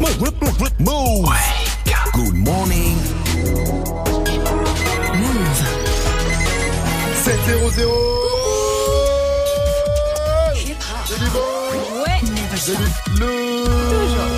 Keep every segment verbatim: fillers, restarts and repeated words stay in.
Move. Good morning. Move. sept zéro zéro. C'est du bon. Ouais. Never C'est stop. du lourd.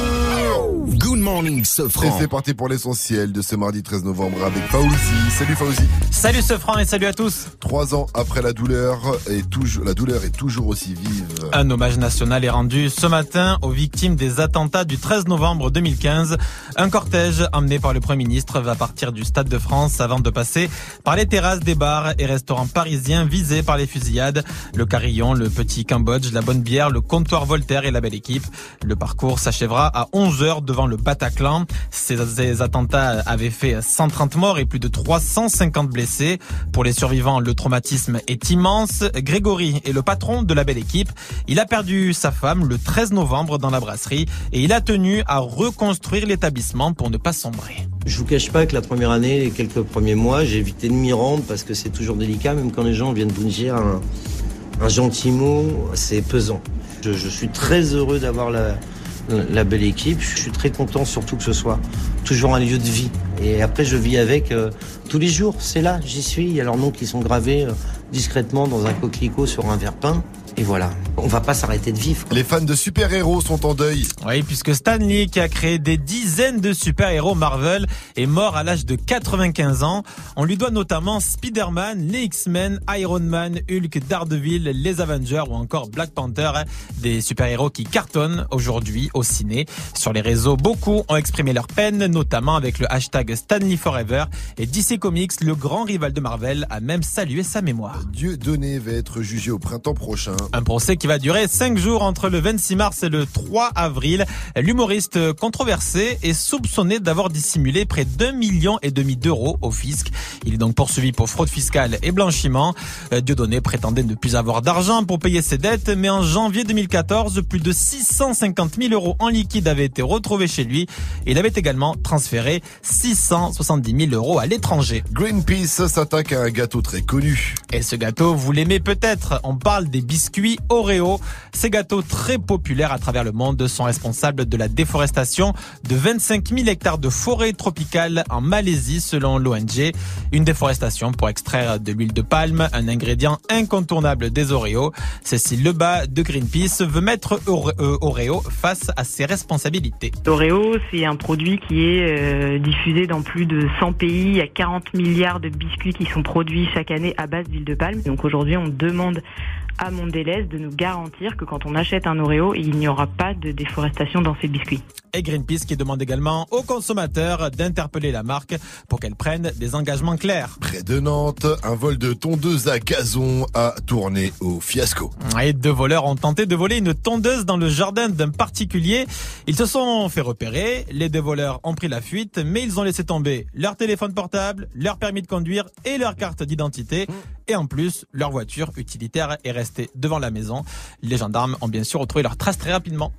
Good morning, Et Sofran. c'est parti pour l'essentiel de ce mardi treize novembre avec Fauzi. Salut Fauzi. Salut Sofran et salut à tous. Trois ans après la douleur, et toujours, la douleur est toujours aussi vive. Un hommage national est rendu ce matin aux victimes des attentats du treize novembre deux mille quinze. Un cortège emmené par le Premier ministre va partir du Stade de France avant de passer par les terrasses des bars et restaurants parisiens visés par les fusillades. Le Carillon, le Petit Cambodge, la Bonne Bière, le Comptoir Voltaire et la Belle Équipe. Le parcours s'achèvera à onze heures devant le Bataclan. Ces, ces attentats avaient fait cent trente morts et plus de trois cent cinquante blessés. Pour les survivants, le traumatisme est immense. Grégory est le patron de la Belle Équipe. Il a perdu sa femme le treize novembre dans la brasserie et il a tenu à reconstruire l'établissement pour ne pas sombrer. Je vous cache pas que la première année, les quelques premiers mois, j'ai évité de m'y rendre parce que c'est toujours délicat, même quand les gens viennent vous dire un, un gentil mot, c'est pesant. Je, je suis très heureux d'avoir la, la Belle Équipe. Je suis très content surtout que ce soit toujours un lieu de vie. Et après, je vis avec euh, tous les jours. C'est là, j'y suis. Il y a leurs noms qui sont gravés euh, discrètement dans un coquelicot sur un verre peint. Et voilà, on va pas s'arrêter de vivre. Les fans de super-héros sont en deuil. Oui, puisque Stan Lee, qui a créé des dizaines de super-héros Marvel, est mort à l'âge de quatre-vingt-quinze ans. On lui doit notamment Spider-Man, les X-Men, Iron Man, Hulk, Daredevil, les Avengers ou encore Black Panther. Des super-héros qui cartonnent aujourd'hui au ciné. Sur les réseaux, beaucoup ont exprimé leur peine, notamment avec le hashtag Stanley Forever. Et D C Comics, le grand rival de Marvel, a même salué sa mémoire. Dieudonné va être jugé au printemps prochain. Un procès qui va durer cinq jours entre le vingt-six mars et le trois avril. L'humoriste controversé est soupçonné d'avoir dissimulé près d'un million et demi d'euros au fisc. Il est donc poursuivi pour fraude fiscale et blanchiment. Dieudonné prétendait ne plus avoir d'argent pour payer ses dettes, mais en janvier deux mille quatorze, plus de six cent cinquante mille euros en liquide avaient été retrouvés chez lui. Il avait également transféré six cent soixante-dix mille euros à l'étranger. Greenpeace s'attaque à un gâteau très connu. Et ce gâteau, vous l'aimez peut-être. On parle des biscuits Oreo. Ces gâteaux très populaires à travers le monde sont responsables de la déforestation de vingt-cinq mille hectares de forêt tropicale en Malaisie selon l'O N G. Une déforestation pour extraire de l'huile de palme, un ingrédient incontournable des Oreos. Cécile Lebas de Greenpeace veut mettre Oreo face à ses responsabilités. Oreo, c'est un produit qui est euh, diffusé dans plus de cent pays. Il y a quarante milliards de biscuits qui sont produits chaque année à base d'huile de palme. Donc aujourd'hui, on demande à Mondelez de nous garantir que quand on achète un Oreo, il n'y aura pas de déforestation dans ces biscuits. Et Greenpeace qui demande également aux consommateurs d'interpeller la marque pour qu'elle prenne des engagements clairs. Près de Nantes, un vol de tondeuse à gazon a tourné au fiasco. Et deux voleurs ont tenté de voler une tondeuse dans le jardin d'un particulier. Ils se sont fait repérer, les deux voleurs ont pris la fuite, mais ils ont laissé tomber leur téléphone portable, leur permis de conduire et leur carte d'identité. Et en plus, leur voiture utilitaire est restée devant la maison. Les gendarmes ont bien sûr retrouvé leurs traces très rapidement.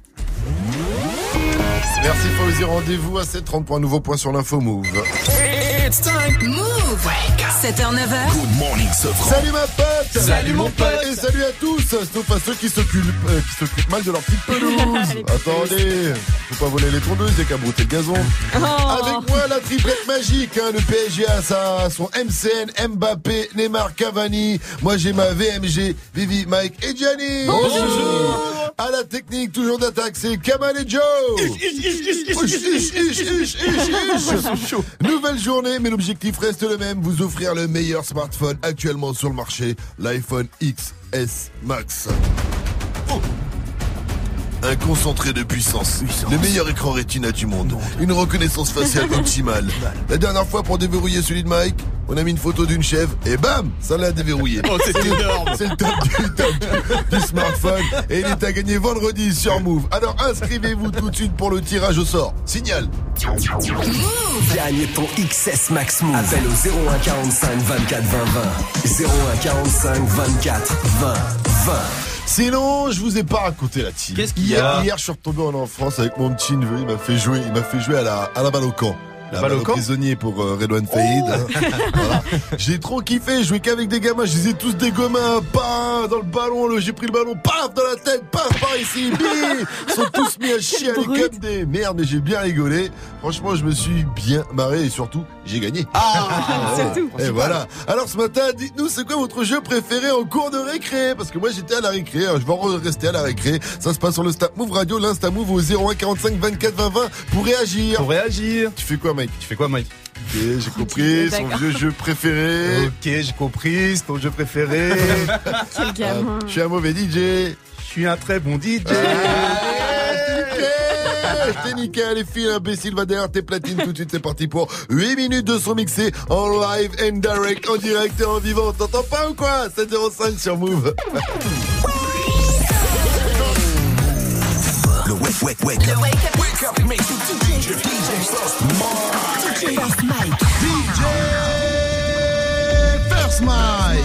Merci Fauzi, rendez-vous à sept heures trente pour un nouveau point sur l'info Move. It's time. Move. sept heures neuf heures. Good morning, Sofran. Salut ma pote. Salut mon pote. Et salut à tous, sauf à ceux qui s'occupent, euh, qui s'occupent mal de leur petite pelouse. Attendez, faut pas voler les tondeuses, il y a qu'à brouter le gazon. Oh. Avec moi la triplette magique, hein, le P S G a sa, son M C N, Mbappé, Neymar, Cavani. Moi j'ai ma V M G, Vivi, Mike et Gianni. Bonjour. À la technique, toujours d'attaque, c'est Kamal et Joe. Nouvelle journée, mais l'objectif reste le même, vous offrir le meilleur smartphone actuellement sur le marché, l'iPhone X S Max. Oh. Un concentré de puissance, puissance, le meilleur écran Retina du monde, une reconnaissance faciale optimale. La dernière fois, pour déverrouiller celui de Mike, on a mis une photo d'une chèvre et bam, ça l'a déverrouillé. Oh, c'est énorme. C'est le top du top du smartphone et il est à gagner vendredi sur Move. Alors inscrivez-vous tout de suite pour le tirage au sort. Signal. Gagne ton X S Max Move. Appelle au zéro un quarante-cinq vingt-quatre vingt vingt. zéro un quarante-cinq vingt-quatre vingt vingt. Sinon, je vous ai pas raconté la team. Qu'est-ce qu'il y hier, a hier, je suis retombé en enfance avec mon petit neveu. Il m'a fait jouer, il m'a fait jouer à la, à la balle au camp. La balle au prisonnier pour euh, Redouane Faïd. Hein. Voilà. J'ai trop kiffé, jouer qu'avec des gamins, je les ai tous dégommés, paf, dans le ballon, le, j'ai pris le ballon, paf, dans la tête, paf, par ici, bim. Ils sont tous mis à chialer comme des merdes, mais j'ai bien rigolé. Franchement, je me suis bien marré et surtout, j'ai gagné. Ah, surtout. Et voilà. Alors ce matin, dites-nous, c'est quoi votre jeu préféré en cours de récré? Parce que moi, j'étais à la récré, alors je vais en rester à la récré. Ça se passe sur le Snap Move Radio, l'Insta Move au zéro un quarante-cinq vingt-quatre vingt vingt pour réagir. Pour réagir. Tu fais quoi, Mike? Tu fais quoi, Mike? Ok, j'ai compris, son vieux jeu préféré. Ok, j'ai compris, c'est ton jeu préféré. Quel gamin. Euh, je suis un mauvais D J. Je suis un très bon D J. T'es nickel, les filles, imbécile, va derrière tes platines tout de suite, c'est parti pour huit minutes de son mixé en live and direct, en direct et en vivant. T'entends pas ou quoi? sept zéro cinq sur Move. Le wake, wake, wake up. Wake up, make you D J. D J First Mike. D J First Mike.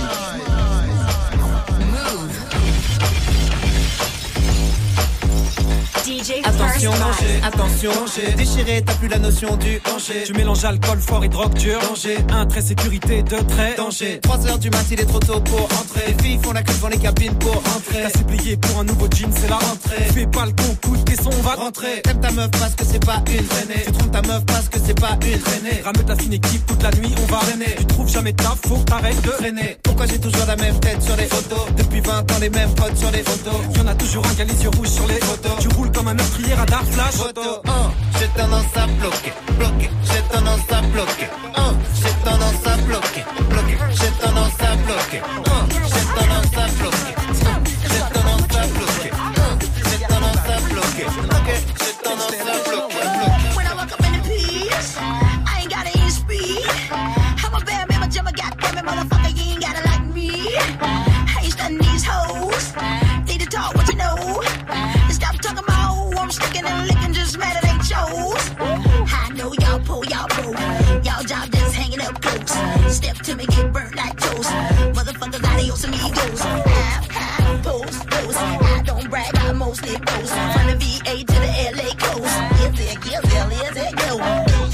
Attention danger, attention danger. Déchiré, t'as plus la notion du danger. Tu mélanges alcool fort et drogue dure. Danger, un trait sécurité, deux traits. Danger, trois heures du mat, il est trop tôt pour entrer. Les filles font la queue devant les cabines pour entrer. T'as supplié pour un nouveau jean, c'est la rentrée. Fais pas le con, coup de caisson, on va rentrer. T'aimes ta meuf parce que c'est pas une traînée. Tu trompes ta meuf parce que c'est pas une traînée. Rame ta fine équipe toute la nuit, on va traîner. Tu trouves jamais ta faut que t'arrêtes de traîner. Pourquoi j'ai toujours la même tête sur les photos? Depuis vingt ans, les mêmes potes sur les photos. Y'en a toujours un qui a les yeux rouges sur les photos. Tu roules comme un meurtrier à Dark Flash. Photo, oh, j'ai tendance à bloquer, bloquer, j'ai tendance à bloquer, oh, j'ai tendance à bloquer, bloquer, j'ai tendance à bloquer, oh, j'ai tendance à bloquer, j'ai tendance à bloquer, j'ai tendance à bloquer, bloquer, j'ai tendance à bloquer, bloquer. When I walk up in the piece, I ain't gotta eat speed. I'm a bad man, my jummer, goddamn it, motherfucker, you ain't gotta like me. I ain't stunning these hoes, need to talk what you know. Stop talking about I'm sticking and licking, just mad at ain't chose. I know y'all pull, y'all pull. Y'all job just hanging up close. Step to me, get burnt like toast. Motherfuckers, adios amigos. Half, half, post, post. I don't brag, I mostly boast. From the V A to the L A coast. Is it, is it, is it, go.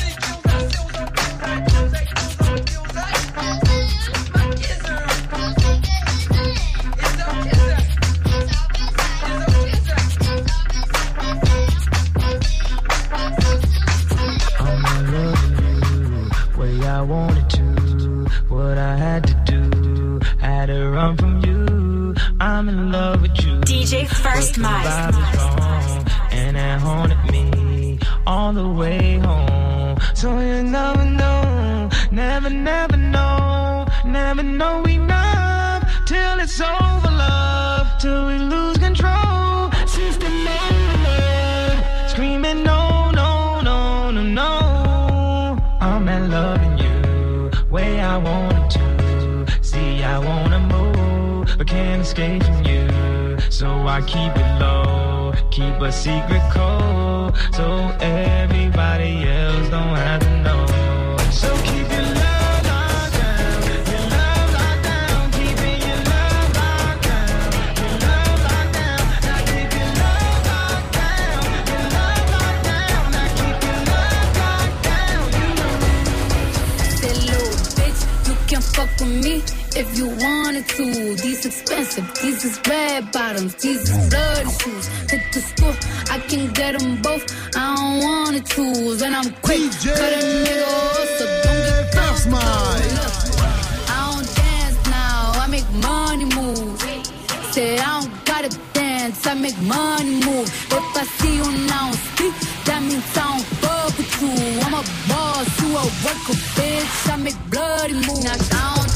I wanted to, what I had to do, had to run from you. I'm in love with you. D J First Mike. And it haunted me all the way home. So you never know, never, never know, never know enough till it's over, love, till we lose control. System over, screaming no, no, no, no, no. I'm in love with you. Way I wanted to, see I wanna move, but can't escape from you. So I keep it low, keep a secret code, so everybody else don't have to know. So keep your love locked down, your love locked down, keeping your love locked down, your love locked down. Now keep your love locked down, your love locked down. Now keep your love locked down. You know. Say, little bitch, you can fuck with me if you wanted to. These expensive, these is red bottoms, these is bloody shoes. Hit the school, I can get them both. I don't wanna choose, and I'm quick. D J cut a nigga off, so don't get First Mike. I don't dance now, I make money move. Say I don't gotta dance, I make money move. If I see you now speak, that means I don't fuck with you. I'm a boss, you a worker, bitch. I make bloody moves. Now I don't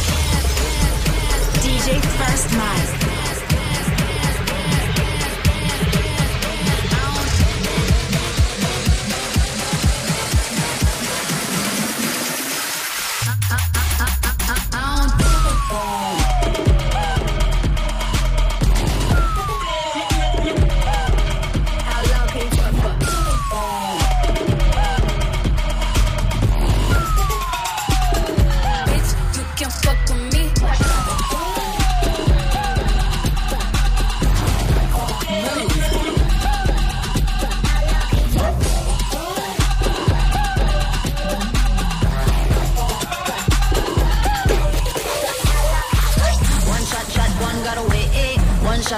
D J First Mike. bitch,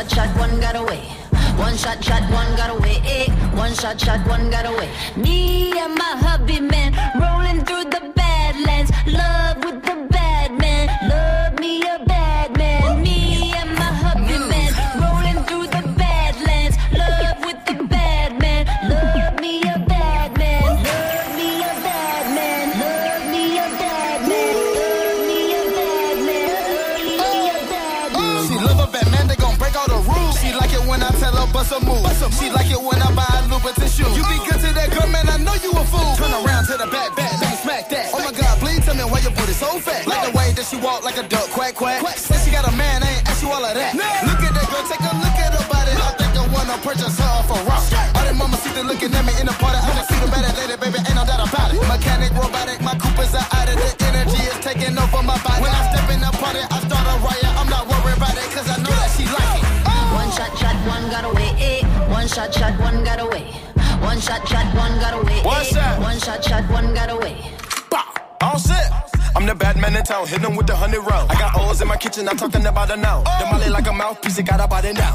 shot, shot, one got away. One shot, shot, one got away. Eh. One shot, shot, one got away. Me and my hubby man rolling through the Badlands. Love with the bad man. Love me a bad man. Me and my hubby man rolling through the Badlands. Love with the bad man. Love me a bad man. Love me a bad man. Love me a bad man. Love me a bad man. Love me a bad man. She love a bad man, they gon' break all the rules. She like it when I tell her bust a move. She like it when I buy a Louboutin shoe. You be good to that girl, man, I know you a fool. Turn around to the back, back, back, smack that. Oh my God, please tell me why your booty so fat. Like the way that she walk like a duck, quack, quack. Say she got a man, I ain't ask you all of that. Look at that girl, take a look at her body. I think I wanna purchase her off a rock. All them mama see them looking at me in the party. I just see the better lady, baby, ain't no doubt about it. Mechanic, robotic, my Coopers are out of the energy is taking over my body. When I step in the party, I start a riot. I'm not worried about it, cause I know that she like it. One shot, shot, one got away. Eh. One shot, shot, one got away. One shot, shot, one got away. One eh. shot. One shot, shot, one got away. All set. I'm the bad man in town, hit them with the hundred round. I got O's in my kitchen, I'm talking about it now. The molly like a mouthpiece, it got a body now.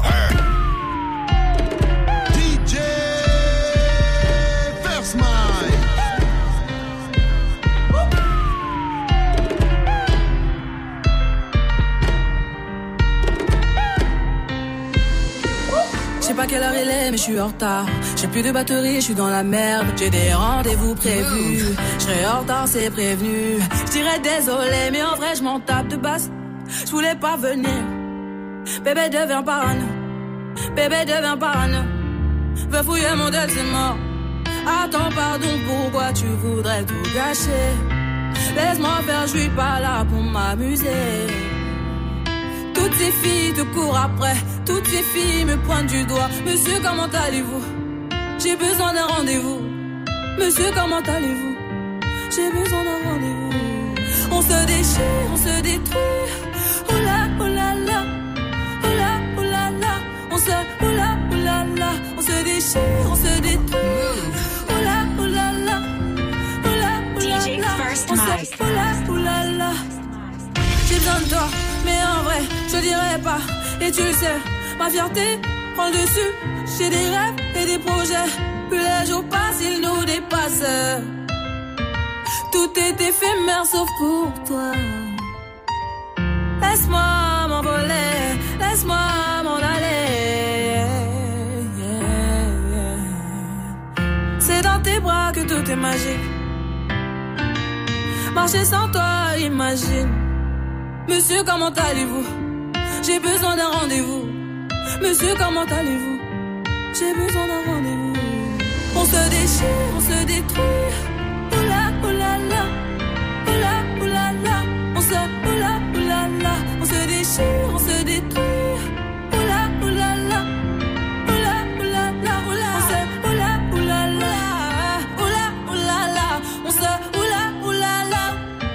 D J First Mike. Je sais pas quelle heure il est, mais je suis en retard. J'ai plus de batterie, je suis dans la merde. J'ai des rendez-vous prévus. Je serai en retard, c'est prévenu. Je dirais désolé, mais en vrai, je m'en tape de basse. Je voulais pas venir. Bébé devient parano. Bébé devient parano. Veux fouiller mon del, c'est mort. Attends, pardon, pourquoi tu voudrais tout gâcher? Laisse-moi faire, je suis pas là pour m'amuser. Toutes ces filles te courent après. Toutes ces filles me pointent du doigt. Monsieur, comment allez-vous? J'ai besoin d'un rendez-vous. Monsieur, comment allez-vous? J'ai besoin d'un rendez-vous. On se déchire, on se détruit. Oh là, oh là là. Oh là, oh là là. On se, oh là, oh là là. On se déchire, on se détruit. Oh là, oh là là. Oh là, oh là là. On se, oh là, oh là là. J'ai besoin de toi, mais en vrai, je dirais pas. Et tu le sais, ma fierté prend le dessus. J'ai des rêves et des projets. Plus les jours passent, ils nous dépassent. Tout est éphémère sauf pour toi. Laisse-moi m'envoler, laisse-moi m'en aller. Yeah, yeah. C'est dans tes bras que tout est magique. Marcher sans toi, imagine. Monsieur, comment allez-vous? J'ai besoin d'un rendez-vous. Monsieur, comment allez-vous? J'ai besoin d'un rendez-vous. On se déchire, on se détruit. Oh là, oh là là. Oh là, oh là là. On se, oh là, oh là là. On se déchire, on se détruit. Oh là, oh là là. Oh là, oh là là. Oh là, on se, oh là, oh là là. Oh là, oh là là. On se, oh là, oh là là.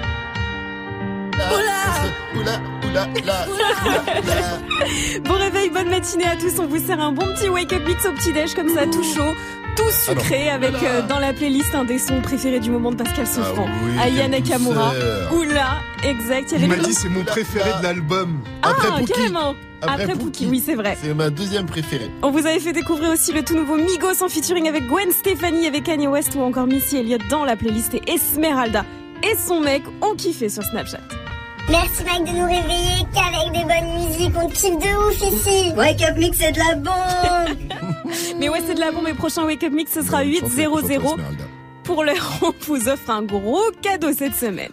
Oh là. Oula, oula, oula, oula. Bon réveil, bonne matinée à tous. On vous sert un bon petit wake-up mix au petit-déj comme ça, tout chaud, tout sucré, ah avec euh, dans la playlist un des sons préférés du moment de Pascal Souffrant. Ah oui, Aya Nakamura. douceur. Oula, exact. Il m'a dit c'est mon préféré de l'album. Ah, Après Pookie. carrément. Après Après Pookie. Pookie, oui, c'est vrai. C'est ma deuxième préférée. On vous avait fait découvrir aussi le tout nouveau Migos en featuring avec Gwen Stefani, avec Kanye West ou encore Missy Elliott dans la playlist. Et Esmeralda et son mec ont kiffé sur Snapchat. Merci Mike de nous réveiller qu'avec des bonnes musiques, on kiffe de ouf ici. Wake Up Mix, c'est de la bombe. Mais ouais, c'est de la bombe. Et prochain Wake Up Mix, ce sera huit zéro zéro. Pour l'heure, on vous offre un gros cadeau cette semaine.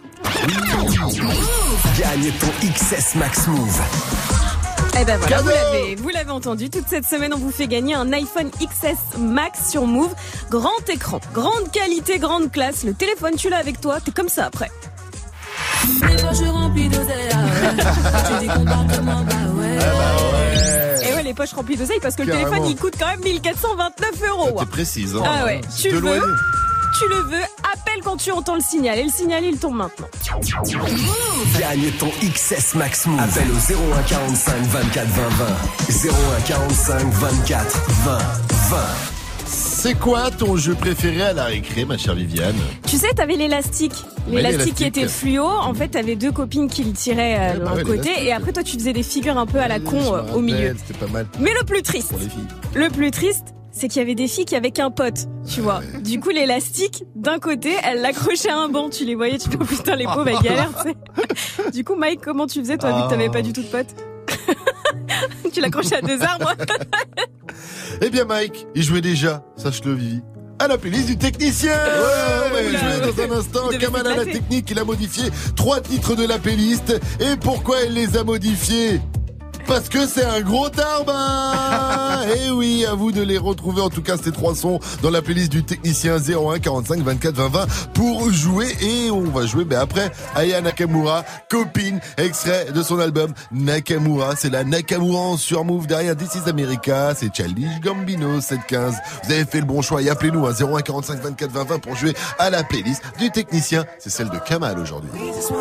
Gagne ton X S Max Move. Eh ben voilà, Cadeau. vous l'avez, vous l'avez entendu. Toute cette semaine, on vous fait gagner un iPhone X S Max sur Move. Grand écran, grande qualité, grande classe. Le téléphone, tu l'as avec toi, t'es comme ça après. Mais quand je remplis d'oseille, tu dis comportement, bah ouais. Et ouais, les poches remplies d'oseille parce que Carrément. le téléphone il coûte quand même mille quatre cent vingt-neuf euros. T'es précise, hein. Ah ouais, tu De le veux, loyer. tu le veux, appelle quand tu entends le signal. Et le signal, il tombe maintenant. Gagne ton X S Max Move. Appelle au zéro un quarante-cinq vingt-quatre vingt vingt. zéro un quarante-cinq vingt-quatre vingt vingt. c'est quoi ton jeu préféré à la récré, ma chère Viviane? Tu sais, t'avais l'élastique. Ouais, L'élastique qui l'élastique. était fluo. En fait, t'avais deux copines qui le tiraient euh, Ouais, bah d'un ouais, côté. l'élastique. Et après, toi, tu faisais des figures un peu à la Oui, con je me euh, au milieu. rappelle, C'était pas mal. Mais le plus triste, Pour les filles. le plus triste, c'est qu'il y avait des filles qui avaient qu'un pote, tu vois. Du coup, l'élastique, d'un côté, elle l'accrochait à un banc. Tu les voyais, tu te dis, oh putain, les pauvres, elles galèrent, tu sais. Du coup, Mike, comment tu faisais, toi, vu que t'avais pas du tout de pote? Tu l'accrochais à deux arbres. Eh bien, Mike, il jouait déjà, sache-le, Vivi, à la playlist du technicien. Ouais, on va y Oula. jouer dans un instant. Il devait Kamal à la s'éclater. technique, il a modifié trois titres de la playlist. Et pourquoi il les a modifiés? Parce que c'est un gros tarbin. Et oui, à vous de les retrouver, en tout cas ces trois sons dans la playlist du technicien zéro un quarante-cinq vingt-quatre vingt vingt pour jouer. Et on va jouer ben après Aya Nakamura, Copine, extrait de son album Nakamura. C'est la Nakamura sur Move. Derrière This is America, c'est Childish Gambino sept quinze. Vous avez fait le bon choix et appelez-nous à zéro un quarante-cinq vingt-quatre vingt vingt pour jouer à la playlist du technicien. C'est celle de Kamal aujourd'hui.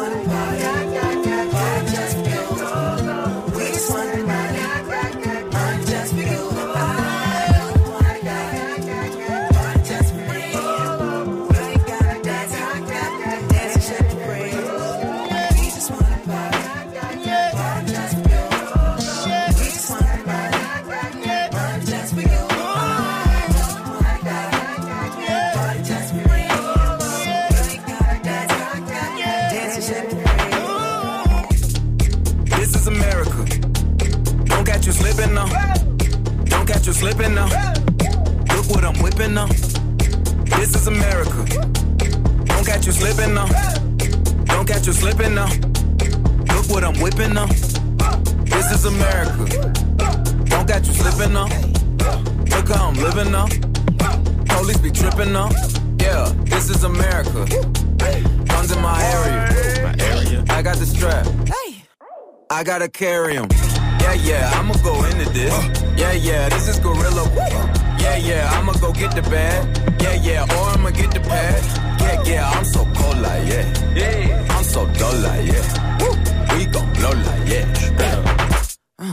This is America. Don't catch you slipping now. Don't catch you slipping now. Look what I'm whipping now. This is America. Don't catch you slipping now. Don't catch you slipping now. Look what I'm whipping now. This is America. Don't catch you slipping now. Look how I'm living now. Police be tripping now. Yeah, this is America. Guns in my area. My area. I got the strap. I gotta carry 'em. Yeah, yeah, I'ma go into this. Yeah, yeah, this is gorilla. Yeah, yeah, I'ma go get the bag. Yeah, yeah, or I'ma get the pad. Yeah, yeah, I'm so cold like yeah. Yeah, I'm so dull like yeah. We gon' blow like yeah. Uh.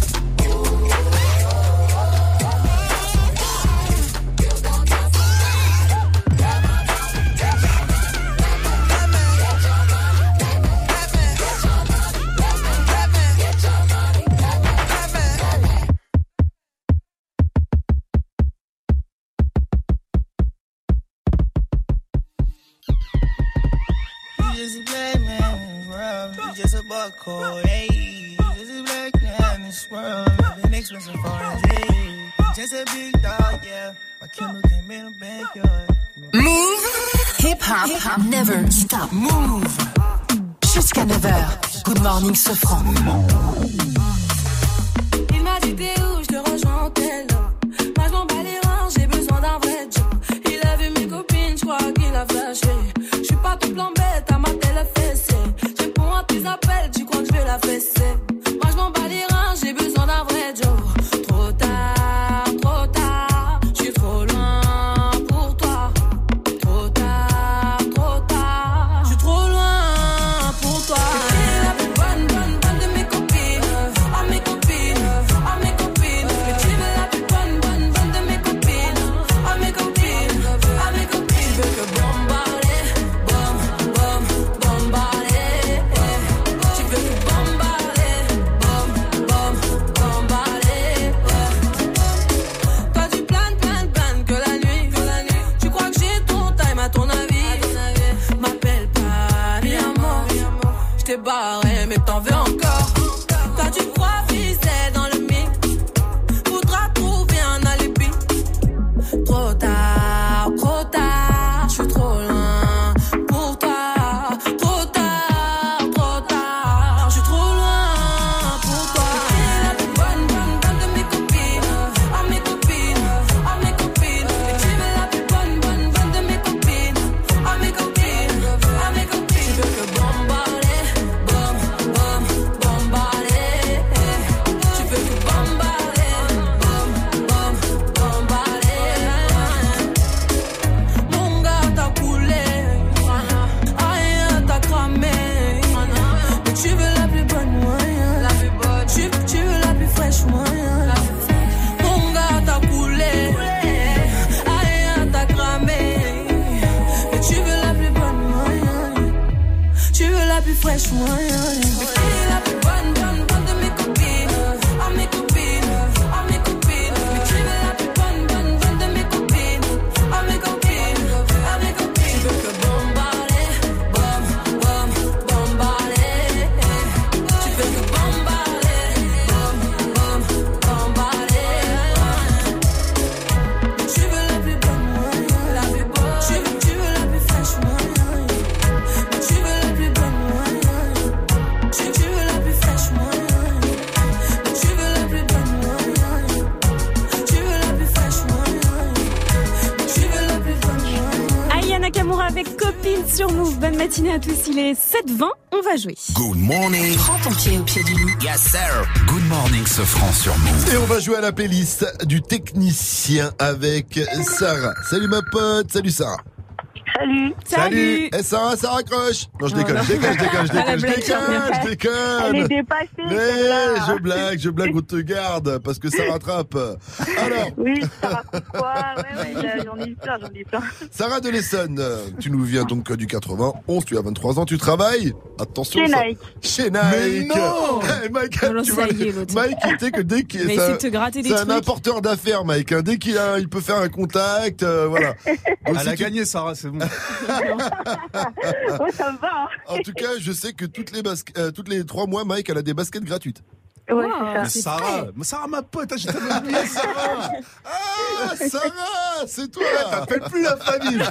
Just a black man in this world. You just a buck hole, hey. You just a black man in this world. Living expensive foreign, hey. Just a big dog, yeah. My Kindle came in the backyard. Move Hip Hop Never Stop. Move jusqu'à neuf heures. Good morning, Sofran. Il m'a dit t'es où, je te rejoins en tel. Moi je m'en bats les reins, j'ai besoin d'un vrai job. Il a vu mes copines, je crois qu'il a flashé. Je suis pas tout plan bête, à ma télé fessée. Je réponds à tes appels, tu crois que je vais la fesser. Moi je m'en bats les reins, j'ai besoin d'un vrai job. Trop tard, trop tard, je suis trop loin pour toi. Trop tard, trop tard, je suis trop loin pour toi. T'es la plus bonne, bonne, bonne de mes copines. Ah mes copines, ah mes copines. Mais tu es la plus bonne, bonne, bonne de mes copines. Ah mes copines, ah mes copines. Je veux que bombarder, bom, bom, bombarder. Tu veux que bombarder. fraîche, moi. La plus bonne, bonne, bonne de mes copines. À mes copines, à mes copines. Mais tu veux la plus bonne, bonne, bonne de mes copines. À mes copines, à mes copines. Tu veux que bombarder, bom, bom, bombarder. Tu veux que bombarder, bom, bom, bombarder. Tu veux la plus bonne, moi, la plus bonne. Tu veux, tu veux la plus fraîche, moi. Tu veux la plus bonne, moi. Tu, tu veux la plus fraîche, moi. Tu veux la plus bonne, moi. Tu veux la plus fraîche, moi. Tu veux la plus bonne, moi. Aya Nakamura avec Copine sur Move. Bonne matinée à tous, il est sept vingt, on va jouer. Good morning. Prends ton pied au pied du lit. Yes, sir. Good morning, Sofran sur Move. Et on va jouer à la playlist du technicien avec Sarah. Salut ma pote, salut Sarah. Salut. Salut. Eh Sarah, ça raccroche. Non, je déconne, je déconne, je déconne, je déconne, je déconne, je déconne. Elle est dépassée. Mais je blague, je blague, on te garde parce que ça rattrape. Alors. Oui, ça rattrape quoi? Ouais, ouais, j'en ai plein, j'en ai plein. Sarah de l'Essonne, tu nous viens donc du quatre-vingt-onze, tu as vingt-trois ans, tu travailles. Attention. Chez ça... Nike. Chez Nike. Mais non. Hey, Mike, Alors, tu ça vois, y est, l'autre. Mike, il était que dès qu'il Mais ça- c'est te gratter des c'est un trucs. apporteur d'affaires, Mike. hein. Dès qu'il a, il peut faire un contact, euh, voilà. Donc, Elle si a tu- gagné, Sarah, c'est bon. Ouais, ça me va. Hein. En tout cas, je sais que toutes les basques, euh, toutes les trois mois, Mike, elle a des baskets gratuites. Ouais, Mais c'est ça. Sarah, mais Sarah, ma pote, hein, j'ai tellement oublié, Sarah. Ah, Sarah, c'est toi. T'appelles plus la famille.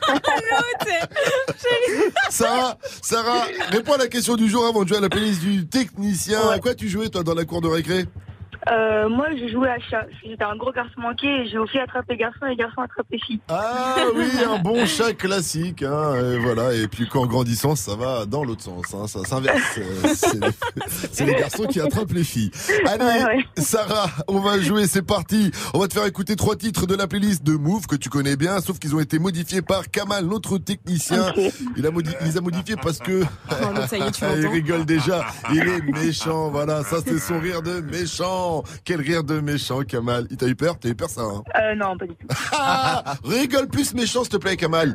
Sarah, Sarah, réponds à la question du jour avant de jouer à la playlist du technicien. Ouais. À quoi tu jouais, toi, dans la cour de récré? Euh, moi, j'ai joué à chat. J'étais un gros garçon manqué et j'ai aussi attrapé garçon et garçon attrapé fille. Ah oui, un bon chat classique, hein, et voilà. Et puis qu'en grandissant, ça va dans l'autre sens, hein, ça s'inverse. Euh, C'est les, c'est les garçons qui attrapent les filles. Allez, Ouais, ouais. Sarah, on va jouer, c'est parti. On va te faire écouter trois titres de la playlist de Move que tu connais bien, sauf qu'ils ont été modifiés par Kamal, notre technicien. Ok. Il, a modi- il les a modifiés parce que Oh, donc ça y est, tu il l'entends. rigole déjà. Il est méchant, voilà. Ça, c'est son rire de méchant. Quel rire de méchant, Kamal. Il t'a eu peur? T'as eu peur, ça, hein? Euh, non, pas du tout. Ah, rigole plus méchant, s'il te plaît, Kamal.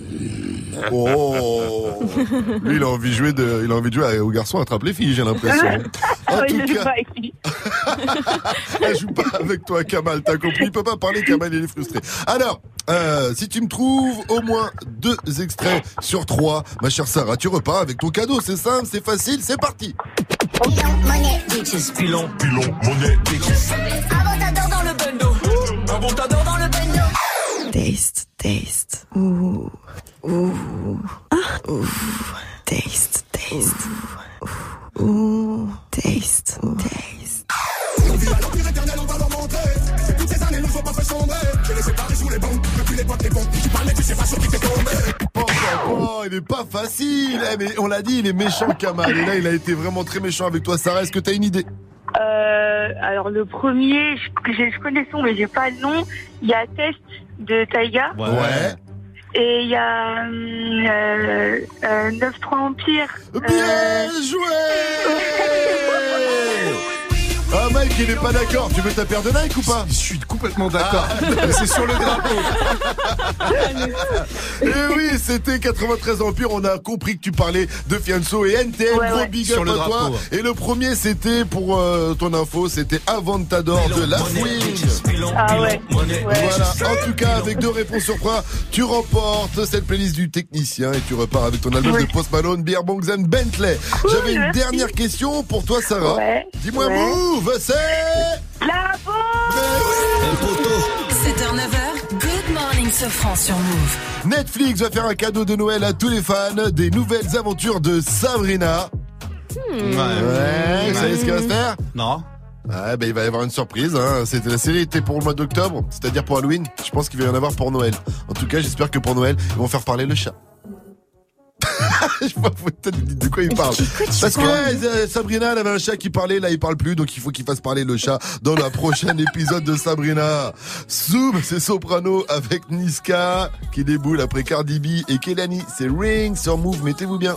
Oh, lui, il a envie de jouer de, il a envie de jouer aux garçons attrape les filles, j'ai l'impression. En Ouais, tout je joue cas, pas avec lui. elle joue pas avec toi, Kamal. T'as compris? Il peut pas parler, Kamal, il est frustré. Alors, euh, si tu me trouves au moins deux extraits sur trois, ma chère Sarah, tu repars avec ton cadeau. C'est simple, c'est facile, c'est parti. Pilon, pilon, monnaie, bitches. Avant t'adore dans le bando. Avant t'adore dans le bendo. Taste, taste. Ouh, ouh. Ah, ouh. Taste, taste. Ouh, ouh. Taste, taste. On vit à l'empire éternel, on va leur montrer. C'est toutes ces années, nous ont pas fait sombrer. Je les séparés sous les bancs, depuis l'époque des bons. Tu parlais, tu sais pas sur qui t'es tombé. Oh, oh, oh, il est pas facile. Eh, mais on l'a dit, il est méchant, Kamal. Et là, il a été vraiment très méchant avec toi, Sarah. Est-ce que t'as une idée? Euh, alors le premier, je, je, je connais son, mais j'ai pas le nom. Il y a Test de Taiga. Ouais. Et il y a euh, euh, neuf trois Empire. Bien joué. Ah, Mike, il est pas d'accord. Tu veux ta paire de Nike ou pas? Je suis complètement d'accord. C'est sur le drapeau. Et oui, c'était quatre-vingt-treize Empire. On a compris que tu parlais de Fianso et N T L. Ouais, Gros ouais. big Sur up le à toi. drapeau. Et le premier, c'était pour euh, ton info, c'était Aventador de La Fouine. Ah ouais. ouais. Voilà, en tout cas, avec deux réponses sur trois, tu remportes cette playlist du technicien et tu repars avec ton album Oui. de Post Malone, Beer Bongs and Bentley. J'avais une merci. dernière question pour toi, Sarah. Ouais. Dis-moi, Ouais. Move, c'est... La bombe. sept heures neuf heures, Good Morning Sofran sur Move. Netflix va faire un cadeau de Noël à tous les fans des nouvelles aventures de Sabrina. Ouais, vous savez ce qu'il va se faire? Non. Ouais, ben il va y avoir une surprise. Hein. C'était la série était pour le mois d'octobre, c'est-à-dire pour Halloween. Je pense qu'il va y en avoir pour Noël. En tout cas, j'espère que pour Noël, ils vont faire parler le chat. Je vois peut-être de quoi il parle. Parce que euh, Sabrina, elle avait un chat qui parlait, là il parle plus, donc il faut qu'il fasse parler le chat dans le prochain épisode de Sabrina. Zoom, c'est Soprano avec Niska qui déboule après Cardi B et Kelani. C'est Ring sur Move, mettez-vous bien.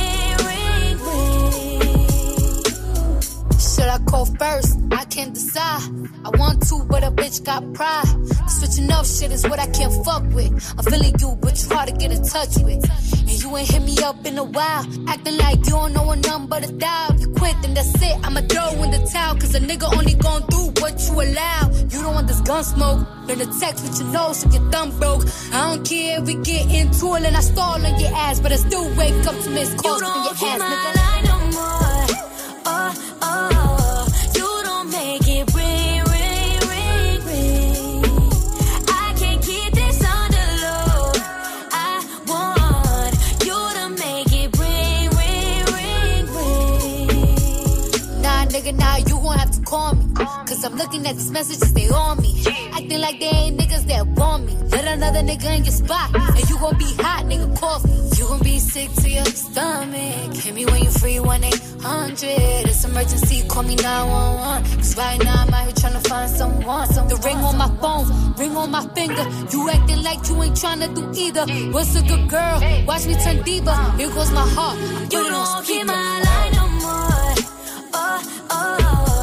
Should I call first? I can't decide. side. I want to, but a bitch got pride. Switching up shit is what I can't fuck with. I'm feeling you, but you hard to get in touch with. And you ain't hit me up in a while. Acting like you don't know a number but a dial. You quit, then that's it. I'ma throw in the towel. Cause a nigga only gon' do what you allow. You don't want this gun smoke. Learn to text with your nose so your thumb broke. I don't care if we get into it and I stall on your ass. But I still wake up to miss calls from your ass, nigga. You don't hit my line no more. Oh, oh, you don't make it ring, ring, ring, ring. I can't keep this on the low. I want you to make it ring, ring, ring, ring. Nah, nigga, nah, you gon' have to call me. Cause I'm looking at these messages, they on me. Acting like they ain't niggas that want me. Let another nigga in your spot, and you gon' be hot, nigga, call me. You gon' be sick to your stomach. Hit me when you free, one eight hundred. It's emergency, call me nine one one. Cause right now I'm out here tryna find someone. The ring on my phone, ring on my finger. You acting like you ain't tryna do either. What's a good girl? Watch me turn diva. Here goes my heart, I put it on speaker. You don't keep my line no more. Oh, oh.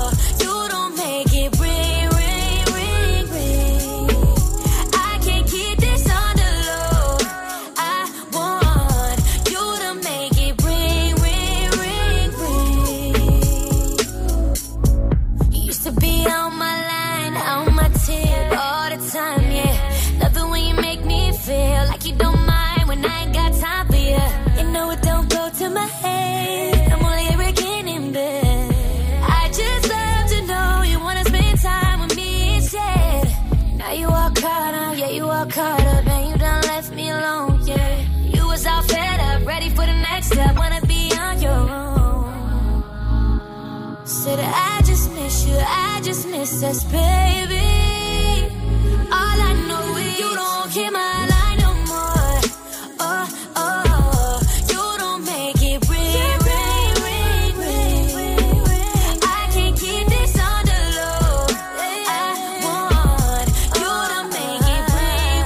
Caught up and you done left me alone, yeah. You was all fed up, ready for the next step, wanna be on your own. Said I just miss you, I just miss us, baby. All I know is you don't hear my line no more. Oh, oh, you don't make it ring, ring, ring, ring, ring. I can't keep this on the low. I want you to make it ring,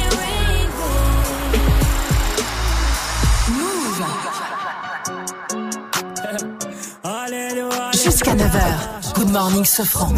ring, ring, ring. Jusqu'à neuf heures, Good Morning Sofran.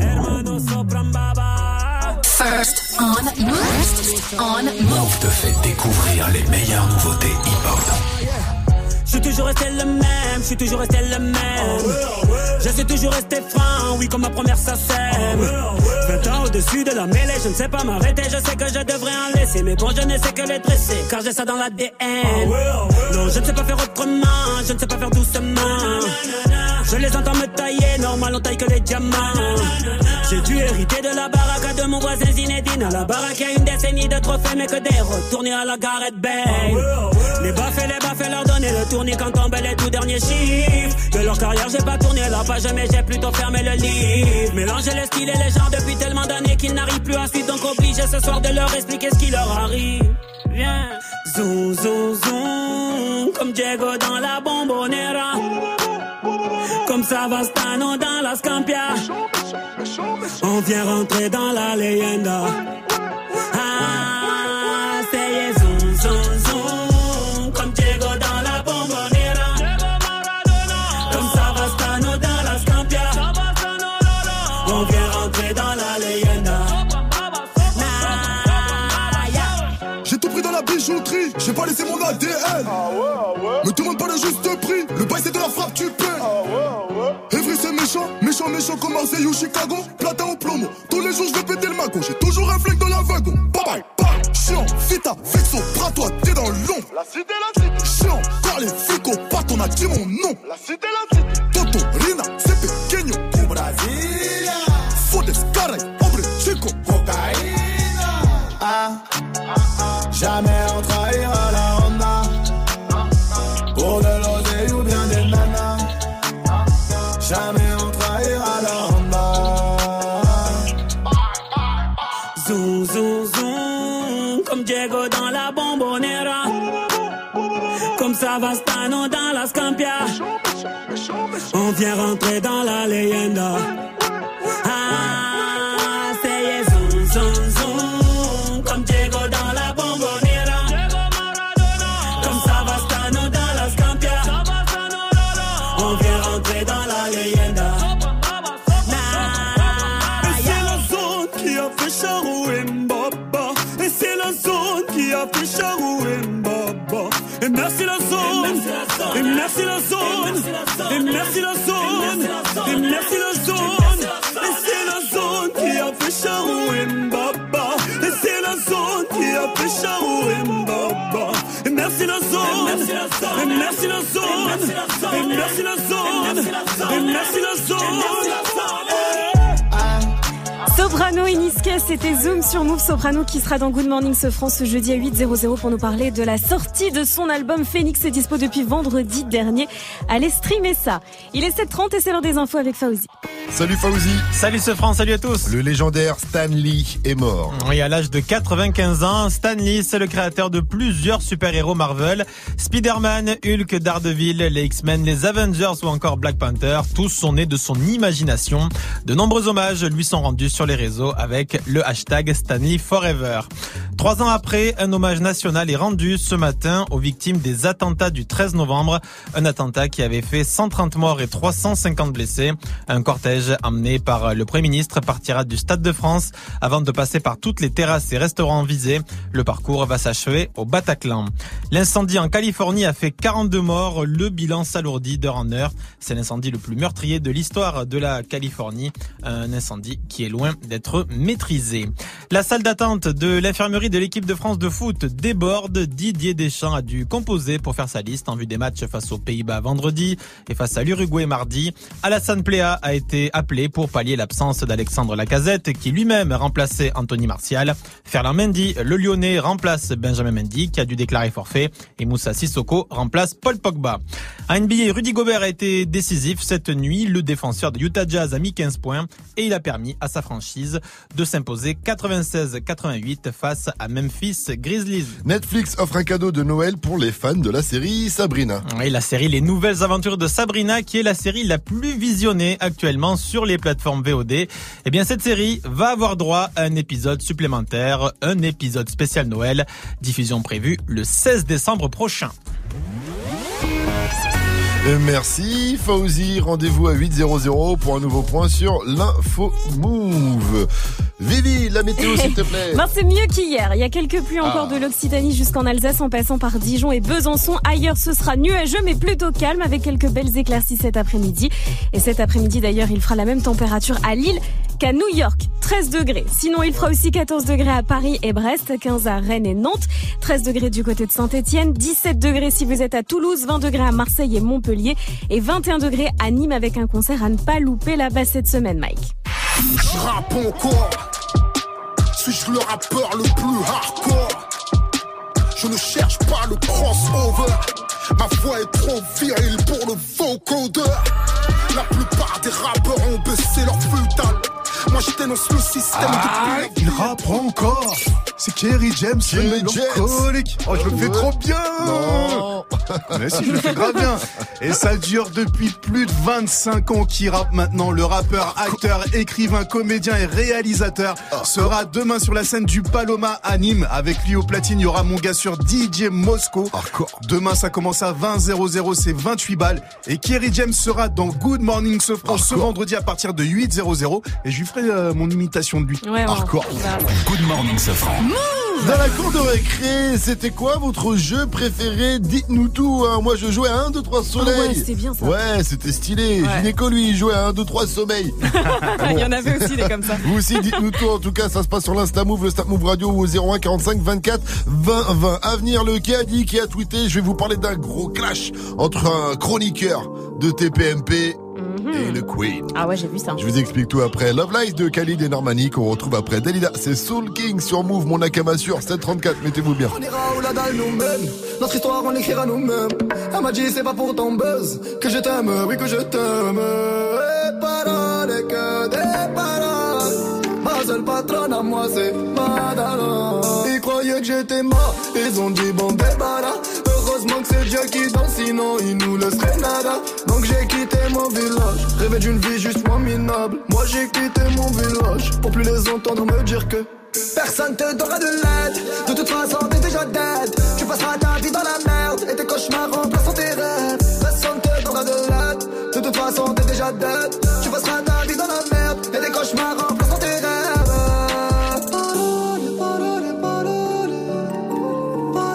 First on First on Move te fait découvrir les meilleures nouveautés hip-hop. Je suis toujours resté le même, je suis toujours resté le même. Je suis toujours resté franc, oui comme ma première ça sème. vingt ans au-dessus de la mêlée, je ne sais pas m'arrêter. Je sais que je devrais en laisser, mais bon je ne sais que les dresser, car j'ai ça dans l'A D N. Non, je ne sais pas faire autrement, je ne sais pas faire doucement. Je les entends me tailler, normal on taille que les diamants. J'ai dû hériter de la baraque de mon voisin Zinedine. À la baraque il y a une décennie de trophées, mais que des retournés à la Gareth Bale. Les baffes et les baffes leur donner le tournis quand tombent les tout derniers chiffres. De leur carrière j'ai pas tourné la page, mais j'ai plutôt fermé le livre. Mélanger les styles et les genres depuis tellement d'années qu'ils n'arrivent plus à suivre. Donc obligé ce soir de leur expliquer ce qui leur arrive. Viens, zoom, zoom, zoom, comme Diego dans la Bombonera. Comme Savastano dans la Scampia. On vient rentrer dans la leyenda. Ah, c'est zoom, zoom, zoom, comme Diego dans la Bombonera. Comme Savastano dans la Scampia. On vient rentrer dans la leyenda. J'ai tout pris dans la bijouterie, j'ai pas laissé mon A D N. Ah ouais, ah ouais. Me demande pas le juste prix, le bail c'est de la frappe, tu paies. Ah ouais, ah ouais. Evry c'est méchant, méchant, méchant comme Marseille ou Chicago. Platin ou plomo, tous les jours je vais péter le magot. J'ai toujours un flingue dans la wagon. Bye bye, bye. Chiant, vita, fixo, bras toi, t'es dans l'ombre. La cité, la cité. Chiant, car les flics au pat, on a dit mon nom. La cité, la cité. Toto, Rina, c'est pequeño. Au Brasilia. Fodes, caray, hombre, chico. Cocaïna. Ah. Jamais on trahira la Honda. Pour de l'oseille ou bien des nanas. Jamais on trahira la Honda. Zoom, zoom, zoom, comme Diego dans la Bombonera. Comme Savastano dans la Scampia. On vient rentrer dans la leyenda. Ah, c'est zoom, zoom, zoom, comme Diego dans la Bombonera. Comme Savastano dans la Scampia. On vient rentrer dans la leyenda. Charoué Mbaba. Et merci la zone, et merci la zone, et merci la zone, et merci la zone. Et c'est la zone qui a fait Charoué Mbaba. Et c'est la zone qui a fait Charoué Mbaba. Et merci la zone, et merci la zone, et merci la zone, et merci la zone. Soprano et Niska, c'était Zoom sur Move. Soprano qui sera dans Good Morning ce France ce jeudi à huit heures pour nous parler de la sortie de son album Phoenix. C'est dispo depuis vendredi dernier. Allez streamer ça. Il est sept heures trente et c'est l'heure des infos avec Fauzi. Salut Fauzi. Salut ce France, salut à tous. Le légendaire Stan Lee est mort. Oui, à l'âge de quatre-vingt-quinze ans, Stan Lee, c'est le créateur de plusieurs super-héros Marvel. Spider-Man, Hulk, Daredevil, les X-Men, les Avengers ou encore Black Panther. Tous sont nés de son imagination. De nombreux hommages lui sont rendus sur les réseaux avec le hashtag Stan Lee Forever. Trois ans après, un hommage national est rendu ce matin aux victimes des attentats du treize novembre. Un attentat qui avait fait cent trente morts et trois cent cinquante blessés. Un cortège emmené par le Premier ministre partira du Stade de France avant de passer par toutes les terrasses et restaurants visés. Le parcours va s'achever au Bataclan. L'incendie en Californie a fait quarante-deux morts. Le bilan s'alourdit d'heure en heure. C'est l'incendie le plus meurtrier de l'histoire de la Californie. Un incendie qui est loin d'être maîtrisé. La salle d'attente de l'infirmerie de l'équipe de France de foot déborde. Didier Deschamps a dû composer pour faire sa liste en vue des matchs face aux Pays-Bas vendredi et face à l'Uruguay mardi. Alassane Pléa a été appelé pour pallier l'absence d'Alexandre Lacazette qui lui-même remplaçait Anthony Martial. Ferland Mendy, le Lyonnais, remplace Benjamin Mendy qui a dû déclarer forfait et Moussa Sissoko remplace Paul Pogba. À N B A, Rudy Gobert a été décisif cette nuit. Le défenseur de Utah Jazz a mis quinze points et il a permis à sa franchise de s'imposer quatre-vingt-seize à quatre-vingt-huit face à Memphis Grizzlies. Netflix offre un cadeau de Noël pour les fans de la série Sabrina. Oui, la série Les Nouvelles Aventures de Sabrina, qui est la série la plus visionnée actuellement sur les plateformes V O D. Eh bien, cette série va avoir droit à un épisode supplémentaire, un épisode spécial Noël, diffusion prévue le seize décembre prochain. Merci Fauzi, rendez-vous à huit heures pour un nouveau point sur l'info Move. Vivi, la météo s'il te plaît. Ben, c'est mieux qu'hier. Il y a quelques pluies encore Ah. de l'Occitanie jusqu'en Alsace en passant par Dijon et Besançon. Ailleurs, ce sera nuageux mais plutôt calme avec quelques belles éclaircies cet après-midi. Et cet après-midi d'ailleurs, il fera la même température à Lille qu'à New York, treize degrés. Sinon, il fera aussi quatorze degrés à Paris et Brest, quinze à Rennes et Nantes, treize degrés du côté de Saint-Etienne, dix-sept degrés si vous êtes à Toulouse, vingt degrés à Marseille et Montpellier et vingt et un degrés à Nîmes avec un concert à ne pas louper là-bas cette semaine, Mike. Je rappe encore. Suis-je le rappeur le plus hardcore? Je ne cherche pas le crossover. Ma voix est trop virile pour le vocodeur. La plupart des rappeurs ont baissé leur futal. Moi je dénonce le système Ah, depuis... il rappe encore. C'est Kerry James, Kerry le mélancolique. Oh, je le fais trop bien. Non. Mais si, je le fais grave bien. Et ça dure depuis plus de vingt-cinq ans qu'il rappe maintenant. Le rappeur, acteur, écrivain, comédien et réalisateur sera demain sur la scène du Paloma à Nîmes. Avec lui au platine, il y aura mon gars sur D J Mosco. Demain, ça commence à vingt heures, c'est vingt-huit balles. Et Kerry James sera dans Good Morning ce France ce vendredi à partir de huit heures. Et je lui ferai euh, mon imitation de lui. Ouais, Hardcore. Good morning, Safran. Dans la cour de récré, c'était quoi votre jeu préféré? Dites-nous tout, hein. Moi je jouais à un, deux, trois soleil. Ah ouais, c'était bien ça. Ouais, c'était stylé. Ouais. Gynéco lui, il jouait à un, deux, trois sommeil. Il y en avait aussi des comme ça. Vous aussi, dites-nous tout. En tout cas, ça se passe sur l'Insta Move, le Snap Move Radio ou au zéro un quarante-cinq vingt-quatre vingt vingt. À venir, le qui a dit, qui a tweeté. Je vais vous parler d'un gros clash entre un chroniqueur de T P M P et le Queen. Ah ouais, j'ai vu ça. Je vous explique tout après. Love Life de Khalid et Normani qu'on retrouve après Dalida. C'est Soul King sur Move, mon Nakama sur sept trente-quatre. Mettez-vous bien. On ira où la dalle nous mène. Notre histoire on l'écrira nous-mêmes. Elle m'a dit c'est pas pour ton buzz que je t'aime, oui que je t'aime. Et paroles et que des paroles. Ma seule patronne à moi c'est Madara. Ils croyaient que j'étais mort, ils ont dit bon débarras. Heureusement que c'est Dieu qui danse, sinon il nous laisserait nada. Donc j'ai quitté mon village, rêvé d'une vie juste moins minable. Moi j'ai quitté mon village, pour plus les entendre me dire que personne te donnera de l'aide. De toute façon t'es déjà dead. Tu passeras ta vie dans la merde et tes cauchemars remplaceront tes rêves. Personne te donnera de l'aide. De toute façon t'es déjà dead. Tu passeras ta vie dans la merde et tes cauchemars remplaceront tes rêves. Parole, parole, parole.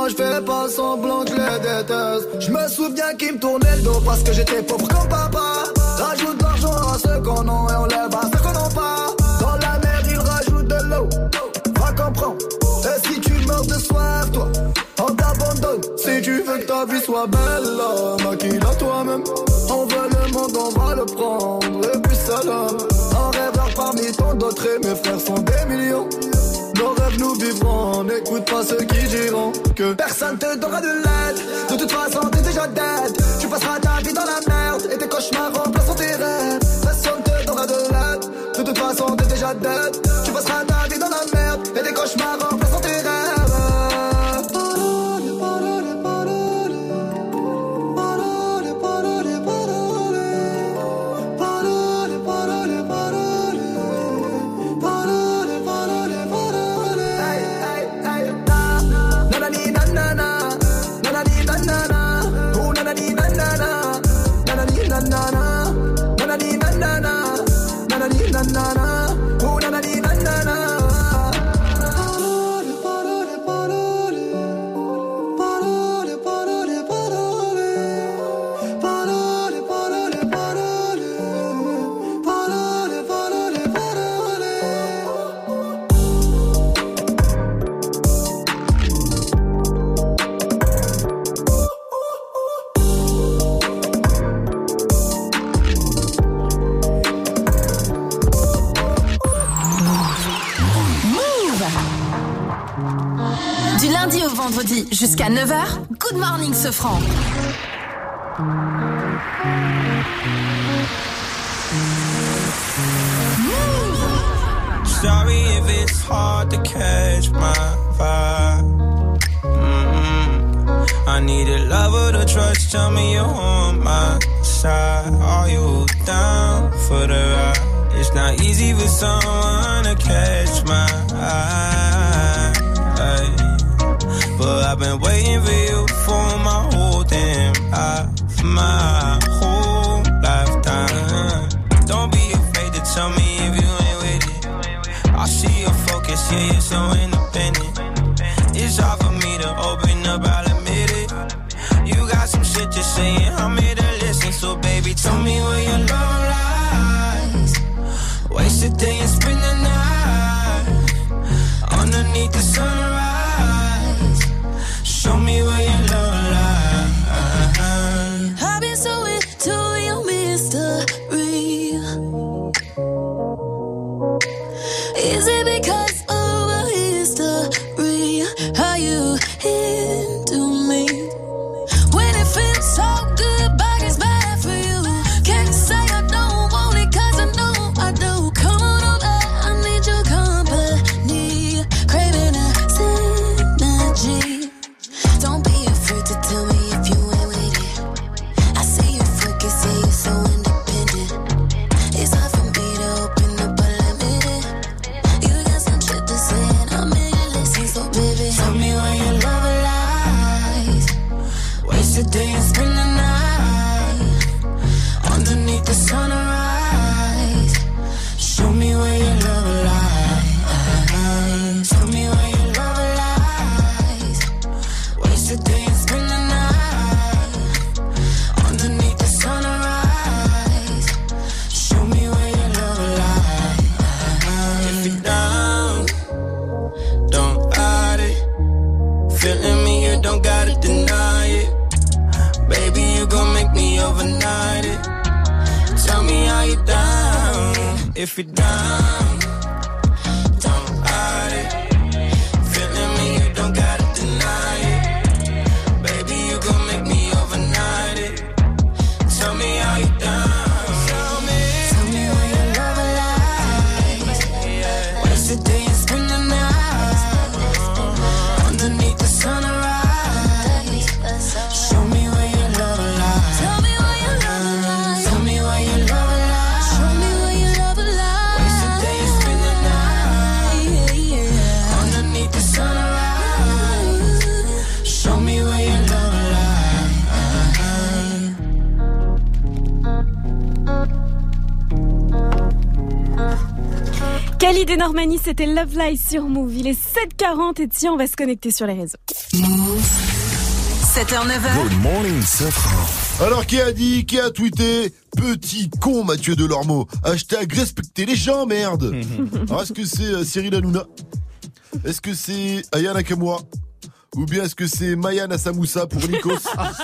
moi je fais pas semblant que je les déteste. Je me souviens qu'ils me tournaient le dos parce que j'étais pauvre comme papa. Rajoute de l'argent à ceux qu'on a et on lève à ceux qu'on n'a pas. Dans la mer ils rajoutent de l'eau, va comprendre. Et si tu meurs de soif toi, on t'abandonne. Si tu veux que ta vie soit belle là, maquille-la toi-même. On veut le monde, on va le prendre. Et puis salam. Un rêveur parmi tant d'autres et mes frères sont des millions. Nos rêves nous vivrons, n'écoute pas ceux qui diront que personne te donnera de l'aide. De toute façon t'es déjà dead. Tu passeras ta vie dans la merde et tes cauchemars remplaceront tes rêves. Personne te donnera de l'aide. De toute façon t'es déjà dead. Tu passeras ta vie dans la merde et tes cauchemars remplaceront tes rêves. Vendredi jusqu'à neuf heures, Good Morning Sofran. Sorry if it's hard to catch my vibe. Mm-hmm. I need a lover to trust, tell me you're on my side. Are you down for the ride? It's not easy for someone to catch my eye. Ay. But I've been waiting for you for my whole damn life, my whole lifetime. Don't be afraid to tell me if you ain't with it. I see your focus, yeah, you're so independent. It's hard for me to open up, I'll admit it. You got some shit to say and I'm here to listen. So baby, tell me where your love lies. Waste a day and spend the night underneath the sunrise. Show me where your love lies. I've been so into your mystery. Is it because of our history? Are you into me? When it feels so good, but it's bad for you. Can't say I don't want it, cause I know I do. Come on over, I need your company. Craving a synergy. Don't be afraid to tell me if you ain't with it. I see you focus, yeah, you're so independent. It's hard for me to open up, but I'll admit it. You got some shit to say and I'm here to listen. So baby, tell me where your love lies. Waste a day and spend the night underneath the sunrise. Show me where your love lies. Tell me where your love lies. Waste a day and spend the night underneath the sunrise. Show me where your love lies. If you're down, don't hide it. Feeling me, you don't gotta deny it. Baby, you gon' make me overnight it. Tell me how you down. If you're down, don't hide it. Feeling me, you don't gotta deny it. Baby, you gon' make me overnight it. Tell me how you down. Tell me, tell me where your love lies. Waste a day and spend the night underneath the sunrise. Show me where your love lies. tell me where your love lies. Tell me where your love lies. Show me where your love lies. Waste a day and spend the night Yeah, yeah. underneath the sunrise. Show me where your love Khalid et Normani, c'était Love Lies sur Move. Il est sept heures quarante et tiens, on va se connecter sur les réseaux. sept heures neuf heures. Good morning, Safran. Alors, qui a dit, qui a tweeté? Petit con, Mathieu Delormeau. Hashtag respectez les gens, merde. Alors, est-ce que c'est euh, Cyril Hanouna? Est-ce que c'est Aya Nakamura? Ou bien est-ce que c'est Maya Nassamoussa pour Nikos?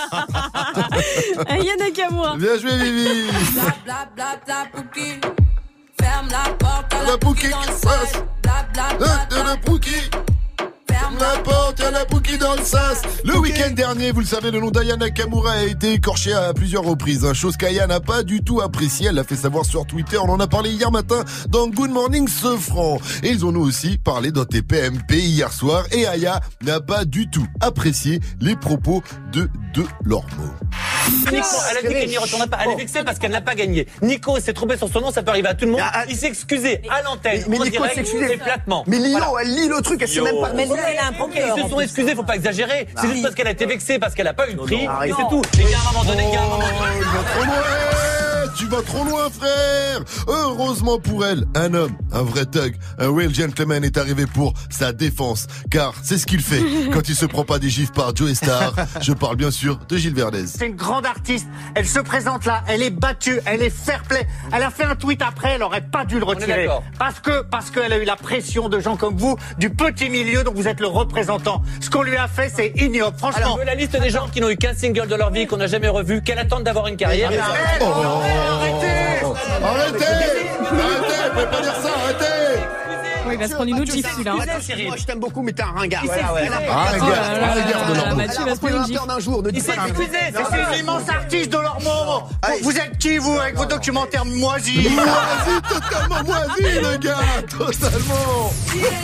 Aya Nakamura. Bien joué, Vivi. Bla bla bla bla Pouki. Ferme la porte à la, la Pouki dans qui le se sas. passe. Bla bla bla De la Pouki. Ferme la porte, y'a la Pouki dans le sas. Le week-end dernier, vous le savez, le nom d'Aya Nakamura a été écorché à plusieurs reprises. Hein, chose qu'Aya n'a pas du tout appréciée. Elle l'a fait savoir sur Twitter. On en a parlé hier matin dans Good Morning Sofran. Et ils ont nous aussi parlé dans T P M P hier soir. Et Aya n'a pas du tout apprécié les propos de Delormeau. Nico, elle a dit qu'elle n'y retournerait pas. Elle est vexée parce qu'elle n'a pas gagné. Nico s'est trompé sur son nom, ça peut arriver à tout le monde. Il s'est excusé à l'antenne. Mais en Nico direct, s'est excusé et platement. Mais Lilo, Voilà. elle lit le truc, elle sait Yo. même pas. Mais elle a un prompteur. Ils se sont excusés, faut pas exagérer. C'est juste parce qu'elle a été vexée, parce qu'elle a pas eu le prix. non, Et arrête. c'est tout. Les gars, à un moment donné, les gars, à un moment donné. Il va trop loin. Tu vas trop loin, frère. Heureusement pour elle, un homme, un vrai thug, un real gentleman est arrivé pour sa défense. Car c'est ce qu'il fait quand il se prend pas des gifs par Joe Star. Je parle bien sûr de Gilles Verdez. C'est une grande artiste. Elle se présente là, elle est battue, elle est fair play. Elle a fait un tweet après, elle aurait pas dû le retirer. d'accord. Parce que, parce qu'elle a eu la pression de gens comme vous, du petit milieu dont vous êtes le représentant. Ce qu'on lui a fait, c'est ignoble. Franchement. Alors, la liste des gens qui n'ont eu qu'un single de leur vie, qu'on n'a jamais revu, qu'elle attendent d'avoir une carrière. Mais arrête. Oh, arrêtez Arrêtez Arrêtez, vous pouvez pas dire ça, arrêtez. Oui, il va se prendre une autre gifle, celui-là. hein. Moi, je t'aime beaucoup, mais t'es un ringard. Il s'est Voilà, ouais. excusé. Ah, Oh là regarde, là ah, là regarde là, Delormeau. Mathieu va se prendre une gifle. d'un jour, ne Il dis s'est pas excusé. C'est une immense artiste de leur monde. Vous êtes qui, vous, avec vos documentaires moisis? Moisi, totalement moisi, le gars. Totalement.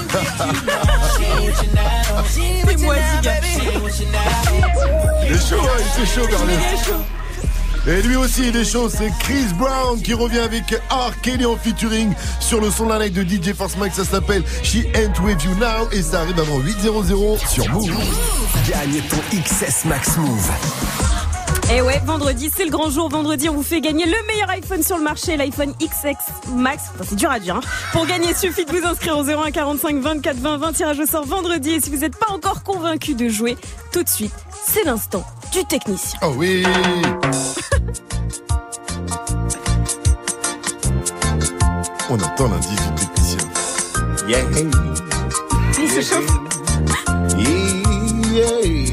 C'est moisi, gars. Il est chaud, hein, il est chaud, Berlin. Il est chaud. Et lui aussi, il est chaud, c'est Chris Brown qui revient avec R. Kelly en featuring sur le son de la night de D J Force Mike, ça s'appelle She Ain't With You Now et ça arrive avant huit heures sur Move. Gagne ton X S Max Move. Et ouais, vendredi, c'est le grand jour. Vendredi, on vous fait gagner le meilleur iPhone sur le marché, l'iPhone X S Max. Enfin, c'est dur à dire, hein. Pour gagner, suffit de vous inscrire au zéro un quarante-cinq vingt-quatre vingt vingt. Tirage au sort vendredi. Et si vous n'êtes pas encore convaincu de jouer, tout de suite, c'est l'instant du technicien. Oh oui. On attend l'indice du technicien. Yeah. Il se chauffe. Yeah.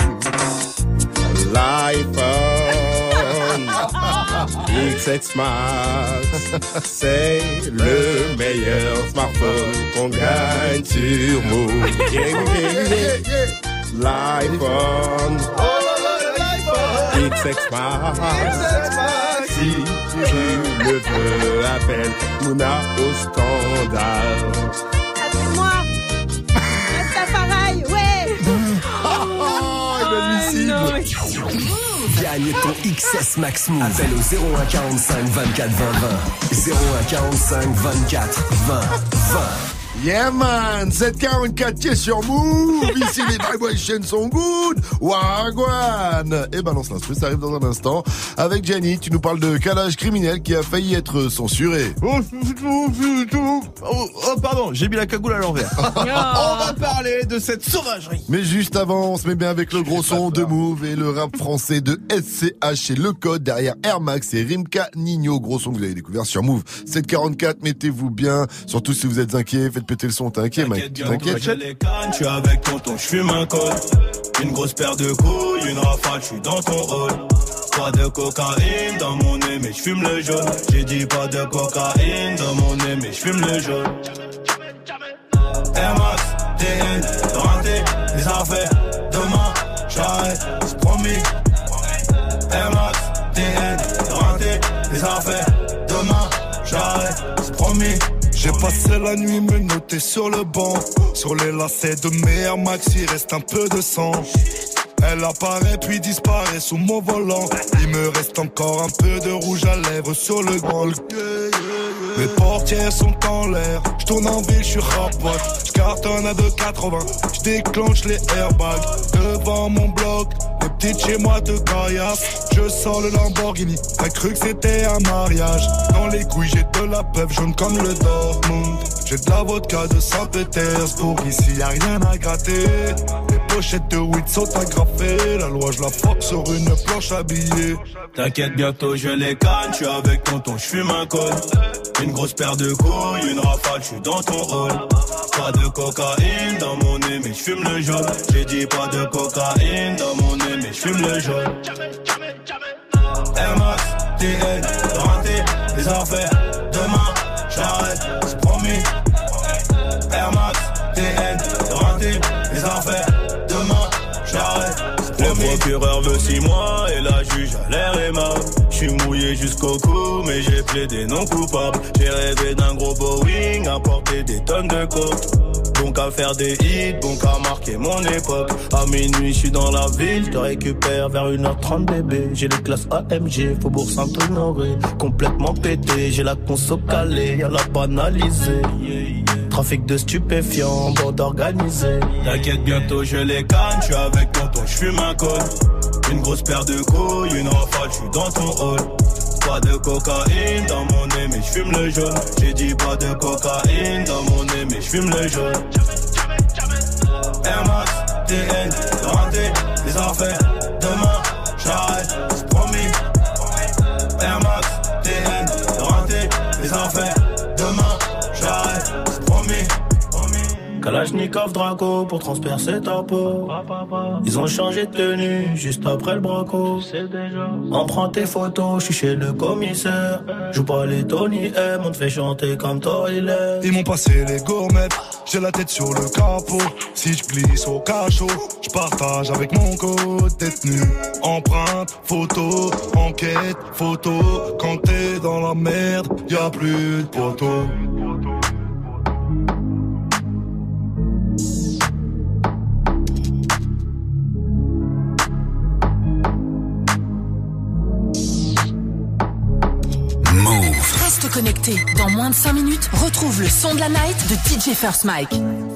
L'iPhone X S Max, c'est le meilleur smartphone qu'on gagne sur Move. Yeah, yeah, yeah. L'iPhone X S Max, si tu le veux, appelle Mouna au standard. Appelle-moi. Rastafari, ouais. Inadmissible. Gagne ton X S Max Move. Appelle au zéro un quarante-cinq vingt-quatre vingt vingt. zéro un quarante-cinq vingt-quatre vingt vingt. Yeah man, sept quarante-quatre qui est sur Move. Ici les vibrations sont good. Wagwan. Et balance l'instru, ça arrive dans un instant. Avec Gianni, tu nous parles de calage criminel qui a failli être censuré. Oh, oh, oh, pardon, j'ai mis la cagoule à l'envers. On va parler de cette sauvagerie. Mais juste avant, on se met bien avec le gros son de Move et le rap français de S C H et Le Code derrière Air Max et Rimka Nino. Gros son que vous avez découvert sur Move. sept quarante-quatre, mettez-vous bien. Surtout si vous êtes inquiet, faites péter le son. T'es inquiet, Mike? T'inquiète? Je suis avec tonton, je fume un col. Une grosse paire de couilles, une rafale, je suis dans ton rôle. Pas de cocaïne dans mon nez, mais je fume le jaune. J'ai dit pas de cocaïne dans mon nez, mais je fume le jaune. Air Max, T N, rentré, les affaires. Demain, j'arrête, c'est promis. Air Max, T N, rentré, les affaires. Demain, j'arrête, c'est promis. J'ai passé la nuit menotté sur le banc. Sur les lacets de mes Air Max, il reste un peu de sang. Elle apparaît puis disparaît sous mon volant. Il me reste encore un peu de rouge à lèvres sur le grand. Mes portières sont en l'air. J'tourne en ville, j'suis rapote. J'cartonne à deux quatre-vingts. J'déclenche les airbags devant mon bloc. Les petites chez moi te caillassent. Je sors le Lamborghini. T'as cru que c'était un mariage. Dans les couilles j'ai de la peuple jaune comme le Dortmund. J'ai de la vodka de Saint-Pétersbourg. Ici y'a rien à gratter. Les Pochette de weed sont agrafées. La loi je la frappe sur une planche habillée. T'inquiète, bientôt je les canne. J'suis avec tonton, j'fume un col. Une grosse paire de couilles, une rafale, j'suis dans ton rôle. Pas de cocaïne dans mon nez, mais j'fume le jaune. J'ai dit pas de cocaïne dans mon nez, mais j'fume le jaune. Air Max, T N, raté, les affaires. Demain, j'arrête, c'est promis. Air Max, T N, raté, les affaires. Demain, j'arrête. Le procureur veut six mois et la juge a l'air aimable. J'suis mouillé jusqu'au cou mais j'ai plaidé non coupable. J'ai rêvé d'un gros Boeing, à porter des tonnes de coke. Bon qu'à faire des hits, bon qu'à marquer mon époque. À minuit j'suis dans la ville, je te récupère vers une heure trente bébé. J'ai les classes A M G, Faubourg Saint-Honoré. Complètement pété, j'ai la conso calée, y'a la banalisée. Trafic de stupéfiants, bande organisée. T'inquiète, bientôt je les canne. J'suis avec tonton, j'fume un col. Une grosse paire de couilles, une rafale, j'suis dans ton hall. Pas de cocaïne dans mon nez, mais j'fume le jaune. J'ai dit pas de cocaïne dans mon nez, mais j'fume le jaune. Air Max, T N, raté, les affaires. Demain, j'arrête, c'est promis. Air Max, T N, raté, les affaires. Demain, j'arrête. Kalachnikov Draco pour transpercer ta peau. Ils ont changé de tenue juste après le braco. On prend tes photos, je suis chez le commissaire. Joue pas les Tony M, on te fait chanter comme toi il est. Ils m'ont passé les gourmettes, j'ai la tête sur le capot. Si je glisse au cachot, je partage avec mon code détenu. Empreinte, photo, enquête, photo. Quand t'es dans la merde, y'a plus de poteau. Reste connecté. Dans moins de cinq minutes, retrouve le son de la night de D J First Mike.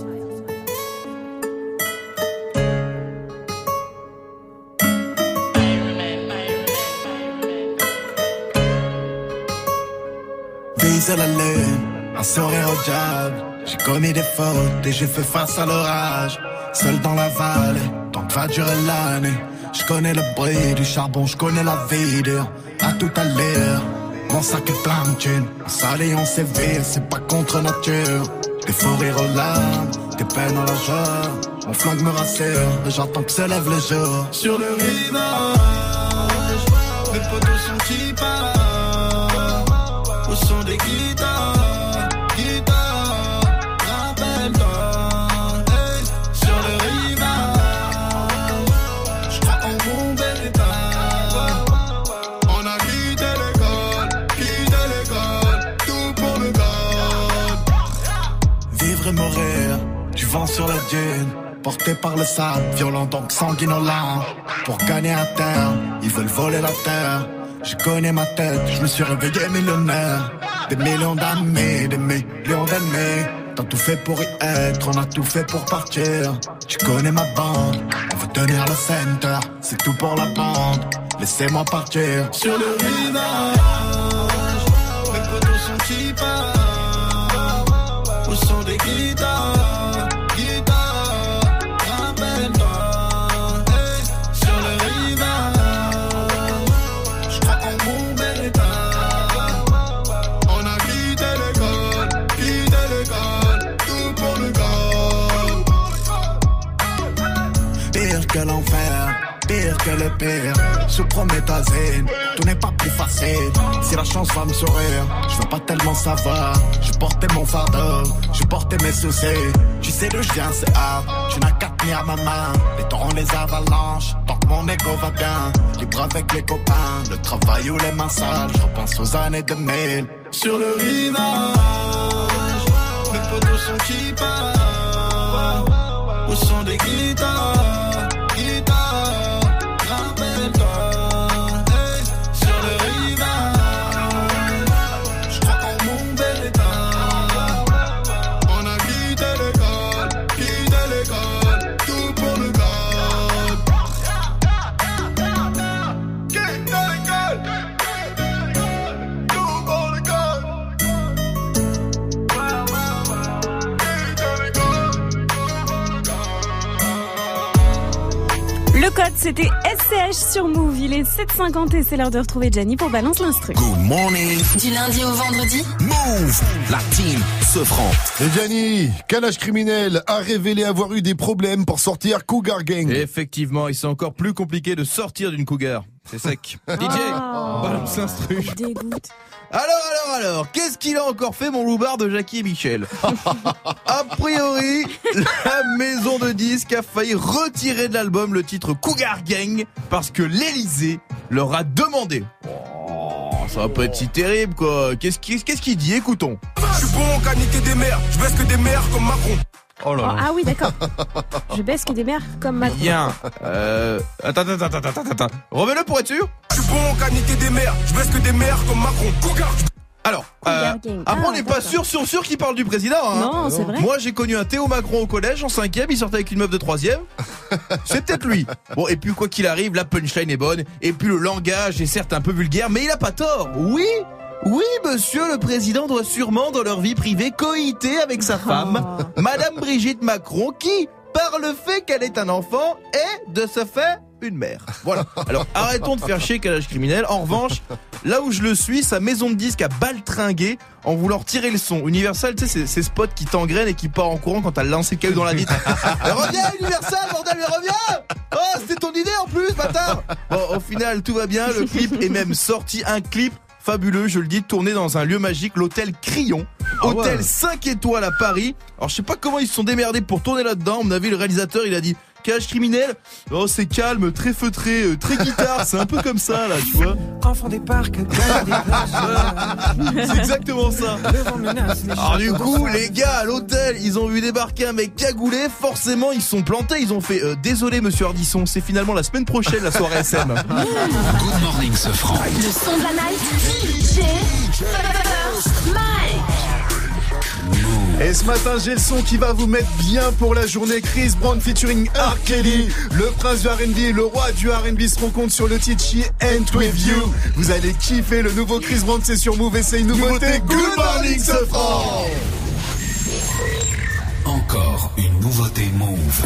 Vise à la lune, un sourire au diable. J'ai commis des fautes et j'ai fait face à l'orage. Seul dans la vallée, tant que va durer l'année. Je connais le bruit du charbon, je connais la vie dur. À tout à l'heure. Mon sac est plein de thunes, on s'allie, on séville, c'est pas contre nature. Des faux rires aux larmes, des peines à la joie. Mon flingue me rassure, et j'attends que se lève le jour. Sur le rivage, mes potos sont qui partent. Au son des guitares, guitares, rappelle-toi. Hey, sur le rivage, j'crois en mon bel état. Mourir, du vent sur la dune, porté par le sable, violent donc sanguinolent. Pour gagner à terre, ils veulent voler la terre. Je connais ma tête, je me suis réveillé millionnaire. Des millions d'amis, des millions d'ennemis. T'as tout fait pour y être, on a tout fait pour partir. Tu connais ma bande, on veut tenir le center. C'est tout pour la bande, laissez-moi partir. Sur le rivage, mes potos sont qui partent. Au son des guitares, guitares, rappelle-toi. Hey, sur le rivage, j'crois en mon bel état. On a quitté l'école, quitté l'école, tout pour le gold. Pire que l'enfer, pire que le pire. Sous prométhazine, tout n'est pas plus facile. Si la chance va me sourire, je veux pas tellement savoir. Je portais mon fardeau, je portais mes soucis. Tu sais d'où je viens, c'est hard. Tu n'as qu'à tenir ma main. Les torrents, les avalanches, tant que mon ego va bien. Libre avec les copains, le travail ou les mains sales. Je repense aux années deux mille. Sur le rivage, mes potos sont qui partent. Au son des guitares, guitares, rappelle-toi. Hey, sur le rivage, j'crois en mon bel état. On a quitté l'école, quitté l'école, tout pour le gold. Quitté l'école, tout pour le gold. Quitté l'école. Le code, c'était S C H sur Move. Il est sept heures cinquante et c'est l'heure de retrouver Gianni pour Balance l'instru. Good morning. Du lundi au vendredi. Move. La team se franc. Et Gianni, Kalash Criminel a révélé avoir eu des problèmes pour sortir Cougar Gang. Effectivement, et c'est encore plus compliqué de sortir d'une cougar. C'est sec. D J, Oh. balance l'instru. Dégoûte. Alors, alors, alors, qu'est-ce qu'il a encore fait, mon loupard de Jackie et Michel? A priori, la maison de disques a failli retirer de l'album le titre Cougar Gang parce que l'Elysée leur a demandé. Oh, ça va pas être si terrible, quoi. Qu'est-ce qu'il qu'est-ce qu'il dit? Écoutons. Je suis bon qu'à niquer des mères, je baisse que des mères comme Macron. Oh là Oh, là. ah oui, d'accord. Je baisse que des mères comme Macron. Bien. Euh, attends, attends, attends, attends, attends. Remets-le pour être sûr. Je suis bon qu'à niquer des mères, je baisse que des mères comme Macron. Cougar. Alors, Cougar euh, Gang. après Ah, on n'est pas d'accord. sûr, sûr, sûr qu'il parle du président. Hein. Non, c'est vrai. Moi j'ai connu un Théo Macron au collège en cinquième, il sortait avec une meuf de troisième. C'est peut-être lui. Bon, et puis quoi qu'il arrive, la punchline est bonne, et puis le langage est certes un peu vulgaire, mais il a pas tort. Oui. Oui, monsieur le président doit sûrement dans leur vie privée coïter avec sa femme, Madame Brigitte Macron, qui, par le fait qu'elle est un enfant, est de ce fait une mère. Voilà. Alors arrêtons de faire chier Kalash Criminel. En revanche, là où je le suis, sa maison de disques a baltringué en voulant retirer le son. Universal, tu sais, c'est ces spots qui t'engrainent et qui part en courant quand t'as lancé le caillou dans la vitre. Mais reviens Universal, bordel, mais reviens. Oh, c'était ton idée en plus, bâtard. Bon, au final, tout va bien. Le clip est même sorti, un clip fabuleux, je le dis, tourné dans un lieu magique, l'hôtel Crillon. Ah ouais. Hôtel cinq étoiles à Paris. Alors je sais pas comment ils se sont démerdés pour tourner là-dedans. À mon avis, le réalisateur, il a dit Kalash Criminel, oh c'est calme, très feutré, euh, très guitare, c'est un peu comme ça là, tu vois. Enfant des parcs, gagne des places. C'est exactement ça. Devant menace, les Alors chats du sont coup, en les gars à l'hôtel, ils ont vu débarquer un mec cagoulé, forcément ils sont plantés, ils ont fait euh, désolé monsieur Ardisson, c'est finalement la semaine prochaine la soirée S M. Good morning ce franc. Le son de la night. D J First Mike. Et ce matin, j'ai le son qui va vous mettre bien pour la journée. Chris Brown featuring R. Kelly. Le prince du R and B et le roi du R and B se rencontrent sur le titre She Ain't With You. Vous allez kiffer le nouveau Chris Brown, c'est sur Move et c'est une nouveauté. Good morning, ce franc. Encore une nouveauté Move.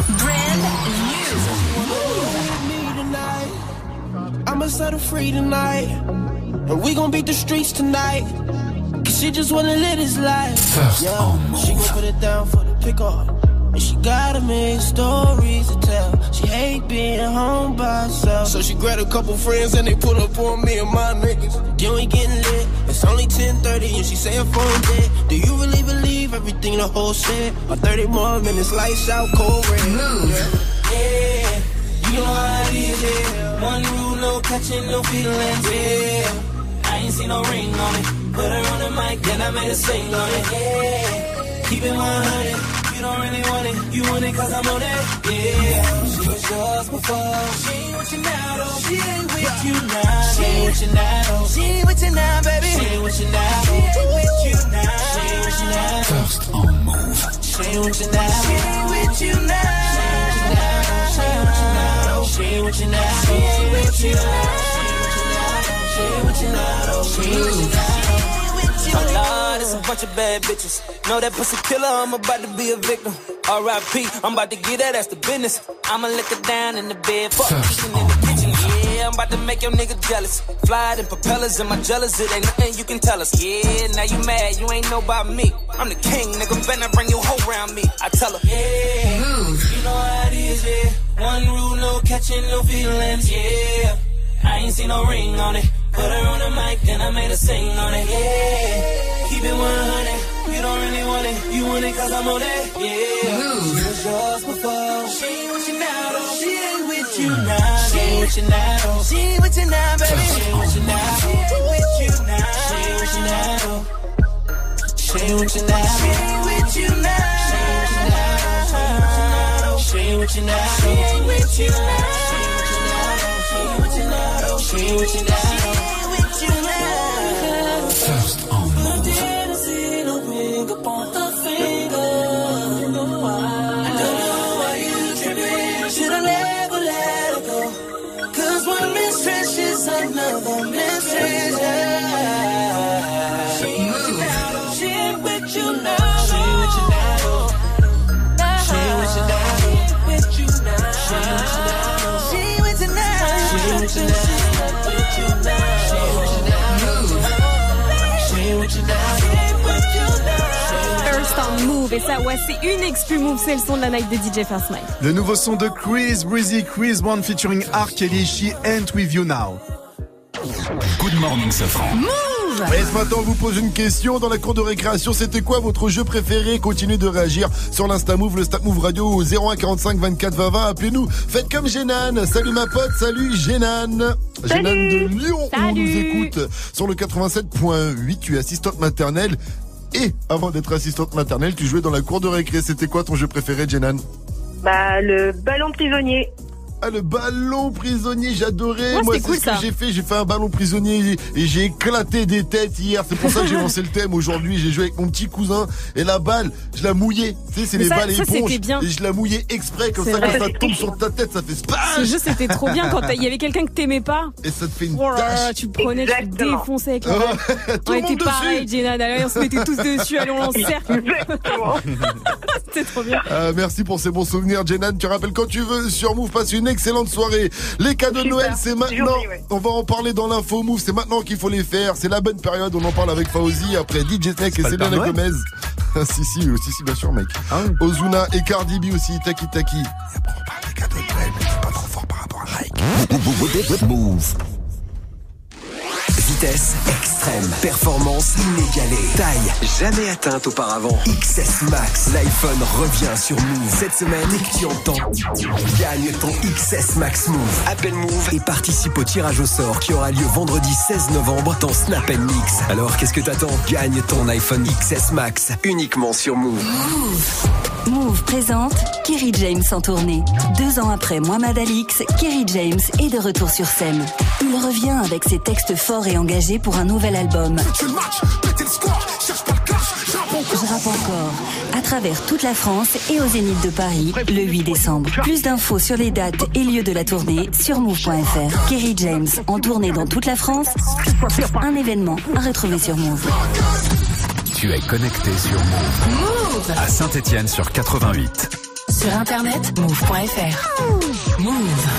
I'ma set her free tonight. And we gon' beat the streets tonight. Cause she just wanna live this life. First yeah. on Move. She gon' put it down for the pick up. And she got a million stories to tell. She hate being home by herself. So she grabbed a couple friends and they put up on me and my niggas. Then we getting lit. It's only ten thirty and she say her phone dead. Do you really believe everything the whole said? Or thirty more minutes, lights out, cold red. Yeah. yeah. You know how it is, yeah. One rule, no touching, no feelings, yeah. I ain't seen no ring on it. Put her on the mic, then I made her sing on it, yeah. Keep it one hundred, you don't really want it. You want it cause I'm on it, yeah. She was yours before, she ain't with you now though. She ain't with you now, she ain't with you now though. She ain't with you now, baby. She ain't with you now, she ain't with you now. She ain't with you now. First on Move. She ain't with you now, she ain't with you now. She ain't with you now, she ain't with you now. She ain't with you now. She ain't with you now, she ain't with you now. My lord, it's a bunch of bad bitches. Know that pussy killer, I'm about to be a victim. R I P, I'm about to get that ass to business. I'ma lick her down in the bed, fuck eating in the kitchen. Yeah, I'm about to make your nigga jealous. Fly in propellers and my jealous, it ain't nothing you can tell us. Yeah, now you mad, you ain't know about me. I'm the king, nigga, better bring your hoe around me. I tell her, yeah, you know how it is, yeah. One rule, no catching, no feelings, yeah. I ain't seen no ring on it. Put her on the mic, then I made her sing on it, yeah. Keep it one hundred, you don't really want it. You want it cause I'm on it, yeah. She was yours before, she ain't with you now though. She ain't with you now, she ain't with you now though. She ain't with you now, baby. She ain't with you now, she ain't with you now. She ain't with you now though. She ain't with you now, she ain't with you now. She ain't with you now, she ain't with you now. She ain't with you now, she ain't with you now. First on Move. I didn't see no ring up on her finger. I don't know why you tripping. Should've never let her go. Cause one mistress is another mistress. She ain't with you now, she ain't with you now. She ain't with you now. She ain't with you now. She ain't with you now. She ain't with you now. She with you now. She ain't with you now. She ain't with you now. She ain't with you now. First on Move, et ça ouais c'est une exclu Move, c'est le son de la night de D J First Mike. Le nouveau son de Chris Breezy, Chris Brown featuring R. Kelly, She Ain't With You Now. Good morning Safran. Move. Et ce matin on vous pose une question dans la cour de récréation, c'était quoi votre jeu préféré? Continuez de réagir sur l'Insta Move, le Snap Move Radio au zéro un quarante-cinq vingt-quatre vingt vingt, appelez-nous, faites comme Génan. Salut ma pote, salut Génan. Génan de Lyon, salut. On nous écoute sur le quatre-vingt-sept point huit, tu es assistante maternelle. Et avant d'être assistante maternelle, tu jouais dans la cour de récré. C'était quoi ton jeu préféré, Jenan? Bah, le ballon prisonnier. Ah, le ballon prisonnier, j'adorais. Ouais, Moi, c'est cool, ce que ça. j'ai fait. J'ai fait un ballon prisonnier et j'ai éclaté des têtes hier. C'est pour ça que j'ai lancé le thème aujourd'hui. J'ai joué avec mon petit cousin et la balle, je la mouillais. Tu sais, c'est Mais les ça- balles ça, éponges. c'était bien. Et je la mouillais exprès, comme C'est ça, vrai. quand ça tombe sur ta tête, ça fait splash. Ce jeu c'était trop bien quand il y avait quelqu'un que t'aimais pas. Et ça te fait une Oh là là, tache. tu le prenais, tu le Exactement. défonçais avec la Oh, balle. tout On le était monde pareil, dessus. Jenan. Allez, on se mettait tous dessus, allez, on l'encercle. Exactement. C'était trop bien. Ah, merci pour ces bons souvenirs, Jenan. Tu rappelles quand tu veux sur Move. Passe une excellente soirée. Les cadeaux de Super. Noël, c'est maintenant. Journée, ouais. On va en parler dans l'info Move. C'est maintenant qu'il faut les faire. C'est la bonne période. On en parle avec Fauzi après D J Snake et pas le Selena Père Noël Gomez. si, si, si, si, bien sûr, mec. Ah oui. Ozuna et Cardi B aussi. Taki Taki. Et après, on parle des cadeaux de Noël, mais c'est pas trop fort par rapport à Mike. Move. Vitesse extrême, performance inégalée, taille jamais atteinte auparavant. X S Max, l'iPhone revient sur Move. Cette semaine, dès que tu entends, gagne ton X S Max Move. Appelle Move et participe au tirage au sort qui aura lieu vendredi seize novembre dans Snap and Mix. Alors qu'est-ce que t'attends? Gagne ton iPhone X S Max uniquement sur Move. Move. Move présente Kerry James en tournée. Deux ans après Mohamed Alix, Kerry James est de retour sur scène. Il revient avec ses textes forts et engagés pour un nouvel album. Je rappe encore, à travers toute la France et au Zénith de Paris le huit décembre. Plus d'infos sur les dates et lieux de la tournée sur move point f r. Kerry James en tournée dans toute la France, un événement à retrouver sur Move. Tu es connecté sur Move. Move À Saint-Étienne sur quatre-vingt-huit. Sur internet, move point f r. Move.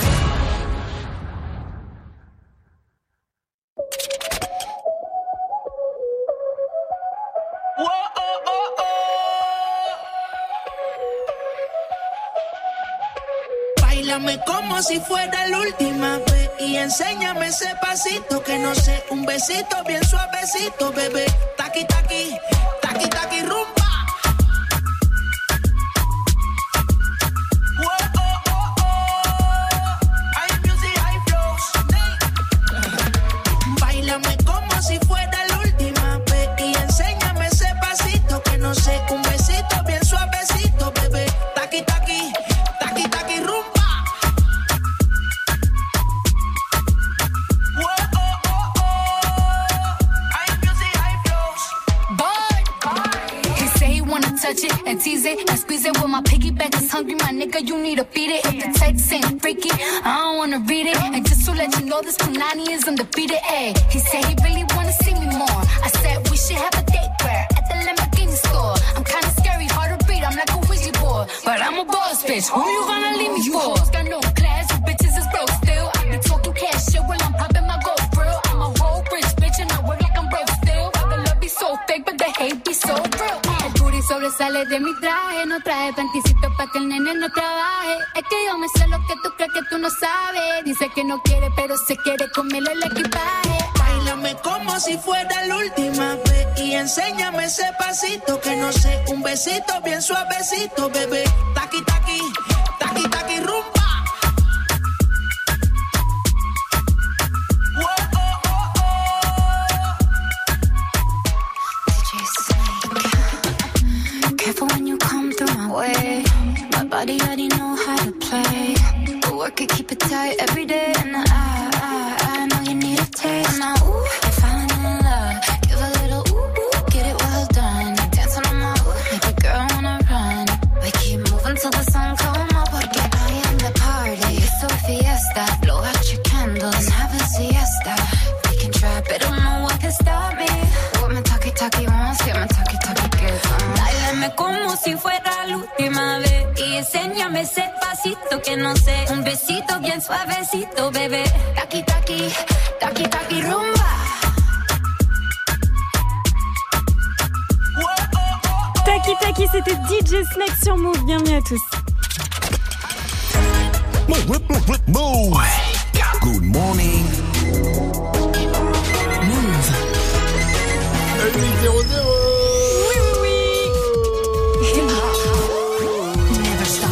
Báilame como si fuera la última vez y enséñame ese pasito que no sé, un besito bien suavecito, bebé. Taqui taqui, taqui taqui rumba. Báilame como si fuera la última vez y enséñame ese pasito que no sé, un besito bien suavecito, bebé. Taqui taqui, taqui taqui rumba. He say he wanna touch it and tease it and squeeze it. When my piggyback is hungry, my nigga, you need to feed it. If the text ain't freaky, I don't wanna read it. And just to let you know, this Punani is undefeated. Ay, he said he really wanna see me more. I said we should have a date where at the Lamborghini store. I'm kinda scary, hard to read. I'm like a Ouija board, but I'm a boss bitch. Who you gonna leave me for? You hoes got no class, you bitches is broke still. I be talking cash shit while I'm popping my gold grill. I'm a whole rich bitch and I work like I'm broke still. The love be so fake, but the hate be so real. El booty sobresale de mi traje, no traje panticito pa' que el nene no trabaje. Es que yo me sé lo que tú crees que tú no sabes. Dice que no quiere, pero se quiere comerle el equipaje. Báilame como si fuera la última vez y enséñame ese pasito que no sé, un besito bien suavecito, bebé. Taqui taqui, taqui taqui rumba. Careful when you come through my way. My body already know how to play. But work it, keep it tight every day. And I, I, I know you need a taste. Now, ooh, I'm falling in love. Give a little ooh, ooh, get it well done. Dancing on my ooh, make a girl wanna run. We keep moving till the sun come up. Porque I am the party. It's a fiesta. Blow out your candles and have a siesta. We can try, but don't know what can stop me. What my talkie talkie wants, get my talkie talkie gets on. Báilame como si fuera la última vez y enséñame ese pasito que no sé, un besito bien suavecito, bebé. Taki taki, taki taki rumba. Taki Taki, c'était D J Snake sur Move. Bienvenue à tous. Move. Good morning. Move. huit zéro zéro. Oui, oui, oui. Never stop.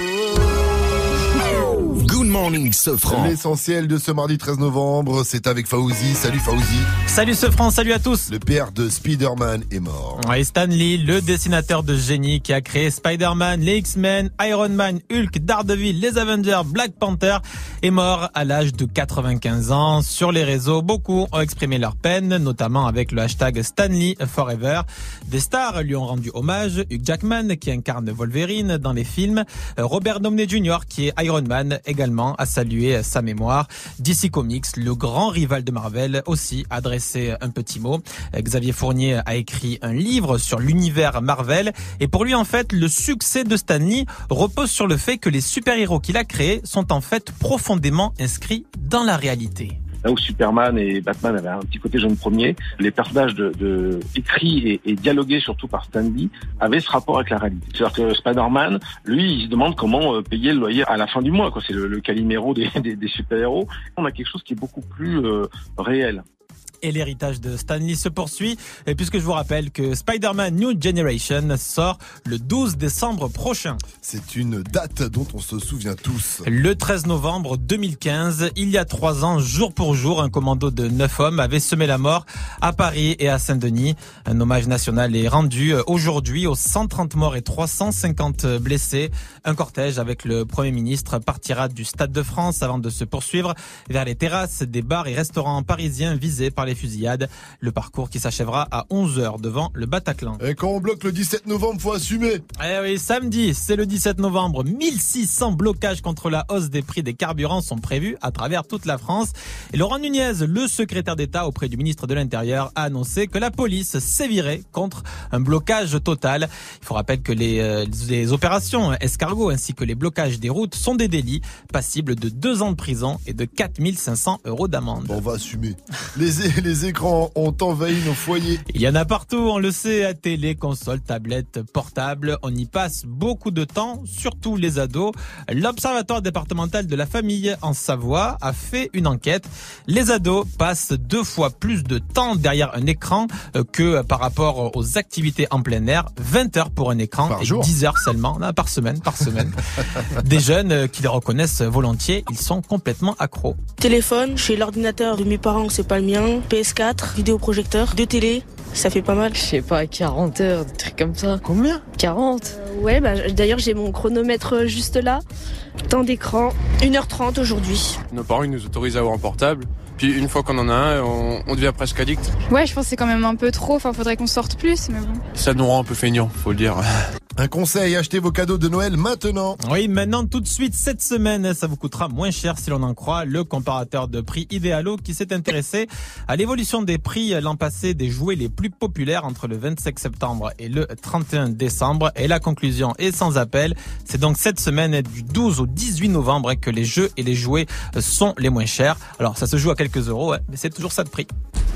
Good morning, Sofran. L'essentiel de ce mardi treize novembre, c'est avec Fauzi. Salut Fauzi. Salut Sofran, salut à tous. Le père de Spider-Man est mort. Ouais, Stan Lee, le dessinateur de génie qui a créé Spider-Man, les X-Men, Iron Man, Hulk, Daredevil, les Avengers, Black Panther, est mort à l'âge de quatre-vingt-quinze ans. Sur les réseaux, beaucoup ont exprimé leur peine, notamment avec le hashtag Stan Lee Forever. Des stars lui ont rendu hommage. Hugh Jackman, qui incarne Wolverine dans les films. Robert Downey junior, qui est Iron Man, également a salué sa mémoire. D C Comics, le grand rival de Marvel, aussi a adressé un petit mot. Xavier Fournier a écrit un livre sur l'univers Marvel et pour lui en fait le succès de Stan Lee repose sur le fait que les super-héros qu'il a créés sont en fait profondément inscrits dans la réalité. Là où Superman et Batman avaient un petit côté jeune premier, les personnages de, de écrits et, et dialogués surtout par Stan Lee avaient ce rapport avec la réalité. C'est-à-dire que Spider-Man, lui, il se demande comment payer le loyer à la fin du mois, quoi. C'est le, le Calimero des, des, des super-héros. On a quelque chose qui est beaucoup plus euh, réel. Et l'héritage de Stan Lee se poursuit, et puisque je vous rappelle que Spider-Man New Generation sort le douze décembre prochain. C'est une date dont on se souvient tous. Le treize novembre deux mille quinze, il y a trois ans, jour pour jour, un commando de neuf hommes avait semé la mort à Paris et à Saint-Denis. Un hommage national est rendu aujourd'hui aux cent trente morts et trois cent cinquante blessés. Un cortège avec le Premier ministre partira du Stade de France avant de se poursuivre vers les terrasses des bars et restaurants parisiens visés par les fusillades. Le parcours qui s'achèvera à onze heures devant le Bataclan. Et quand on bloque le dix-sept novembre, faut assumer. Eh oui, samedi, c'est le dix-sept novembre. mille six cents blocages contre la hausse des prix des carburants sont prévus à travers toute la France. Et Laurent Nunez, le secrétaire d'État auprès du ministre de l'Intérieur, a annoncé que la police sévirait contre un blocage total. Il faut rappeler que les, euh, les opérations escargot ainsi que les blocages des routes sont des délits passibles de deux ans de prison et de quatre mille cinq cents euros d'amende. Bon, on va assumer. Les Les écrans ont envahi nos foyers. Il y en a partout, on le sait, à télé, console, tablette, portable. On y passe beaucoup de temps, surtout les ados. L'Observatoire départemental de la famille en Savoie a fait une enquête. Les ados passent deux fois plus de temps derrière un écran que par rapport aux activités en plein air. vingt heures pour un écran par et jour. dix heures seulement, non, par semaine, par semaine. Des jeunes qui les reconnaissent volontiers, ils sont complètement accros. Téléphone, chez l'ordinateur de mes parents, c'est pas le mien. P S quatre, vidéoprojecteur, deux télé, ça fait pas mal. Je sais pas, quarante heures, des trucs comme ça. Combien ? quarante. Euh, ouais, bah, d'ailleurs j'ai mon chronomètre juste là. Temps d'écran, une heure trente aujourd'hui. Nos parents ils nous autorisent à avoir un portable. Puis une fois qu'on en a un, on, on devient presque addict. Ouais, je pense que c'est quand même un peu trop. Enfin, faudrait qu'on sorte plus, mais bon. Ça nous rend un peu feignants, faut le dire. Un conseil, achetez vos cadeaux de Noël maintenant. Oui, maintenant tout de suite cette semaine, ça vous coûtera moins cher si l'on en croit le comparateur de prix Idealo qui s'est intéressé à l'évolution des prix l'an passé des jouets les plus populaires entre le vingt-cinq septembre et le trente et un décembre. Et la conclusion est sans appel. C'est donc cette semaine du douze au dix-huit novembre que les jeux et les jouets sont les moins chers. Alors ça se joue à quelques euros, ouais, mais c'est toujours ça de prix.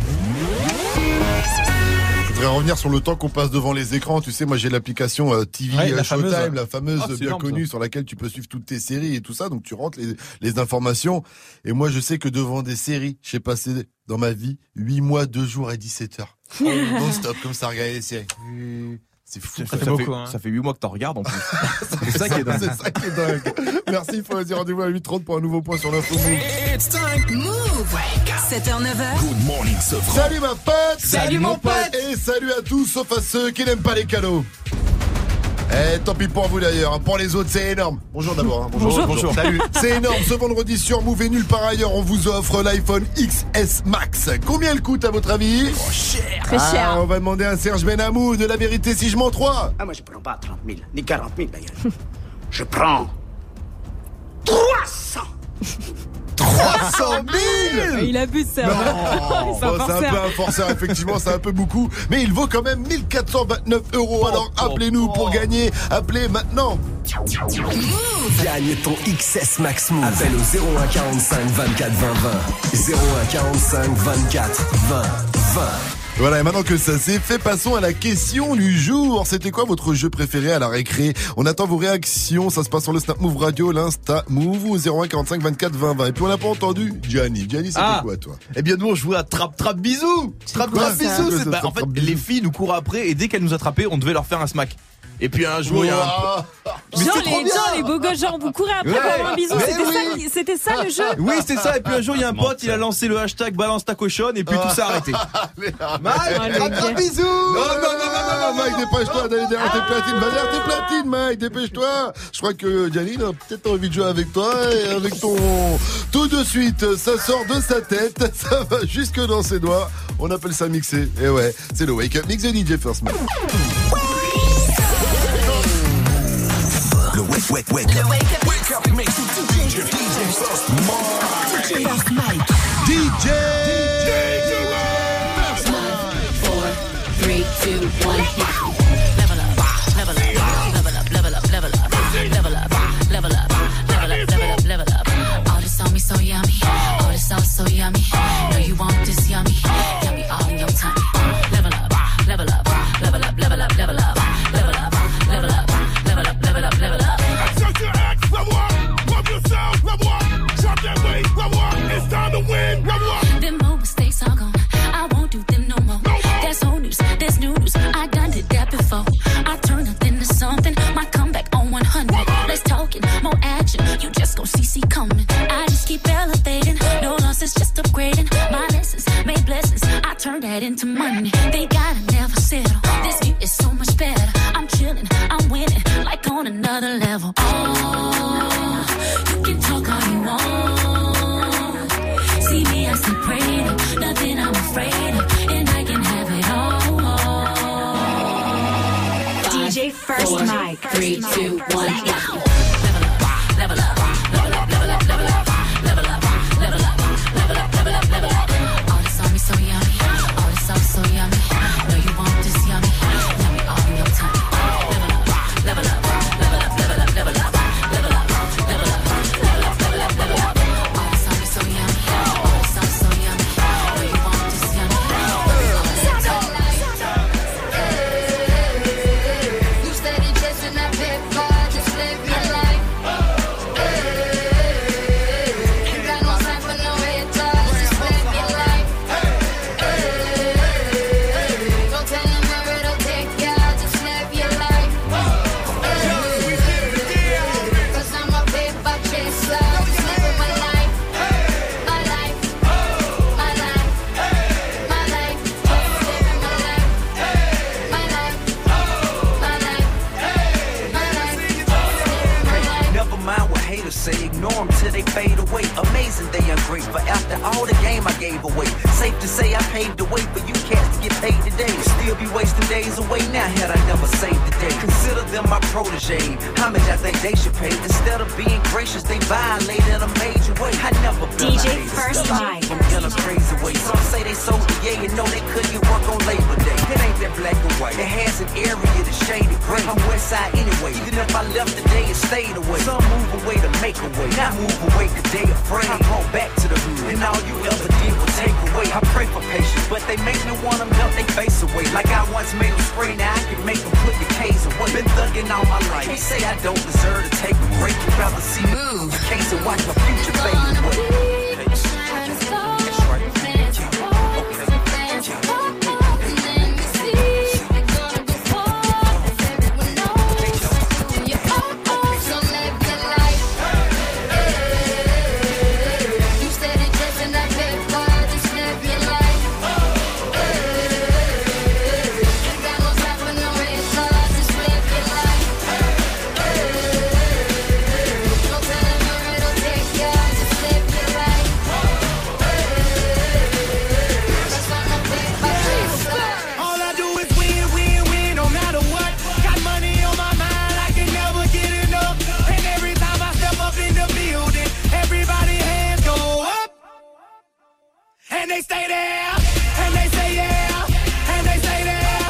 Je voudrais revenir sur le temps qu'on passe devant les écrans. Tu sais, moi j'ai l'application euh, T V ouais, la Showtime, fameuse. la fameuse oh, bien énorme, connue ça. sur laquelle tu peux suivre toutes tes séries et tout ça. Donc tu rentres les, les informations. Et moi je sais que devant des séries, j'ai passé dans ma vie huit mois, deux jours et dix-sept heures. Non-stop, comme ça, regarder les séries. C'est fou. Ça, ça, fait, beaucoup, hein. Ça fait huit mois que t'en regardes en plus. C'est ça qui est dingue. C'est ça qui est dingue. Merci, il faut dire rendez-vous à huit trente pour un nouveau point sur l'info Move. It's time. Move. sept heures neuf heures. Good morning, Sofran. Salut ma pote. Salut mon pote. Et salut à tous, sauf à ceux qui n'aiment pas les cadeaux. Eh, tant pis pour vous d'ailleurs, pour les autres c'est énorme. Bonjour d'abord. Hein. Bonjour, bonjour, bonjour. Salut. C'est énorme, ce vendredi sur Move et nulle part ailleurs, on vous offre l'iPhone X S Max. Combien elle coûte à votre avis? Oh, cher. Très cher. Ah, on va demander à Serge Benamou de La Vérité si je m'en trois. Ah, moi je prends pas trente mille, ni quarante mille d'ailleurs. Je prends trois cents. trois trois cent mille. Il abuse ça. Non, c'est un bon, c'est un forceur. peu un forceur, effectivement, c'est un peu beaucoup, mais il vaut quand même mille quatre cent vingt-neuf euros. Alors appelez-nous pour gagner. Appelez maintenant. Gagne ton X S Max Move. Appelle au zéro un quarante-cinq vingt-quatre vingt vingt. zéro un quarante-cinq vingt-quatre vingt vingt. Voilà, et maintenant que ça s'est fait, passons à la question du jour. C'était quoi votre jeu préféré à la récré? On attend vos réactions, ça se passe sur le Snap Move Radio, l'Insta Move ou zéro un quarante-cinq vingt-quatre vingt vingt. Et puis on n'a pas entendu Gianni. Gianni, c'était Ah. quoi toi? Eh bien nous on jouait à Trap Trap Bisou. Trap quoi, Trap ça? Bisou. C'est c'est- quoi, bah, ça, En fait Trap Bisou les filles nous couraient après et dès qu'elles nous attrapaient on devait leur faire un smack. Et puis un jour il y a un... Mais Genre c'est trop les, bien. genre les beaux gosses, genre vous courez après Ouais. pour avoir un bisou, Mais c'était, oui. ça, qui- c'était ça le jeu. Oui c'est ça. Et puis un jour il y a un pote il a lancé le hashtag balance ta cochonne et puis tout s'est arrêté. Mike, Trap Trap Bisou. Non, non, non, non, non, non, Mike, dépêche-toi d'aller derrière tes platines. Va derrière tes platines, Mike, dépêche-toi. Je crois que Gianni a peut-être envie de jouer avec toi et avec ton... Tout de suite, ça sort de sa tête, ça va jusque dans ses doigts. On appelle ça mixer. Et ouais, c'est le Wake Up Mix de D J First Mike. Le wake, wake, wake. Le wake up, wake up mix. D J, D J First Mike. D J First Mike. D J. Four, three, two, one. Level up, level up, level up, level up, level up, level up, level up, level up, level up, level up. All this on me so yummy, all this sauce so yummy. Know you want this yummy, yummy all in your tummy. Level up, level up, level up, level up, level up, level up, level up, level up, level up, level up. Check your act, level up. Pump yourself, level up. Drop that weight, level up. It's time to win, level up. Them old mistakes are gone. I won't do them no more. There's old news, there's new news. I done did that before. I turn nothing to something. My comeback on one hundred. Less talking, more action. You just gon' see, see coming. I just keep elevating. No losses, just upgrading. My lessons made blessings. I turn that into money. They gotta never settle. This view is so much better. I'm chilling, I'm winning, like on another level. Oh, you can talk all you want. See me, I see pretty, nothing I'm afraid of, and I can have it all. D J First Four, Mike. Three, two, one, now. Level up, level up, level up, level up, level up, level up, level up, level up, level up, level up. All this on me so yummy, all this sauce so yummy. Know you want this yummy, yummy all in your tummy. Level up, level up, level up, level up, level up, level up, level up, level up, level up, level up. All this on me so yummy, all this sauce so yummy. Know you want this yummy. You steady chasing that paper, just live your life. Ain't got no time for no haters, just live your life. Don't tell them where it'll take ya, just live your life. Cause I'm a paper chaser, just living my life. My life, my life, my life, just living my life. My life, my life, my life. Never mind what haters say, ignore them till they fade away. Amazing they ungrateful after all the game I gave away. Safe to say I paved the way for you cats to get paid today. Still be wasting days away now had I never saved the day. Consider them my protege. Homage I think they should pay. Instead of being gracious, they violated a major way. I never been D J a hater. First Still Mike. from in a crazy way. Some say they sold the yeah, you know they couldn't get work on Labor Day. It ain't that black and white. It has an area that's shaded gray. I'm west side anyway. Even if I left today and stayed away. Some move away to make a way. Not move away cause they afraid. I brought back to the hood. And all you ever did was take away. I pray for patience, but they make me wanna melt they face away. Like I once made them spray, now I can make them put the K's away. Been thugging all my life. Can't say I don't deserve to take a break. You'd rather see me move. Case and watch my future fade away. Don't tell them where it'll take ya, just live your life. they stay there, and they say yeah, and they say there.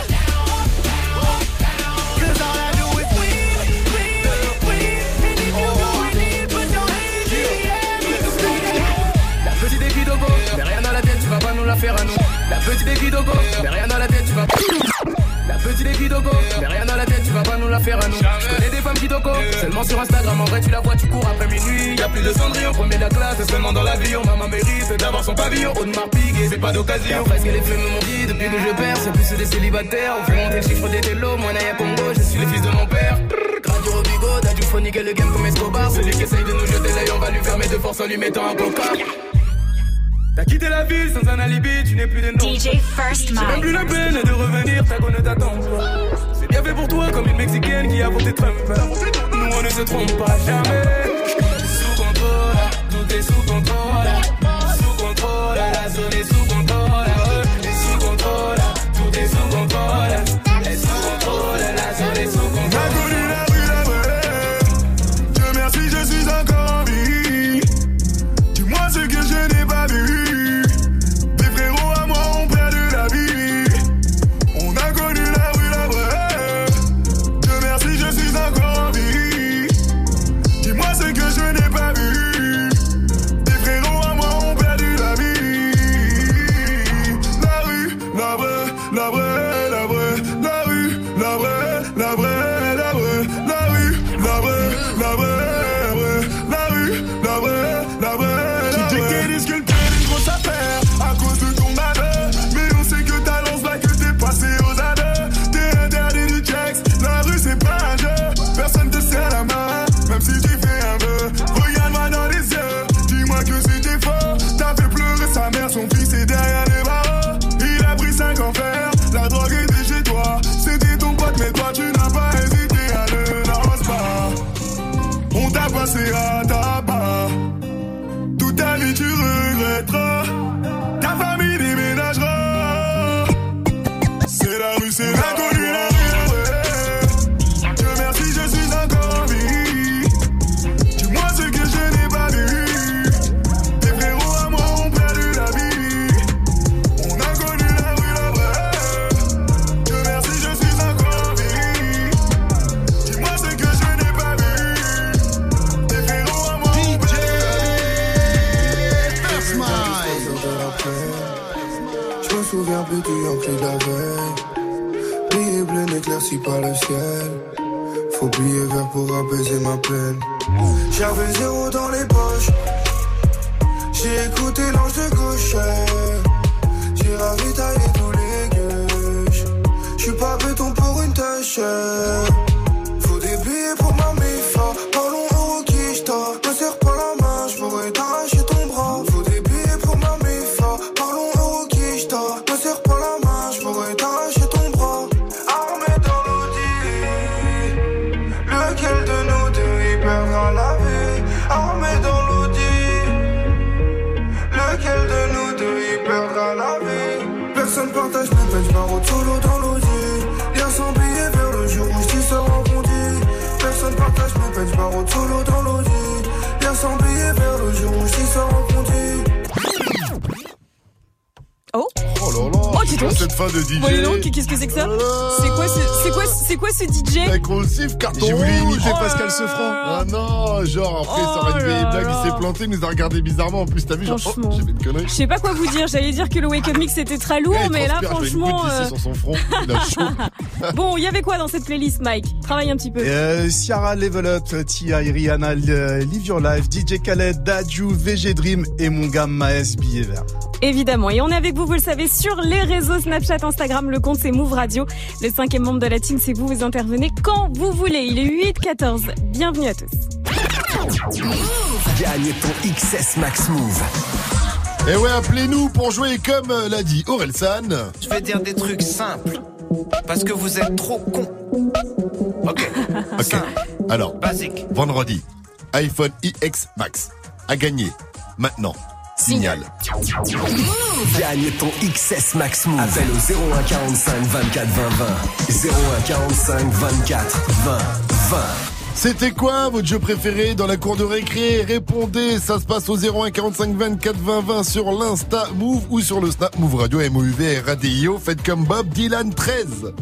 Cause all I do is win, win, win. And if you go and leave, put your hands in the air, you stay there. La petite aiguille d'Ogo, mais rien dans la tête, tu vas pas nous la faire à nous. La petite aiguille d'Ogo, mais rien dans la tête, tu vas pas. La petite aiguille d'Ogo, mais rien dans la tête, tu vas pas nous la faire à nous. Je connais des femmes qui d'Ogo, seulement sur Instagram, en vrai tu la vois, tu cours après minuit. Y'a plus de cendrillon, premier de la classe, et seulement dans l'avion. Maman mérite d'avoir son pavillon, Audemars Piguet, c'est pas d'occasion. Presque les flemmes m'ont dit, depuis que je perds, c'est plus des célibataires. On fait monter le chiffre des télos, moi Naya Congo, je suis le fils de mon père. Radio Robigo, Dadju Phonique et le game comme Escobar. Celui qui essaye de nous jeter l'œil, on va lui fermer de force en lui mettant un coca. T'as quitté la ville sans un alibi, tu n'es plus des noms. D J First Mike. C'est même plus la peine de revenir, ta go ne t'attend pas. C'est bien fait pour toi comme une Mexicaine qui a voté Trump. Nous on ne se trompe pas jamais. Sous contrôle, tout est sous contrôle. Sous contrôle, la zone est sous contrôle. Et sous contrôle, tout est sous contrôle. Et sous contrôle, la zone est sous contrôle. T'as connu la rue, la vraie. Dieu merci, je suis encore en vie. Dis-moi ce que je n'ai pas vu. C'est à ta part. Toute ta vie tu regretteras. Ta famille déménagera. C'est la rue, c'est l'inconnu, la rue. Dieu merci, je suis encore en vie. Dis-moi ce que je n'ai pas vu. Tes frérots à moi ont perdu la vie. On a connu la rue, la vraie. Dieu merci, je suis encore en vie. Dis-moi ce que je n'ai pas vu. Je me souviens plus du Yankee de la veille. Billet bleu n'éclairci par le ciel. Faut billet vert pour apaiser ma peine. J'avais zéro dans les poches. J'ai écouté l'ange de gauche. J'ai ravitaillé tous les gueuches. J'suis pas béton pour une tâche. Faut des billets pour ma méfa. Parlons euro qui j't'a. Me serre pas la main, j'pourrais t'arracher ton bras. Faut des billets pour ma méfa. Parlons euro qui j't'a. Me serre pas la main, j'pourrais t'arracher ton bras. Armé dans l'audi. Lequel de nous deux y perdra la vie? Armé dans l'audi. Lequel de nous deux y perdra la vie? Personne partage mes peines, j'm'arrête solo dans l'audi. Lien sans billet vers le jour où j'dis ça rebondi. Personne partage mes peines, j'm'arrête solo dans l'audi. Lien sans billet vers le jour où j'dis ça rebondi. Oh Oh là là, Oh, dis donc. cette fin de D J. Bon, donc, qu'est-ce que c'est que ça? C'est quoi ce, c'est quoi, c'est quoi ce D J? Inclusif, carton J'ai voulu rouge. imiter Oh Pascal là Sefranc. Ah non, genre après ça aurait une vieille blague, il s'est planté, il nous a regardé bizarrement. En plus, t'as vu, genre, oh, j'ai fait une connerie. Je sais pas quoi vous dire, j'allais dire que le Wake Up Mix était très lourd, Eh, il mais là transpire, je fais une franchement. goutte ici euh, sur son front, il a chaud. Bon, il y avait quoi dans cette playlist, Mike? Travaille un petit peu. Euh, Ciara, Level Up, T I, Rihanna, Live Your Life, D J Khaled, Dadju, V G Dream et mon gars Maes, billet vert. Évidemment. Et on est avec vous, vous le savez, sur les réseaux Snapchat, Instagram, le compte c'est Move Radio. Le cinquième membre de la team, c'est vous, vous intervenez quand vous voulez. Il est huit quatorze. Bienvenue à tous. Gagne ton X S Max Move. Et ouais, appelez-nous pour jouer comme euh, l'a dit Orelsan. Je vais dire des trucs simples. Parce que vous êtes trop cons. Ok. Ok. Simple. Alors, Basique. vendredi, iPhone X Max à gagner. Maintenant. Signal. Gagne ton X S Max Move. Appelle au zéro un quarante-cinq vingt-quatre vingt vingt. zéro un quarante-cinq vingt-quatre vingt vingt. C'était quoi votre jeu préféré dans la cour de récré? Répondez, ça se passe au zéro un quarante-cinq vingt-quatre vingt vingt sur l'Insta Move ou sur le Snap Move Radio M O U V R A D I O. Faites comme Bob Dylan treize.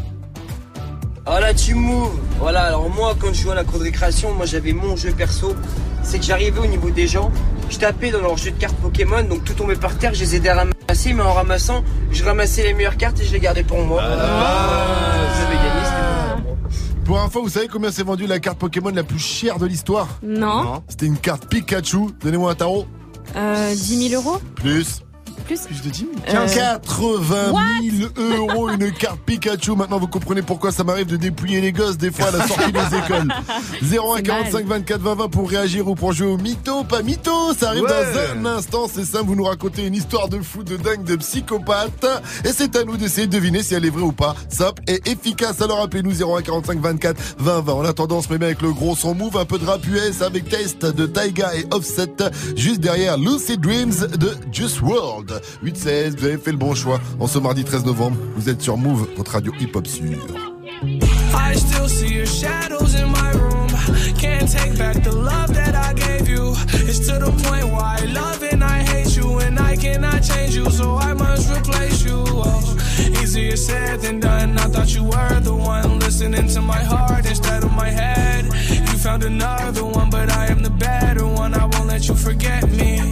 Ah là tu Move. Voilà, alors moi quand je jouais à la cour de récréation, moi j'avais mon jeu perso. C'est que j'arrivais au niveau des gens, je tapais dans leur jeu de cartes Pokémon, donc tout tombait par terre, je les aidais à ramasser, mais en ramassant, je ramassais les meilleures cartes et je les gardais pour moi. Ah, j'avais gagné, c'était bon. Pour info, vous savez combien s'est vendue la carte Pokémon la plus chère de l'histoire? Non. non. C'était une carte Pikachu. Donnez-moi un tarot. Euh, dix mille euros. Plus. Plus Plus de dix mille euh... quatre-vingt mille euros une carte Pikachu. Maintenant vous comprenez pourquoi ça m'arrive de dépouiller les gosses des fois à la sortie des écoles. zéro un quarante-cinq vingt-quatre vingt vingt pour réagir ou pour jouer au mytho, pas mytho. Ça arrive ouais. dans un instant, c'est simple, vous nous racontez une histoire de fou, de dingue, de psychopathe. Et c'est à nous d'essayer de deviner si elle est vraie ou pas. Simple et efficace, alors appelez-nous zéro un quarante-cinq vingt-quatre vingt vingt. En attendant, on se met bien avec le gros son Move, un peu de rap U S avec Taste de Taiga et Offset. Juste derrière Lucid Dreams de Just World. huit seize, vous avez fait le bon choix. En ce mardi treize novembre, vous êtes sur Move, votre radio hip-hop sûre. I still see your shadows in my room. Can't take back the love that I gave you. It's to the point where I love and I hate you, and I cannot change you, so I must replace you. Oh, easier said than done. I thought you were the one listening to my heart instead of my head. You found another one, but I am the better one. I won't let you forget me.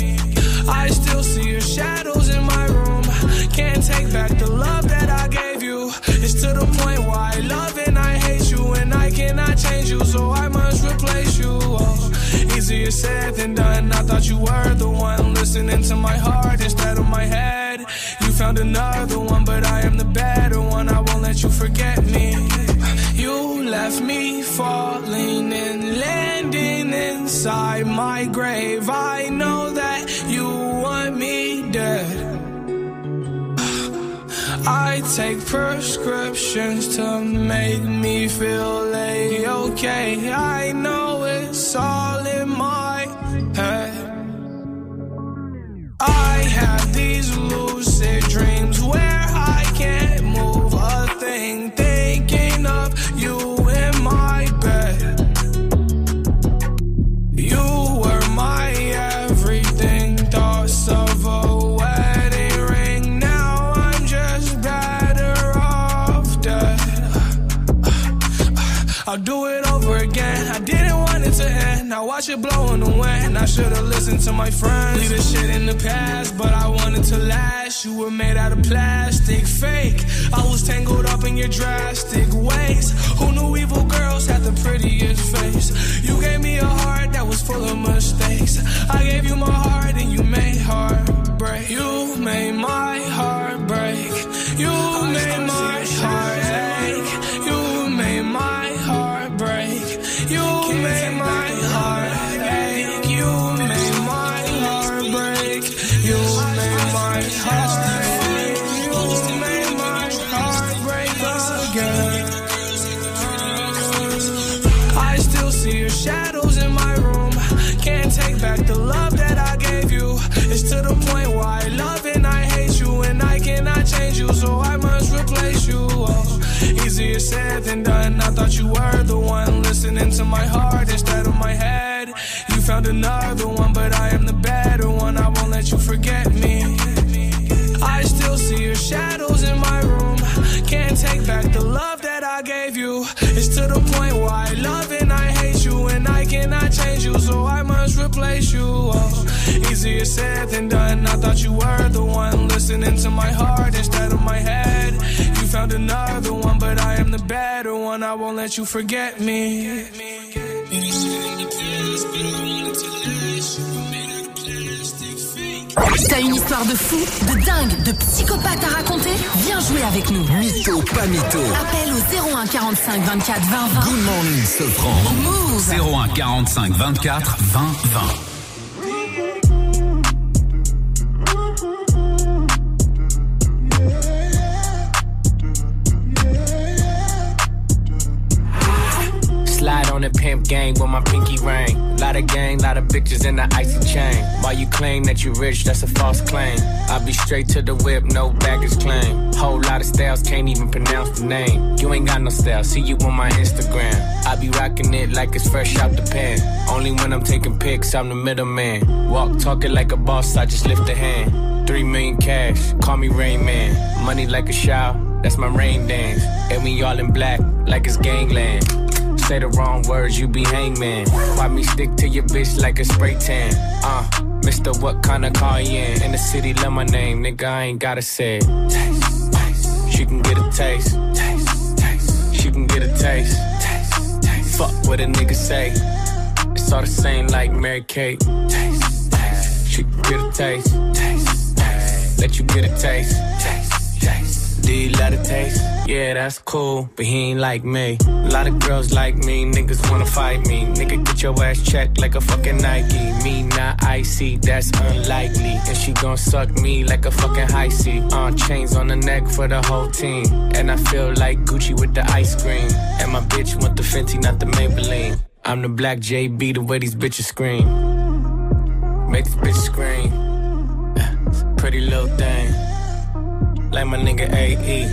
I still see your shadows in my room. Can't take back the love that I gave you. It's to the point where I love and I hate you, and I cannot change you, so I must replace you. Oh, easier said than done. I thought you were the one listening to my heart instead of my head. You found another one, but I am the better one. I won't let you forget me. You left me falling and landing inside my grave. I know that you want me dead. I take prescriptions to make me feel A-okay. I know it's all in my head. I have these lucid dreams where I can't move a thing, thinking of you in my bed. You were my everything, thoughts of a wedding ring. Now I'm just better off dead. I'll do it over again. I didn't want it to end. Now watch it blow in the wind. I should've listened to my friends. Leave the shit in the past, but I wanted to last. You were made out of plastic, fake. I was tangled up in your drastic ways. Who knew evil girls had the prettiest face? You gave me a heart that was full of mistakes. I gave you my heart and you made heartbreak. You made my heart break. You made my heart ache. You made my heart break. You made my heart ache. You made my heart break. You made my heart ache. You made my heart break again. I still see your shadows in my room. Can't take back the love that I gave you. It's to the point where I love and I hate you, and I cannot change you, so I must replace you. Oh, easier said than done. I thought you were the one listening to my heart instead of my head. You found another one, but I am the better one. I won't let you forget me. I still see your shadows in my room. Can't take back the love that I gave you. It's to the point where I love and I hate you, and I cannot change you, so I must replace you. Oh, easier said than done. I thought you were the one listening to my heart instead of my head. You found another one, but I am the better one. I won't let you forget me. T'as une histoire de fou, de dingue, de psychopathe à raconter? Viens jouer avec nous. Mytho, pas mytho. Appelle au zéro un quarante-cinq vingt-quatre vingt vingt. Good morning, Sofran. Move. zéro un quarante-cinq vingt-quatre vingt vingt. Slide on the pimp gang with my pinky ring. Lot of gang, lot of bitches in the icy chain. While you claim that you rich, that's a false claim. I'll be straight to the whip, no baggage claim. Whole lot of styles, can't even pronounce the name. You ain't got no style, see you on my Instagram. I be rocking it like it's fresh out the pan. Only when I'm taking pics, I'm the middleman. Walk talking like a boss, I just lift a hand. Three million cash, call me Rain Man. Money like a shower, that's my rain dance. And we all in black, like it's gangland. Say the wrong words, you be hangman. Why me stick to your bitch like a spray tan? Uh, Mister What kind of car you in? In the city, love my name, nigga, I ain't gotta say it. Taste, taste. She can get a taste. Taste, taste. She can get a taste. Taste, taste. Fuck what a nigga say. It's all the same like Mary Kate. Taste, taste. She can get a taste. Taste, taste. Let you get a taste. Taste, taste. Do you love the taste? Yeah, that's cool, but he ain't like me. A lot of girls like me, niggas wanna fight me. Nigga, get your ass checked like a fucking Nike. Me not icy, that's unlikely. And she gon' suck me like a fucking high C. On uh, chains on the neck for the whole team. And I feel like Gucci with the ice cream. And my bitch want the Fenty, not the Maybelline. I'm the black J B, the way these bitches scream. Make this bitch scream. Pretty little thing. Like my nigga A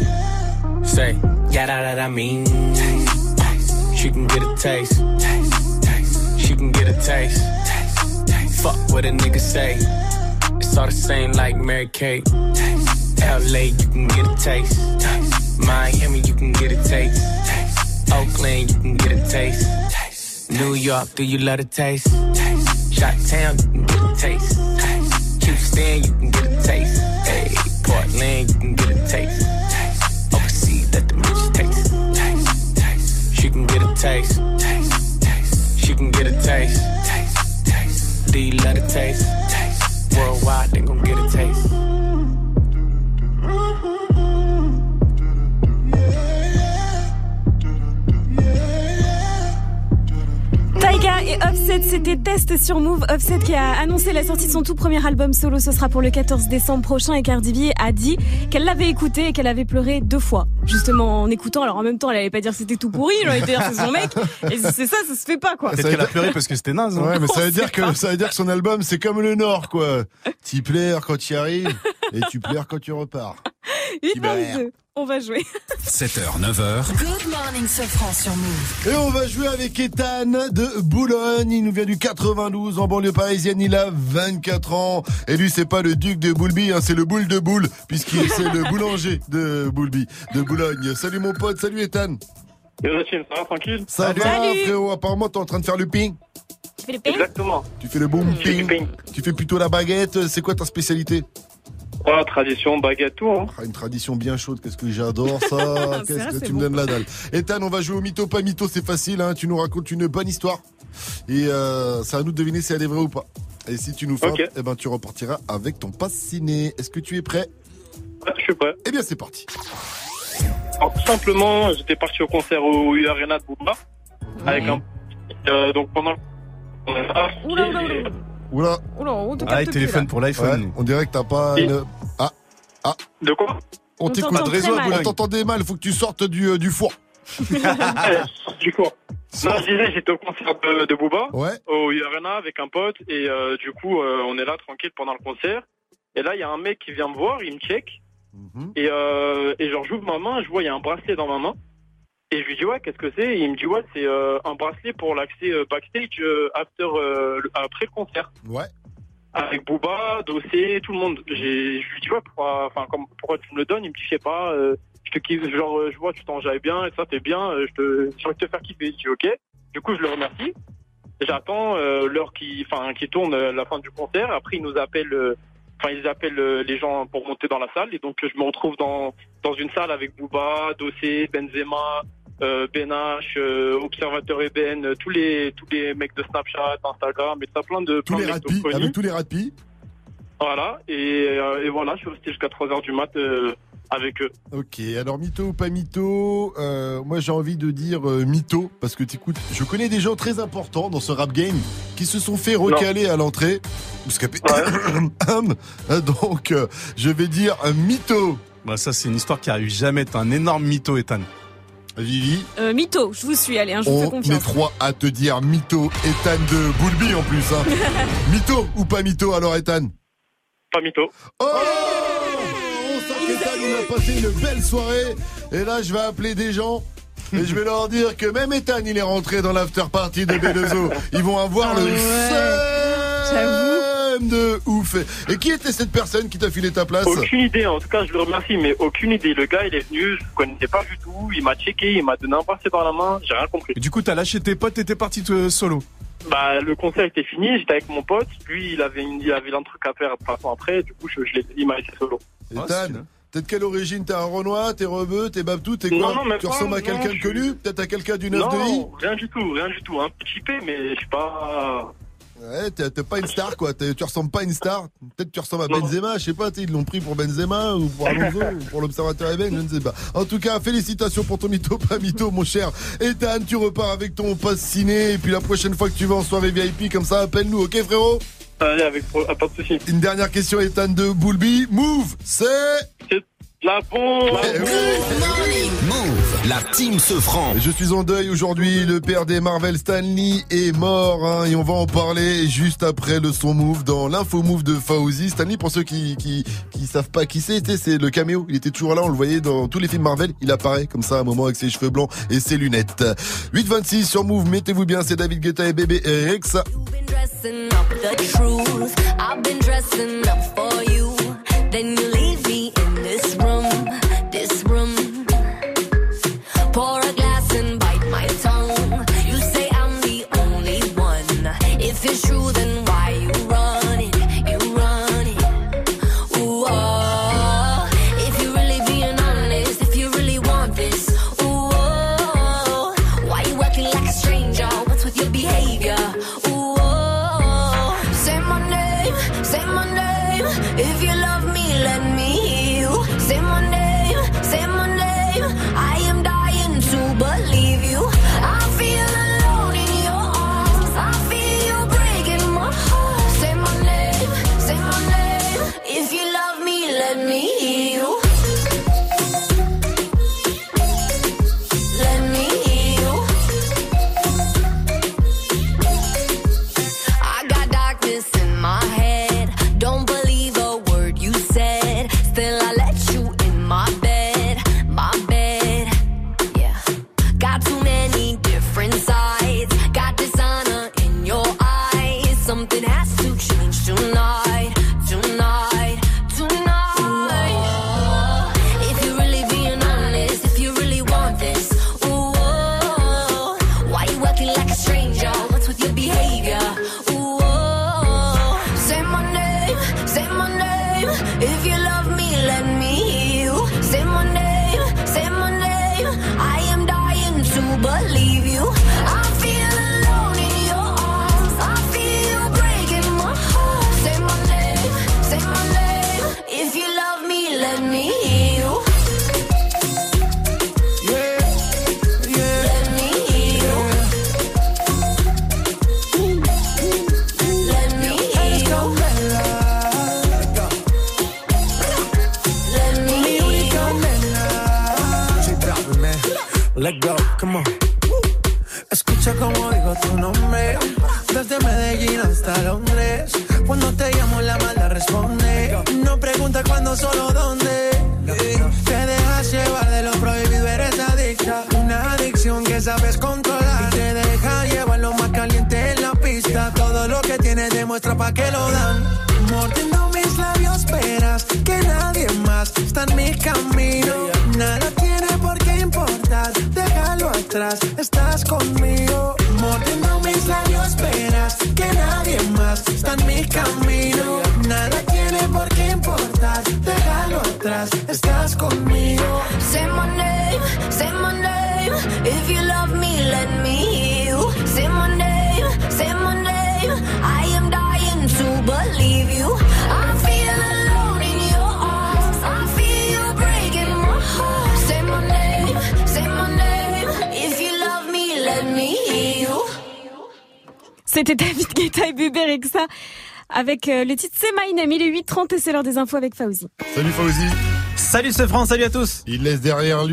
E. Say, yeah, that, that I mean. Taste, taste. She can get a taste. Taste, taste. She can get a taste. Taste, taste. Fuck what a nigga say. It's all the same like Mary Kate. Taste, L A, you can get a taste. Taste. Miami, you can get a taste. Taste. Oakland, you can get a taste. Taste. New York, do you love a taste? Taste. Chi-Town, you can get a taste. Taste. Houston, you can get a taste. Hey. Portland, you can get a taste. Taste. Overseas, let the bitch taste. Taste. Taste. She can get a taste. Taste. Taste. She can get a taste. Taste. Taste. Do you love a taste? Taste. Worldwide, they gon' get a taste. Tyga et Offset, c'était Test sur Move. Offset qui a annoncé la sortie de son tout premier album solo, ce sera pour le quatorze décembre prochain, et Cardi B a dit qu'elle l'avait écouté et qu'elle avait pleuré deux fois, justement en écoutant. Alors en même temps, elle allait pas dire que c'était tout pourri, elle allait dire que c'est son mec, et c'est ça, ça se fait pas quoi. Peut-être qu'elle a pleuré parce que c'était naze. Hein. Ouais, mais ça veut dire que ça veut dire que son album c'est comme le Nord quoi. T'y pleures quand tu y arrives et tu pleures quand tu repars. huit vingt-deux, on va jouer. sept heures, neuf heures. Good morning, Sofran sur Move. Et on va jouer avec Ethan de Boulogne. Il nous vient du quatre-vingt-douze en banlieue parisienne. Il a vingt-quatre ans. Et lui, c'est pas le duc de Boulby, hein, c'est le boule de boule, puisqu'il c'est le boulanger de Boulby, de Boulogne. Salut mon pote, salut Ethan. Yo, ça va tranquille? Ça Salut. va Salut. frérot, apparemment t'es en train de faire le ping. Tu fais le ping? Exactement. Tu fais le boom Je fais ping. du ping. Tu fais plutôt la baguette. C'est quoi ta spécialité? Oh, tradition, baguette, tout. Hein. Ah, une tradition bien chaude, qu'est-ce que j'adore ça. Qu'est-ce vrai, que c'est tu bon. me donnes la dalle. Ethan, on va jouer au mytho, pas mytho, c'est facile, hein. Tu nous racontes une bonne histoire. Et euh, c'est à nous de deviner si elle est vraie ou pas. Et si tu nous fais, Ok. eh ben, tu repartiras avec ton pass ciné. Est-ce que tu es prêt? Ouais, je suis prêt. Eh bien, c'est parti. Alors, tout simplement, j'étais parti au concert au U Arena de Bouba. Avec un. Euh, donc pendant. Oula, oula, oula. Oula. Oula, on te Ah, capte il plus, téléphone là. pour l'iPhone. Ouais, on dirait que t'as pas Et- le... Ah. Ah. De quoi? On On t'écoute. t'entend très mal. On t'entendait mal, faut que tu sortes du, euh, du four. Du coup. Non, je disais, j'étais au concert de, de Booba, Ouais. au U Arena avec un pote, et euh, du coup, euh, on est là tranquille pendant le concert. Et là, il y a un mec qui vient me voir, il me check, Mhm. et, euh, et genre, j'ouvre ma main, je vois, il y a un bracelet dans ma main. Et je lui dis, ouais, qu'est-ce que c'est? Et il me dit, ouais, c'est euh, un bracelet pour l'accès euh, backstage euh, after, euh, le- après le concert. Ouais. Avec Booba, Dossé, tout le monde. J'ai, je lui dis, ouais, pourquoi, enfin, comme, pourquoi tu me le donnes? Il me dit, je sais pas, euh, je te kiffe, genre, euh, je vois, tu t'enjailles bien, et ça, t'es bien, euh, je te, j'ai envie de te faire kiffer. Je dis, ok. Du coup, je le remercie. J'attends euh, l'heure qui, enfin, qui tourne, euh, la fin du concert. Après, ils nous appellent, euh, enfin, ils appellent euh, les gens pour monter dans la salle. Et donc, je me retrouve dans, dans une salle avec Booba, Dossé, Benzema, euh, Benache, euh, Observateur Eben, euh, tous les, tous les mecs de Snapchat, Instagram, et ça, plein de, Tous plein les de mecs radpis, connus. avec tous les radpis. Voilà. Et, euh, et voilà, je suis resté jusqu'à trois heures du mat, euh, avec eux. Ok, alors mytho ou pas mytho, euh, moi j'ai envie de dire euh, mytho, parce que t'écoutes, je connais des gens très importants dans ce rap game qui se sont fait recaler à l'entrée. Bouscapé. Donc euh, je vais dire un mytho. Bah ça c'est une histoire qui arrive jamais, t'es un énorme mytho, Ethan. Vivi. Euh, mytho, je vous suis, allez, hein, je vous fais On confiance. est trois à te dire mytho, Ethan de Boulby en plus. Hein. Mytho ou pas mytho alors Ethan? Pas mytho. Oh, on sent qu'Ethan il a passé une belle soirée. Et là je vais appeler des gens. Et je vais leur dire que même Ethan il est rentré dans l'after party de B deux O. Ils vont avoir Ah le ouais. seum de ouf. Et qui était cette personne qui t'a filé ta place? Aucune idée, en tout cas je le remercie, mais aucune idée. Le gars il est venu, je ne connaissais pas du tout, il m'a checké, il m'a donné un passé par la main, j'ai rien compris. Et du coup, t'as lâché tes potes et t'es parti te- solo. Bah le concert était fini, j'étais avec mon pote, lui il avait, une, il avait un truc à faire de toute façon après, du coup je, je l'ai, il m'a laissé solo. Ethan, t'es de quelle origine? T'es un Renoir, t'es rebeu, t'es babtou, t'es quoi? Non, non, même Tu pas, ressembles à non, quelqu'un de je connu? suis- Peut-être à quelqu'un du neuf de I? Non, rien du tout, rien du tout, un petit P, mais je suis pas... Ouais, t'es, t'es pas une star quoi, t'es, tu ressembles pas à une star. Peut-être tu ressembles à Non. Benzema, je sais pas, t'sais, ils l'ont pris pour Benzema ou pour Alonso ou pour l'observateur Eben, je ne sais pas. En tout cas, félicitations pour ton mytho, pas mytho mon cher Ethan, tu repars avec ton pass ciné et puis la prochaine fois que tu vas en soirée V I P comme ça, appelle-nous, ok frérot? Allez, avec ah, pas de soucis. Une dernière question Ethan de Boulby, Move, c'est... C'est la bombe. Eh oui. Move, la team Sofran. Je suis en deuil aujourd'hui, le père des Marvel Stan Lee est mort hein, et on va en parler juste après le son Move dans l'info Move de Fauzi. Stan Lee, pour ceux qui, qui, qui savent pas qui c'est, c'est le caméo, il était toujours là, on le voyait dans tous les films Marvel, il apparaît comme ça à un moment avec ses cheveux blancs et ses lunettes. huit vingt-six sur Move, mettez-vous bien, c'est David Guetta et Bébé Rexa. Dressing up the truth. I've been dressing up for you. Then you leave me in this room, this room. Pour a glass and bite my tongue. You say I'm the only one. If it's true, then why you run it? You run it. Ooh, oh. If you really being honest, if you really want this, ooh, oh. Why you acting like a stranger? What's with your behavior? Ooh, oh. Say my name, say my name. If you love me, let me hear you. Say my name, say my name. I am dying to believe you. I feel alone in your arms. I feel you breaking my heart. Say my name, say my name. If you love me, let me hear you. Let me hear you. I got darkness in my head. Don't believe a word you said. Still I let you in my bed, my bed. Yeah. Got too many different sides. Got dishonor in your eyes. Something has to change tonight, tonight, tonight. If you're really being honest, if you really want this, ooh, oh, why you acting like a stranger? What's with your behavior? Ooh, oh, say my name, say my name. If you love me, let me hear you. Say my name, say my name. I am dying to believe you. I feel alone in your arms. I feel you breaking my heart. Say my name, say my name. If you love me, let me hear you. Yeah, yeah. Let me hear you. Let me hear you. Let me hear you. Let go, come on. Escucha como digo tu nombre. Desde Medellín hasta Londres. Cuando te llamo la mala responde. No pregunta cuándo, solo dónde. Te dejas llevar de lo prohibido, eres adicta. Una adicción que sabes controlar. Y te deja llevar lo más caliente en la pista. Todo lo que tienes demuestra pa' que lo dan. Mordiendo mis labios, esperas que nadie más está en mi camino. Nada tiene por qué importar, déjalo atrás, estás conmigo. Mordiendo mis labios, esperas que nadie más está en mi camino. Nada tiene por qué importar, déjalo atrás, estás conmigo. Say my name, say my name. If you love me, let me hear you. Say my name, say my name. I am dying to believe you. I feel alone in your arms. I feel you breaking my heart. Say my name, say my name. If you love me, let me hear you. C'était David Guetta et Bébé Rexa avec euh, le titre C'est My Name. Il est huit trente et c'est l'heure des infos avec Fauzi. Salut Fauzi. Salut ce France, salut à tous. Il laisse derrière lui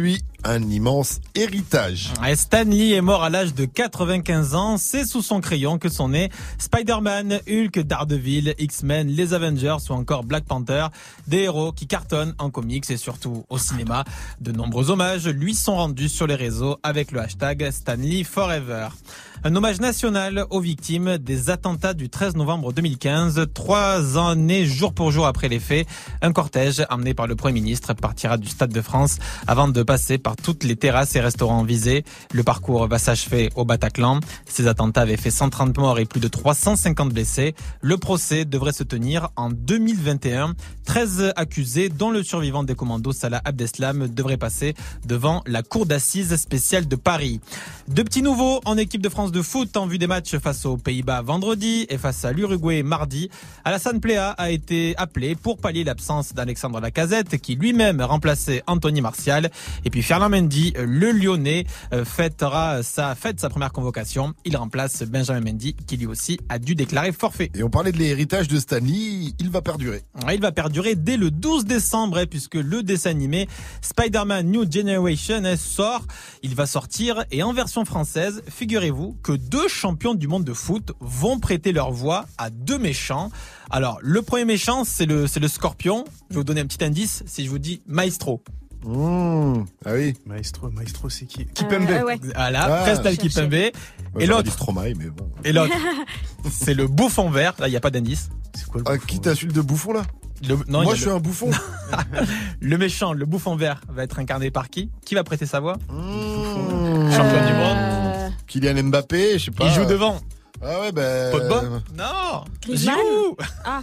un immense héritage. Et Stan Lee est mort à l'âge de quatre-vingt-quinze ans. C'est sous son crayon que sont nés Spider-Man, Hulk, Daredevil, X-Men, les Avengers ou encore Black Panther. Des héros qui cartonnent en comics et surtout au cinéma. De nombreux hommages lui sont rendus sur les réseaux avec le hashtag Stan Lee Forever. Un hommage national aux victimes des attentats du treize novembre deux mille quinze. Trois années jour pour jour après les faits, un cortège emmené par le Premier ministre partira du Stade de France avant de passer par toutes les terrasses et restaurants visés. Le parcours va s'achever au Bataclan. Ces attentats avaient fait cent trente morts et plus de trois cent cinquante blessés. Le procès devrait se tenir en deux mille vingt et un. treize accusés, dont le survivant des commandos Salah Abdeslam, devraient passer devant la cour d'assises spéciale de Paris. Deux petits nouveaux en équipe de France de foot en vue des matchs face aux Pays-Bas vendredi et face à l'Uruguay mardi. Alassane Plea a été appelé pour pallier l'absence d'Alexandre Lacazette qui lui-même remplaçait Anthony Martial. Et puis Ferland Mendy, le Lyonnais, fêtera sa fête sa première convocation. Il remplace Benjamin Mendy qui lui aussi a dû déclarer forfait. Et on parlait de l'héritage de Stan Lee, il va perdurer. Il va perdurer dès le douze décembre hein, puisque le dessin animé Spider-Man New Generation sort. Il va sortir et en version française, figurez-vous que deux champions du monde de foot vont prêter leur voix à deux méchants. Alors, le premier méchant, c'est le, c'est le Scorpion. Je vais vous donner un petit indice si je vous dis Maestro. Mmh. Ah oui. Maestro, Maestro, c'est qui? Kipembe. Euh, ouais. Voilà, ah, Prestal Kipembe. Ouais, et l'autre. Stromae, mais bon. Et l'autre, c'est le Bouffon vert. Là, il n'y a pas d'indice. C'est quoi le bouffon? Ah, qui t'insulte de bouffon, là? Le, non, Moi, je le... suis un bouffon. Le méchant, le Bouffon vert, va être incarné par qui? Qui va prêter sa voix? Mmh. Champion euh... du monde. Kylian Mbappé, je sais pas. Il joue devant. Ah ouais, ben. Bah... Pogba? Non. Griezmann. Ah.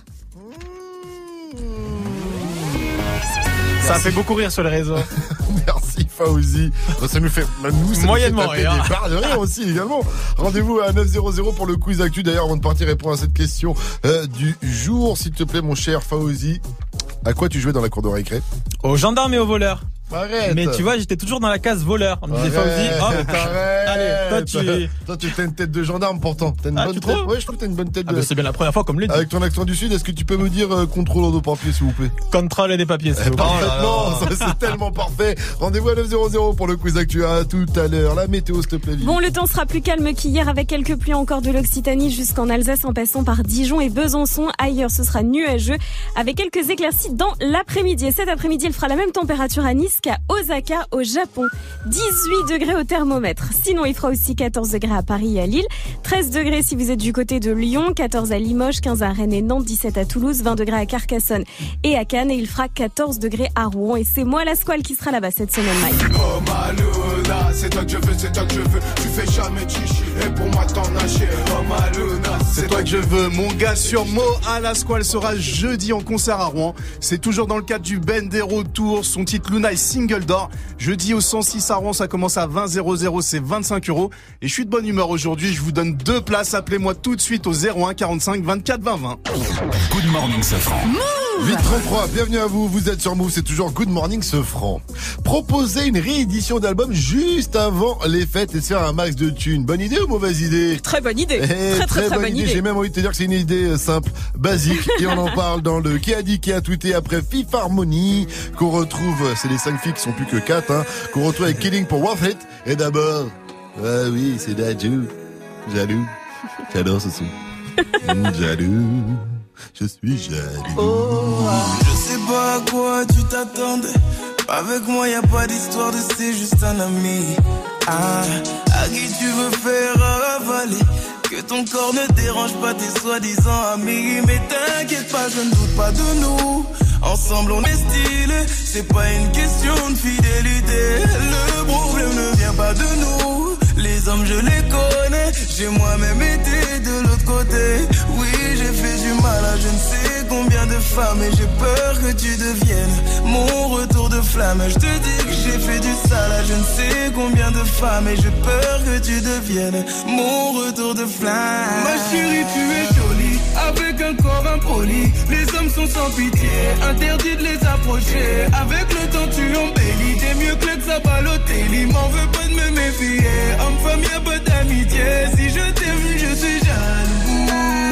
Ça fait beaucoup rire sur les réseaux. Merci Fauzi. Ça nous fait, nous, ça moyennement nous fait taper des barres de rire aussi également. Rendez-vous à neuf cents pour le quiz actu. D'ailleurs, avant de partir répondre à cette question euh, du jour, s'il te plaît, mon cher Fauzi, à quoi tu jouais dans la cour de récré? Aux gendarmes et aux voleurs. Arrête. Mais tu vois, j'étais toujours dans la case voleur. On me disait Fauzi, hop, allez, toi tu... Toi tu as une tête de gendarme pourtant. T'as une ah, bonne tu tête. trouves? Ouais, je trouve que t'as une bonne tête de... Ah bah c'est bien la première fois comme le dit. Avec ton accent du sud, est-ce que tu peux me dire euh, contrôle de papier s'il vous plaît? Contrôle des papiers s'il vous plaît. Parfaitement, ça, c'est tellement parfait. Rendez-vous à neuf cents pour le quiz actu. À tout à l'heure. La météo s'il te plaît. Vivi. Bon, le temps sera plus calme qu'hier avec quelques pluies encore de l'Occitanie jusqu'en Alsace en passant par Dijon et Besançon. Ailleurs, ce sera nuageux avec quelques éclaircies dans l'après-midi. Et cet après-midi, il fera la même température à Nice qu'à Osaka au Japon. dix-huit degrés au thermomètre. Sinon, il fera aussi quatorze degrés à Paris et à Lille. treize degrés si vous êtes du côté de Lyon. quatorze à Limoges, quinze à Rennes et Nantes, dix-sept à Toulouse, vingt degrés à Carcassonne et à Cannes. Et il fera quatorze degrés à Rouen. Et c'est moi la squale qui sera là-bas cette semaine, Mike. Oh Maluna, c'est toi que je veux, c'est toi que je veux. Tu fais jamais chichi, et pour moi t'en as chier. Oh Maluna, c'est toi que je veux. Mon gars sur Mo à la squale sera jeudi en concert à Rouen. C'est toujours dans le cadre du Bendero Tour. Son titre Luna est single d'or. Jeudi au cent six à Rouen, ça commence à vingt euros, c'est vingt-cinq euros. Et je suis de bonne humeur aujourd'hui, je vous donne deux places. Appelez-moi tout de suite au zéro un quarante-cinq vingt-quatre vingt vingt. Good morning, Safran. huit trente-trois, bienvenue à vous, vous êtes sur Move, c'est toujours Good Morning Safran. Proposer une réédition d'album juste avant les fêtes et se faire un max de thunes. Bonne idée ou mauvaise idée? Très bonne idée. Eh, très, très, très, très bonne idée. idée. J'ai même envie de te dire que c'est une idée simple, basique. Et on en parle dans le qui a dit, qui a tweeté après Fifth Harmony, qu'on retrouve, c'est les cinq filles qui sont plus que quatre, hein, qu'on retrouve avec Killing pour Worth It. Et d'abord, ah oui, c'est Dadju. Jaloux. J'adore ce son. Mmh, jaloux. Je suis jaloux. Oh, je sais pas à quoi tu t'attendais. Avec moi y a pas d'histoire de c'est juste un ami. Ah, à qui tu veux faire avaler. Que ton corps ne dérange pas tes soi-disant amis. Mais t'inquiète pas, je ne doute pas de nous. Ensemble on est stylé. C'est pas une question de fidélité. Le problème ne vient pas de nous. Les hommes je les connais. J'ai moi-même été de l'autre côté. Oui, j'ai fait du mal à je ne sais combien de femmes. Et j'ai peur que tu deviennes mon retour de flamme. Je te dis que j'ai fait du sale à je ne sais combien de femmes. Et j'ai peur que tu deviennes mon retour de flamme. Ma chérie, tu es jolie avec un corps impoli. Les hommes sont sans pitié, interdit de les approcher. Avec le temps tu embellis. T'es mieux que le Sabalotelli. M'en veux pas de me méfier. Homme-femme y'a pas d'amitié. Si je t'aime je suis jaloux.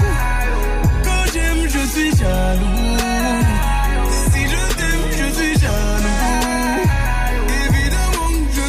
Quand j'aime je suis jaloux. Si je t'aime je suis jaloux. Évidemment que je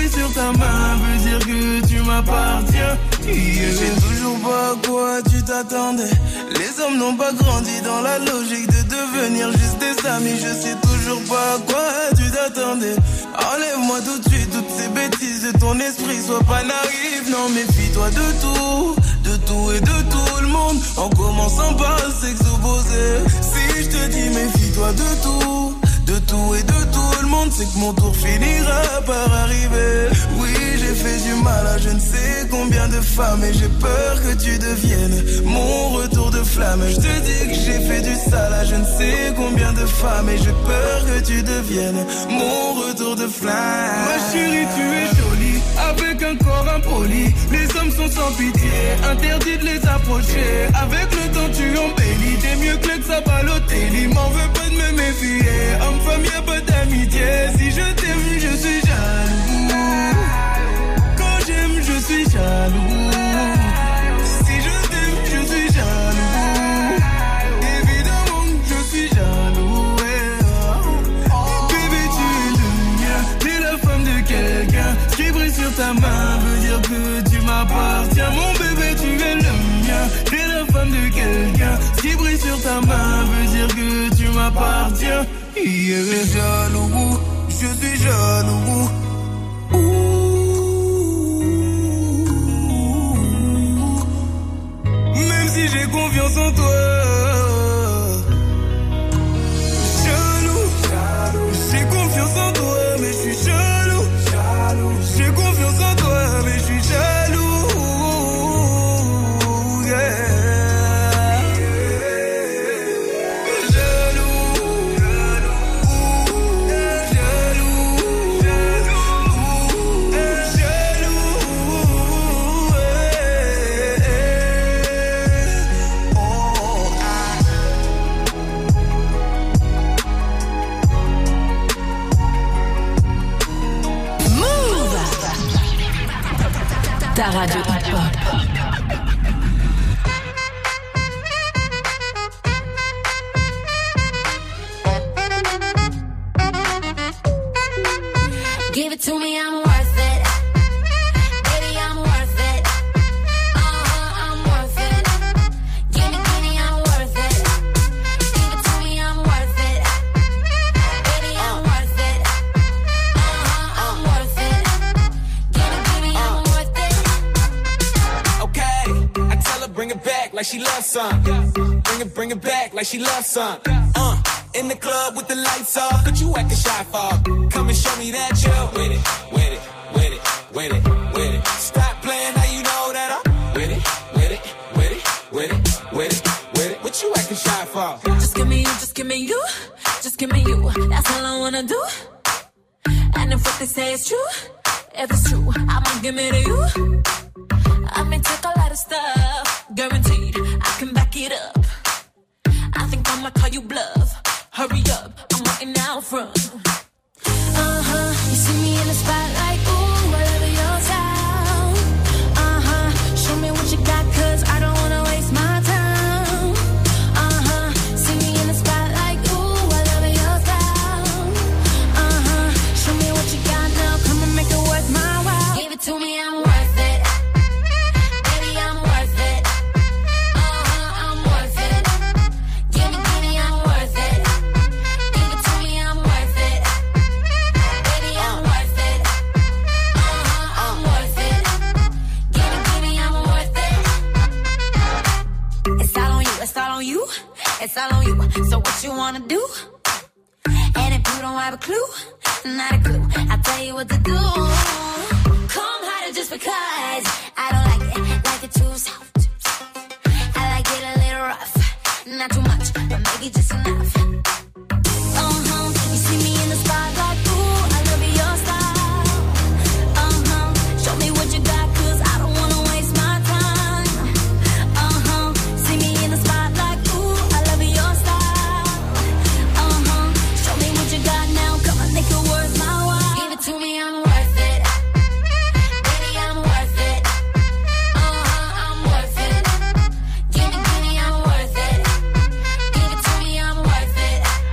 brille sur ta main veut dire que tu m'appartiens. Yeah. Je sais toujours pas à quoi tu t'attendais. Les hommes n'ont pas grandi dans la logique de devenir juste des amis. Je sais toujours pas à quoi tu t'attendais. Enlève-moi tout de suite toutes ces bêtises de ton esprit. Sois pas naïf, non méfie-toi de tout, de tout et de tout le monde. En commençant par le sexe opposé. Si je te dis méfie-toi de tout, de tout et de tout le monde, c'est que mon tour finira par arriver. Oui, j'ai fait du mal à je ne sais combien de femmes et j'ai peur que tu deviennes mon retour de flamme. Je te dis que j'ai fait du sale à je ne sais combien de femmes et j'ai peur que tu deviennes mon retour de flamme. Ma chérie, tu es jolie, avec un corps impoli. Les hommes sont sans pitié, interdit de les approcher. Avec le temps tu embellis, t'es mieux que le Sabalotelli. M'en veux pas de me méfier, homme-femme y'a pas d'amitié. Si je t'aime, je suis jaloux. Quand j'aime, je suis jaloux. Si je t'aime, je suis jaloux. Évidemment, je suis jaloux. Bébé, tu es le mien, t'es la femme de quelqu'un. Ce qui brille sur ta main veut dire que tu m'appartiens. Mon bébé, tu es le mien, t'es la femme de quelqu'un. Ce qui brille sur ta main veut dire que tu m'appartiens. Yeah. Je suis jaloux, je suis jaloux. Même si j'ai confiance en toi. Jaloux, jaloux. J'ai confiance en toi, mais je suis jaloux. Jaloux. J'ai confiance en toi, mais je suis jaloux. Yeah. Ta radio hip-hop. Give it to me, I'm worth it. Baby, I'm worth it. Uh-huh, I'm worth it. Give me, give me, I'm worth it. Give it to me, I'm worth it. Baby, I'm worth it. Uh-huh, I'm worth it. Give me, give me, I'm worth it. Okay, I tell her bring it back like she loves some. Bring it, bring it back like she loves some. Uh, in the club with the lights off, but you acting shy for. Come and show me that you're with it, with it, with it, with it, with it. Stop playing, now you know that I'm with it, with it, with it, with it, with it, with it. What you acting shy for? Just give me you, just give me you, just give me you. That's all I wanna do. And if what they say is true, if it's true, I'ma give it to you. I may take a lot of stuff, guaranteed I can back it up. I think I'ma call you bluff. Hurry up, I'm waiting out front. Uh-huh, you see me in the spotlight, ooh, I love your style. Uh-huh, show me what you got, cause I don't wanna waste my time. Uh-huh, see me in the spotlight, ooh, I love your style. Uh-huh, show me what you got now, come and make it worth my while. Give it to me, I'm worth it. Baby, I'm worth it. Uh-huh, I'm worth it. Give me, give me, I'm worth it. Give it to me, I'm worth it. Baby, I'm worth it. Uh-huh, I'm worth it. Give me, give me, I'm worth it. It's all on you, it's all on you, it's all on you. So what you wanna do? And if you don't have a clue, not a clue, I'll tell you what to do. Come harder just because I don't like it, like it too soft. I like it a little rough, not too much, but maybe just enough. Uh-huh, you see me in the spotlight, ooh, I love your style. Uh-huh, show me what you got, cause I don't wanna waste my time. Uh-huh, see me in the spotlight, ooh, I love your style. Uh-huh, show me what you got now, come on, make it worth my while. Give it to me, I'm worth it. Baby, I'm worth it. Uh-huh, I'm worth it. Give me, give me, I'm worth it. Give it to me, I'm worth it.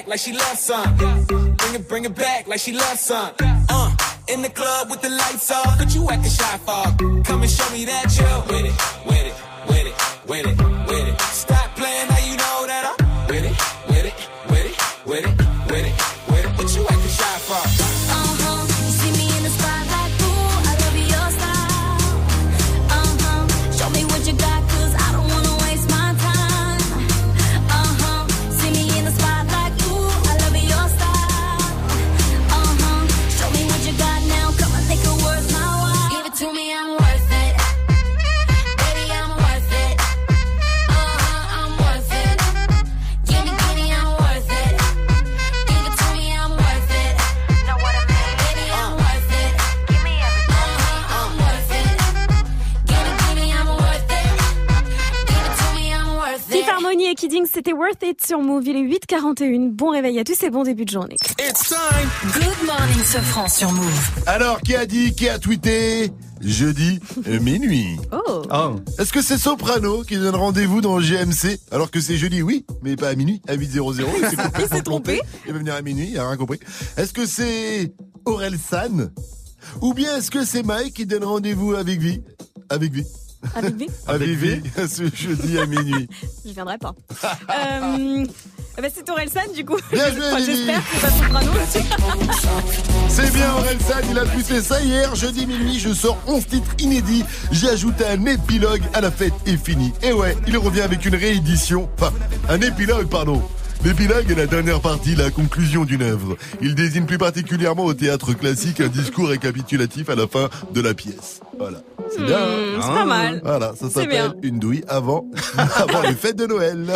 like she loves some. Bring it, bring it back like she loves some. Uh, in the club with the lights off, but you acting shy for? Come and show me that you're with it, with it, with it, with it, with it. Stop playing now, you know that I'm with it, with it, with it, with it, with it, with it. What you acting shy for? Uh-huh, you see me in the spotlight, ooh, I love your style. Uh-huh, show me what you got, cause I don't wanna waste my time. Uh-huh, see me in the spotlight, ooh, I love your style. Uh-huh, show me what you got now, come on, make it worth my while. Give it to me, I'm worth it. Baby, I'm worth it. Uh-huh, I'm worth it. Give me, give me, I'm worth it. Give it to me, I'm worth it. Know what I mean? Baby, I'm worth it. Give me everything. Uh-huh, I'm worth it. Give me, give me, I'm worth it. Give it to me, I'm worth it. Fifth Harmony et Kidding, c'était Worth It sur Move. Il est huit quarante et un. Bon réveil à tous et bon début de journée. It's time. Good morning, Sofran sur Move. Alors, qui a dit, qui a tweeté jeudi euh, minuit? Oh. Est-ce que c'est Soprano qui donne rendez-vous dans G M C alors que c'est jeudi? Oui, mais pas à minuit, à huit heures. Il s'est Il s'est trompé. Il va venir à minuit, il a rien compris. Est-ce que c'est Aurel San? Ou bien est-ce que c'est Mike qui donne rendez-vous avec Vi? Avec Vi. Avec V Avec Vi, ce jeudi à minuit. Je viendrai pas. euh, bah c'est Orelsan du coup. Bien joué, Enfin, Lily. j'espère que c'est pas Soprano. C'est bien Aurel San, il a tweeté ça hier, jeudi minuit, je sors onze titres inédits, j'ai ajouté un épilogue à la fête est finie. Et ouais, il revient avec une réédition, enfin, un épilogue, pardon. L'épilogue est la dernière partie, la conclusion d'une œuvre. Il désigne plus particulièrement au théâtre classique un discours récapitulatif à la fin de la pièce. Voilà. C'est bien. Mmh, c'est pas mal. Voilà, ça C'est s'appelle bien. Une douille avant, avant les fêtes de Noël.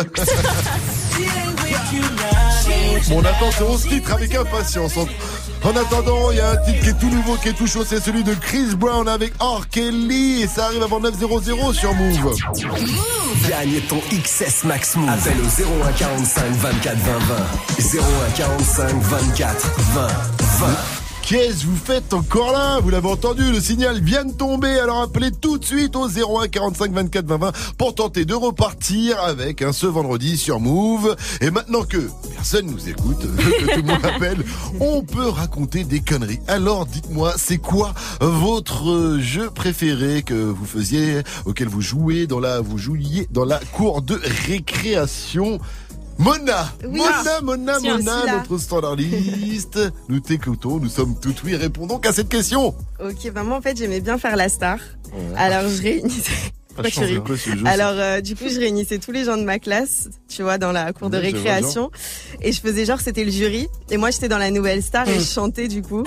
Bon, on attend ces onze titres avec impatience. En, en attendant, il y a un titre qui est tout nouveau, qui est tout chaud, c'est celui de Chris Brown avec R. Kelly et ça arrive avant neuf heures sur Move. Gagne ton X S Max Move. Appelle au zéro un quarante-cinq vingt-quatre vingt vingt. zéro un quarante-cinq vingt-quatre vingt vingt. Qu'est-ce que vous faites encore là? Vous l'avez entendu, le signal vient de tomber, alors appelez tout de suite au zéro un quarante-cinq vingt-quatre vingt vingt pour tenter de repartir avec un ce vendredi sur Move. Et maintenant que personne nous écoute, que tout le monde appelle, on peut raconter des conneries. Alors dites-moi, c'est quoi votre jeu préféré que vous faisiez, auquel vous jouez dans la, vous jouiez dans la cour de récréation? Mona, Oui. Mona, Mona, Tiens, Mona, celui-là. notre standardiste. Nous t'écoutons, nous sommes tout oui. Réponds donc à cette question. Ok, bah moi en fait j'aimais bien faire la star. Alors je réunissais. Pourquoi tu change ris de quoi, ce jeu, Alors euh, du coup je réunissais tous les gens de ma classe, tu vois, dans la cour de Ouais, je vois récréation, et je faisais genre c'était le jury, et moi j'étais dans la nouvelle star et je chantais du coup.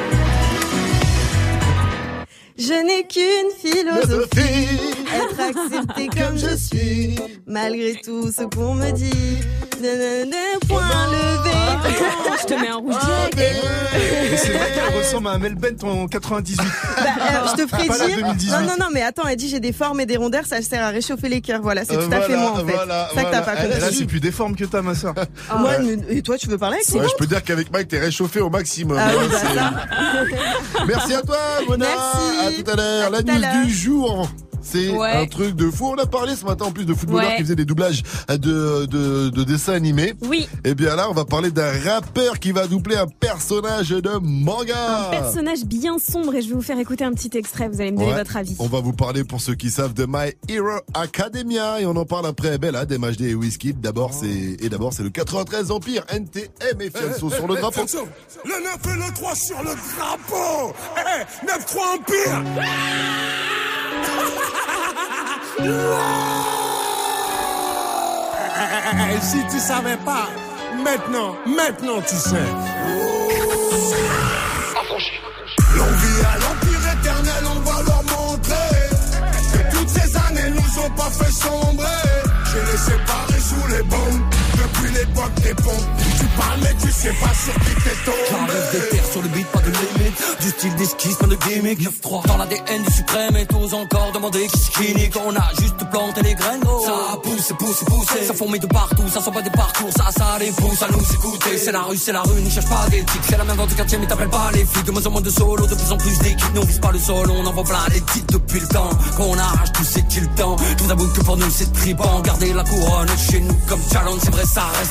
Je n'ai qu'une philosophie, être accepté comme je suis, malgré tout ce qu'on me dit. Nanana, point levé. Je te mets un rouge direct. Mais c'est vrai qu'elle ressemble à Amel Bent en quatre-vingt-dix-huit. Bah, euh, je te ferai Pas la dire. deux mille dix-huit. Non, non, non, mais attends, elle dit j'ai des formes et des rondeurs, ça sert à réchauffer les cœurs. Voilà, c'est Euh, tout à fait voilà, moi en fait. voilà, ça que t'as voilà. pas Et là, compris. c'est plus déforme que ta, ma soeur. Moi, et toi, tu veux parler avec Ouais, moi je peux dire qu'avec Mike, t'es réchauffé au maximum. Ah oui, hein, bah c'est- ça. Merci à toi, Mona. Merci. À tout à l'heure. À La tout à news l'heure. du jour. C'est Ouais. un truc de fou. On a parlé ce matin en plus de footballeurs Ouais. qui faisaient des doublages de, de, de dessins animés. Oui. Et bien là, on va parler d'un rappeur qui va doubler un personnage de manga. Un personnage bien sombre et je vais vous faire écouter un petit extrait, vous allez me donner Ouais. votre avis. On va vous parler pour ceux qui savent de My Hero Academia et on en parle après Bella, D M H D et Wizkid. D'abord c'est et d'abord c'est le quatre-vingt-treize Empire N T M et Fianso sur le drapeau. Le neuf et le trois sur le drapeau. Eh, neuf trois Empire. Et si tu savais pas, maintenant, maintenant tu sais. L'envie à l'empire éternel, on va leur montrer que toutes ces années nous ont pas fait sombrer. J'ai les séparés sous les bombes depuis l'époque des pompes. Tu parles mais tu sais pas sur qui t'es tombé. J'arrive des terres sur le beat, pas de limite. Du style d'esquisse, pas de gimmick. neuf trois dans l'A D N du suprême et tous encore demander qui c'est qui nique. On a juste planté les graines, oh. Ça pousse, pousse, pousse. Ça fourmille de partout, ça sent pas des parcours. Ça, ça les pousse à nous écouter. C'est la rue, c'est la rue, n'y cherche pas d'éthique. C'est la même dans le quartier, mais t'appelles pas les flics. De moins en moins de solo, de plus en plus d'équipes. Nous on vise pas le sol, on envoie plein les titres depuis le temps. Quand on arrache tout, c'est qu'il temps. Tout d'abord que pour nous c'est tripant. Garder la couronne chez nous comme challenge, c'est vrai, ça reste excitant.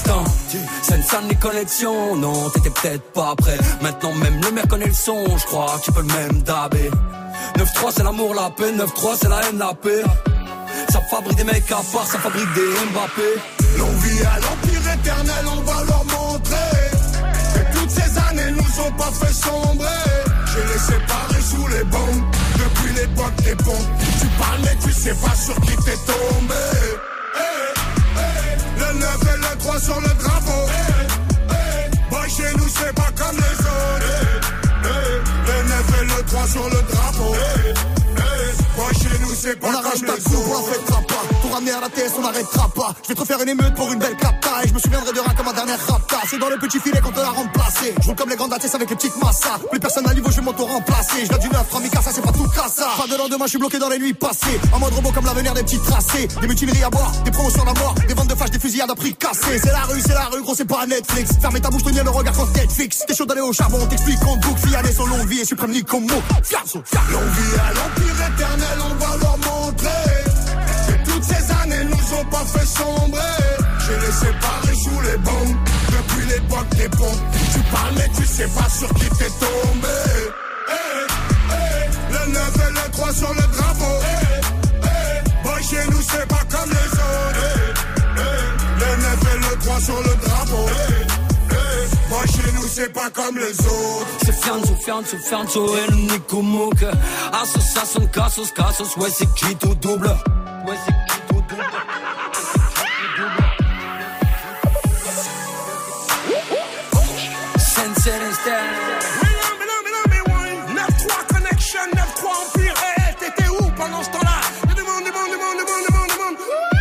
Pourtant, ça ne sonne les connexions. Non, t'étais peut-être pas prêt. Maintenant même le maire connaît le son. Je crois que tu peux le même dabber. neuf trois c'est l'amour, la paix. neuf trois c'est la haine, la paix. Ça fabrique des mecs à part, ça fabrique des Mbappé. L'on vit à l'empire éternel, on va leur montrer que toutes ces années nous ont pas fait sombrer. Je les séparés sous les bombes, depuis l'époque des ponts. Tu parles mais tu sais pas sur qui t'es tombé. Hey, hey, le neuf et le trois sur le drapeau. Hey, hey, boy chez nous c'est pas comme les autres. Hey, hey, le neuf et le trois sur le drapeau. Hey, hey, boy chez nous c'est pas on comme arrache les ta coupe, on la autres. fêtera pas. Pour ramener à la T S, on n'arrêtera pas. Je vais te refaire une émeute pour une belle capta. Et je me souviendrai de rien comme ma dernière rapta. C'est dans le petit filet qu'on te l'a remplacé. Je roule comme les grandes dates avec les petites massas. Plus personne à niveau, je vais m'auto-remplacer. Je viens du neuf, trois ça c'est pas tout cassa. Pas de lendemain, je suis bloqué dans les nuits passées. En mode robot comme l'avenir des petits tracés. Des mutineries à boire, des promos sur la mort. Des ventes de flash, des fusillades à prix cassés. C'est la rue, c'est la rue, gros, c'est pas Netflix. Fermez ta bouche, tenir le regard quand Netflix. T'es chaud d'aller au charbon, on t'explique qu'on boucle. Fiané son longue vie et suprême ni comme mot. Fiasso, fiasso. L'on vit à l'empire éternel, on va leur montrer que toutes ces années nous ont pas fait sombrer. Je les séparés sous les bombes, depuis l'époque des ponts. Tu parles mais tu sais pas sur qui t'es tombé. Hey, hey, le neuf et le trois sur le drapeau. Hey, hey, boy chez nous c'est pas comme les autres. Hey, hey, le neuf et le trois sur le drapeau. Hey, hey, boy chez nous c'est pas comme les autres. C'est fianzo, fianzo, fianzo, el Nico Mouk. Association, casos, casos, ouais c'est qui tout double. Ouais c'est qui tout double. Sense and style. neuf trois Connection, neuf trois Empire. Hey, t'étais où pendant ce temps-là? Demande, demande, demande, demande, demande, demande.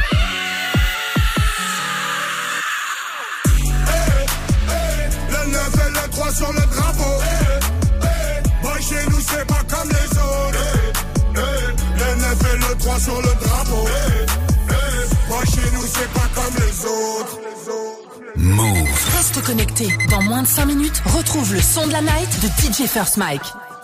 Hey, hey, le neuf et le trois sur le drapeau. Hey, hey, boy chez nous c'est pas comme les autres. Hey, hey, le neuf et le trois sur le drapeau. Hey, hey, boy chez nous c'est pas comme les autres. Move. Reste connecté. Dans moins de cinq minutes, retrouve le son de la night de D J First Mike.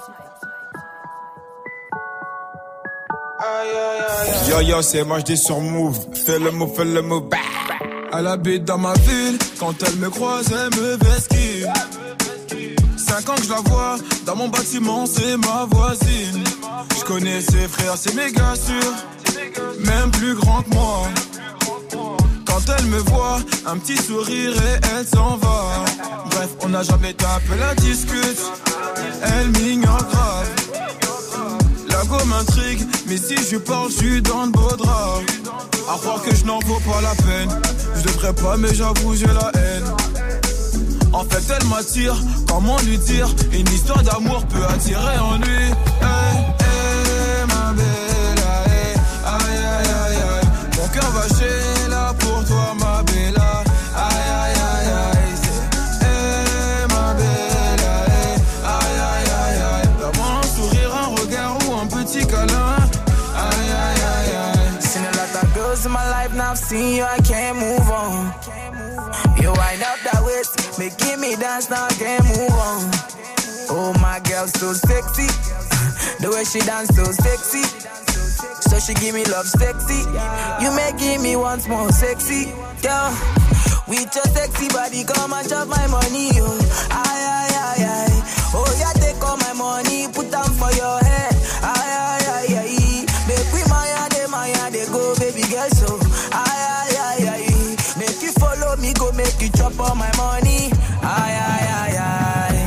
Yo yo, c'est moi j'dis sur Move. Fais le move, fais le move. Elle habite dans ma ville. Quand elle me croise, elle me vesquille. Cinq ans que je la vois. Dans mon bâtiment, c'est ma voisine. Je connais ses frères, c'est méga sûr. Même plus grand que moi. Quand elle me voit, un petit sourire et elle s'en va. Bref, on n'a jamais tapé la discute. Elle m'ignore grave. La go m'intrigue, mais si je parle, je suis dans le beau drap. À croire que je n'en vaux pas la peine. Je devrais pas, mais j'avoue, j'ai la haine. En fait, elle m'attire, comment lui dire? Une histoire d'amour peut attirer en lui. Hey, hey, ma belle, hey, aïe, aïe, aïe, aïe. Mon cœur va chez là pour toi, ma bella. Aïe, aïe, aïe, aïe. C'est, hey, ma belle, hey, aïe, aïe, aïe, aïe. D'avoir un sourire, un regard ou un petit câlin. Aïe, aïe, aïe, aïe. Seen a lot of girls in my life, now I've seen you, I can't move on. You wind up that waist, making me dance, now I can't move on. Oh, my girl, so sexy. The way she dance, so sexy. So she give me love sexy. You making me once more sexy. Girl, with your sexy body, come and chop my money, oh. Aye, aye, aye, aye. Oh, yeah, take all my money, put them for your head. Aye, aye, aye, aye. Make we maya, de maya, de go, baby girl, so. Aye, aye, aye, aye. Make you follow me, go make you chop all my money. Aye, aye, aye, aye.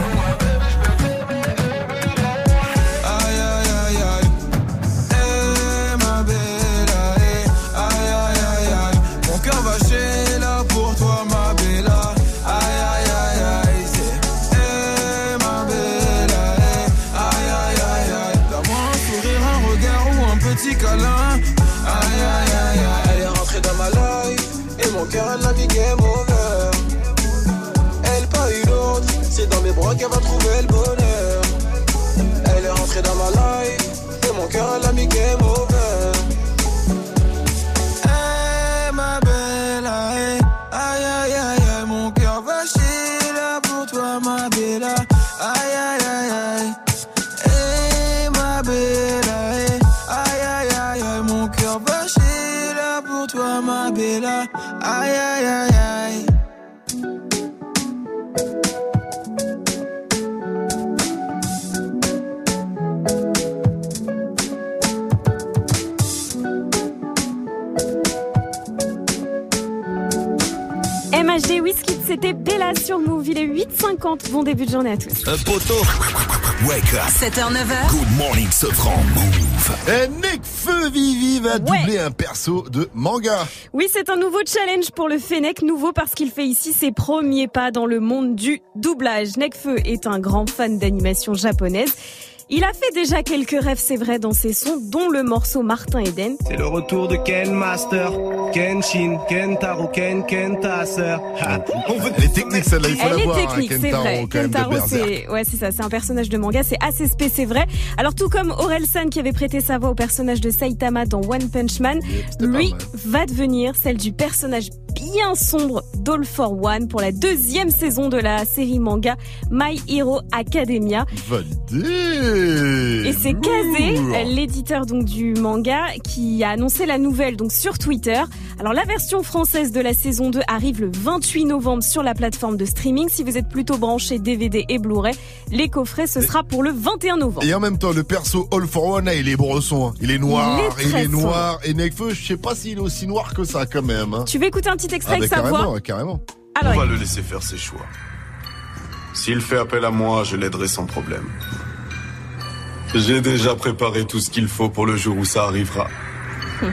Aïe, aïe, aïe, aïe. Eh, ma bella, eh. Aïe, aïe, aïe, aïe. Mon cœur va chez là pour toi, ma bella. Aïe, aïe, aïe, aïe. C'est, eh, ma bella, eh. Aïe, aïe, aïe, aïe. D'avoir un sourire, un regard ou un petit câlin. Aïe, aïe, aïe, aïe. Elle est rentrée dans ma life. Et mon cœur, elle l'a mis game over. Elle pas eu d'autre. C'est dans mes bras qu'elle va trouver le bonheur. Elle est rentrée dans ma life. Et mon cœur, elle a mis game over. Hey, ma belle, hey. Aïe, aïe, aïe, aïe. Mon cœur va chier là pour toi, ma belle. Aïe, aïe, aïe, aïe. Hey, ma belle, hey. Aïe, aïe, aïe, aïe. Mon cœur va chier là pour toi, ma belle. Aïe, aïe, aïe, aïe. H D, Wizkid, c'était Bella sur Move. Il est huit heures cinquante. Bon début de journée à tous. Un poteau. Wake up. sept heures neuf heures. Good morning, Sofran. Move. Et Nekfeu Vivi va doubler ouais. un perso de manga. Oui, c'est un nouveau challenge pour le Fennec. Nouveau parce qu'il fait ici ses premiers pas dans le monde du doublage. Nekfeu est un grand fan d'animation japonaise. Il a fait déjà quelques rêves, c'est vrai, dans ses sons, dont le morceau Martin Eden. C'est le retour de Ken Master, Kenshin, Kentaro, Ken, Kentaser. Elle est technique celle-là, il faut Elle la voir. Elle est technique, hein, c'est Kentaro, vrai. Kentaro, c'est, ouais, c'est ça, c'est un personnage de manga, c'est assez spé, c'est vrai. Alors tout comme Orelsan qui avait prêté sa voix au personnage de Saitama dans One Punch Man, lui va devenir celle du personnage bien sombre d'All for One pour la deuxième saison de la série manga My Hero Academia. Validé. Et c'est Kazé, l'éditeur donc du manga, qui a annoncé la nouvelle donc sur Twitter. Alors la version française de la saison deux arrive le vingt-huit novembre sur la plateforme de streaming. Si vous êtes plutôt branché D V D et Blu-ray, les coffrets ce sera pour le vingt et un novembre. Et en même temps, le perso All for One, il est bresson, hein. Il est noir, il est, il est noir. Et Nekfeu, je sais pas s'il est aussi noir que ça quand même. Hein. Tu veux écouter un petit extrait avec ah, bah, sa carrément, voix carrément. Alors, on va le laisser faire ses choix. S'il fait appel à moi, je l'aiderai sans problème. J'ai déjà préparé tout ce qu'il faut pour le jour où ça arrivera. Hum.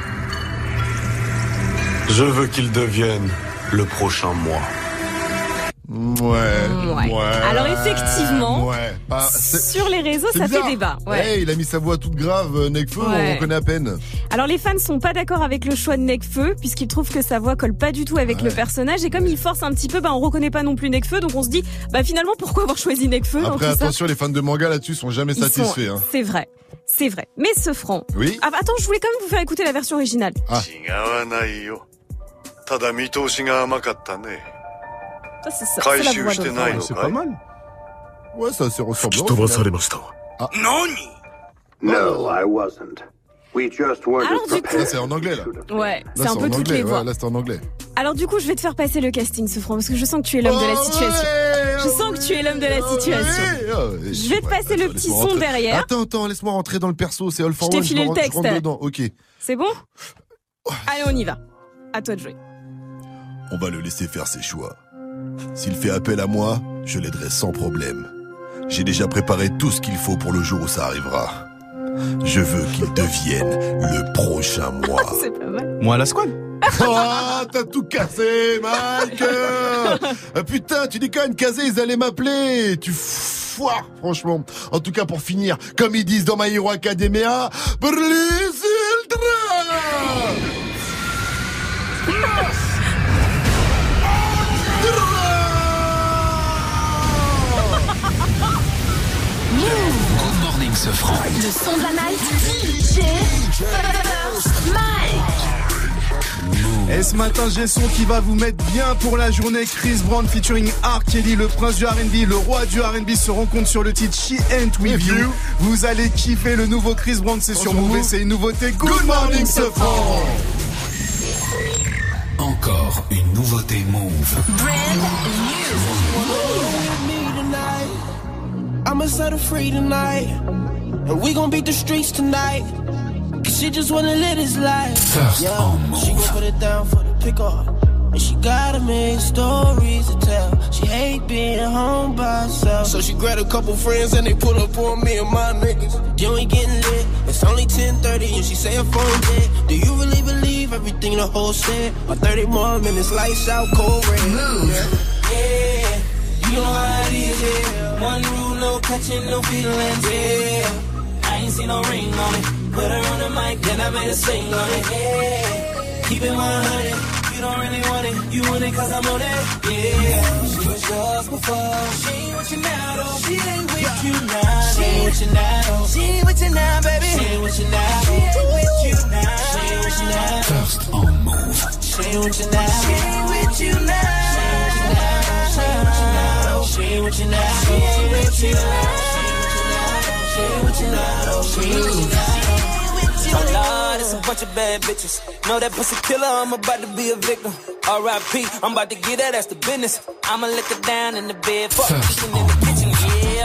Je veux qu'il devienne le prochain moi. Ouais, ouais. ouais. Alors effectivement, ouais. Ah, sur les réseaux, ça bizarre. fait débat. Ouais. Hey, il a mis sa voix toute grave, Nekfeu, ouais. on connaît à peine. Alors les fans sont pas d'accord avec le choix de Nekfeu, puisqu'ils trouvent que sa voix colle pas du tout avec ouais. le personnage. Et comme il force un petit peu, bah on reconnaît pas non plus Nekfeu, donc on se dit, bah finalement pourquoi avoir choisi Nekfeu? Après attention, ça les fans de manga là-dessus sont jamais Ils satisfaits. Sont... Hein. C'est vrai. C'est vrai. Mais ce franc. Oui. Ah, attends, je voulais quand même vous faire écouter la version originale. Ah. Ça, c'est, ça, c'est la voix de ouais, c'est pas mal. Ouais, ça c'est ressemblant. Ah. Nani? No, I wasn't. We just wanted Alors, du coup... Là, c'est en anglais, là. Ouais, là, c'est, c'est un peu toutes anglais, les voix. Ouais, là, c'est en anglais. Alors, du coup, je vais te faire passer le casting, ce franc, parce que je sens que tu es l'homme oh, de la situation. Ouais, je sens que tu es l'homme de la situation. Ouais, ouais, je vais te passer ouais, le petit son rentrer. derrière. Attends, attends, laisse-moi rentrer dans le perso, c'est All for One. Je t'ai filé le texte. Je rentre dedans, ok. C'est bon? Allez, on y va. À toi de jouer. On va le laisser faire ses choix. S'il fait appel à moi, je l'aiderai sans problème. J'ai déjà préparé tout ce qu'il faut pour le jour où ça arrivera. Je veux qu'il devienne le prochain moi. C'est pas mal. Moi à la squad. Oh, t'as tout cassé, Mike. Ah, putain, tu dis quand même casé, ils allaient m'appeler. Tu foires, franchement. En tout cas, pour finir, comme ils disent dans My Hero Academia, Brisildra. Good morning, Sofran. Le son de la night, D J Mike. Et ce matin, j'ai son qui va vous mettre bien pour la journée. Chris Brown featuring R. Kelly, le prince du R and B, le roi du R and B se rencontre sur le titre She Ain't With You. Vous allez kiffer le nouveau Chris Brown, c'est sur Move et c'est une nouveauté. Good, Good morning, Sofran. Encore une nouveauté Move. Brand I'ma set her free tonight, and we gon' beat the streets tonight. Cause she just wanna live this life. First yeah, on Move. She gon' put it down for the pick up, and she got a million stories to tell. She hate being home by herself, so she grabbed a couple friends and they pull up on me and my niggas. You ain't getting lit, it's only ten thirty and she say her phone dead. Do you really believe everything the whole said? Or thirty more minutes, lights out, cold red. Yeah, yeah, you know how it is, yeah. One rule, no touching, no feelings, yeah. I ain't seen no ring on it. Put her on the mic, then I made her sing on it, yeah. Keep it one hundred, you don't really want it. You want it cause I'm on it, yeah. She was yours before, she ain't with you now though. She ain't with you now, she ain't with you now though. She ain't with you now, baby. She ain't with you now, she ain't with you now. She ain't with you now. First on Move. She ain't with you now, she ain't with you now. She ain't with you now, she ain't with you now. She ain't with you now, she ain't with you now. She ain't with you now. Oh Lord, it's a bunch of bad bitches. Know that pussy killer, I'm about to be a victim. R I P, I'm about to get that, that's the business. I'ma lick her down in the bed, fuck eating in the kitchen, yeah.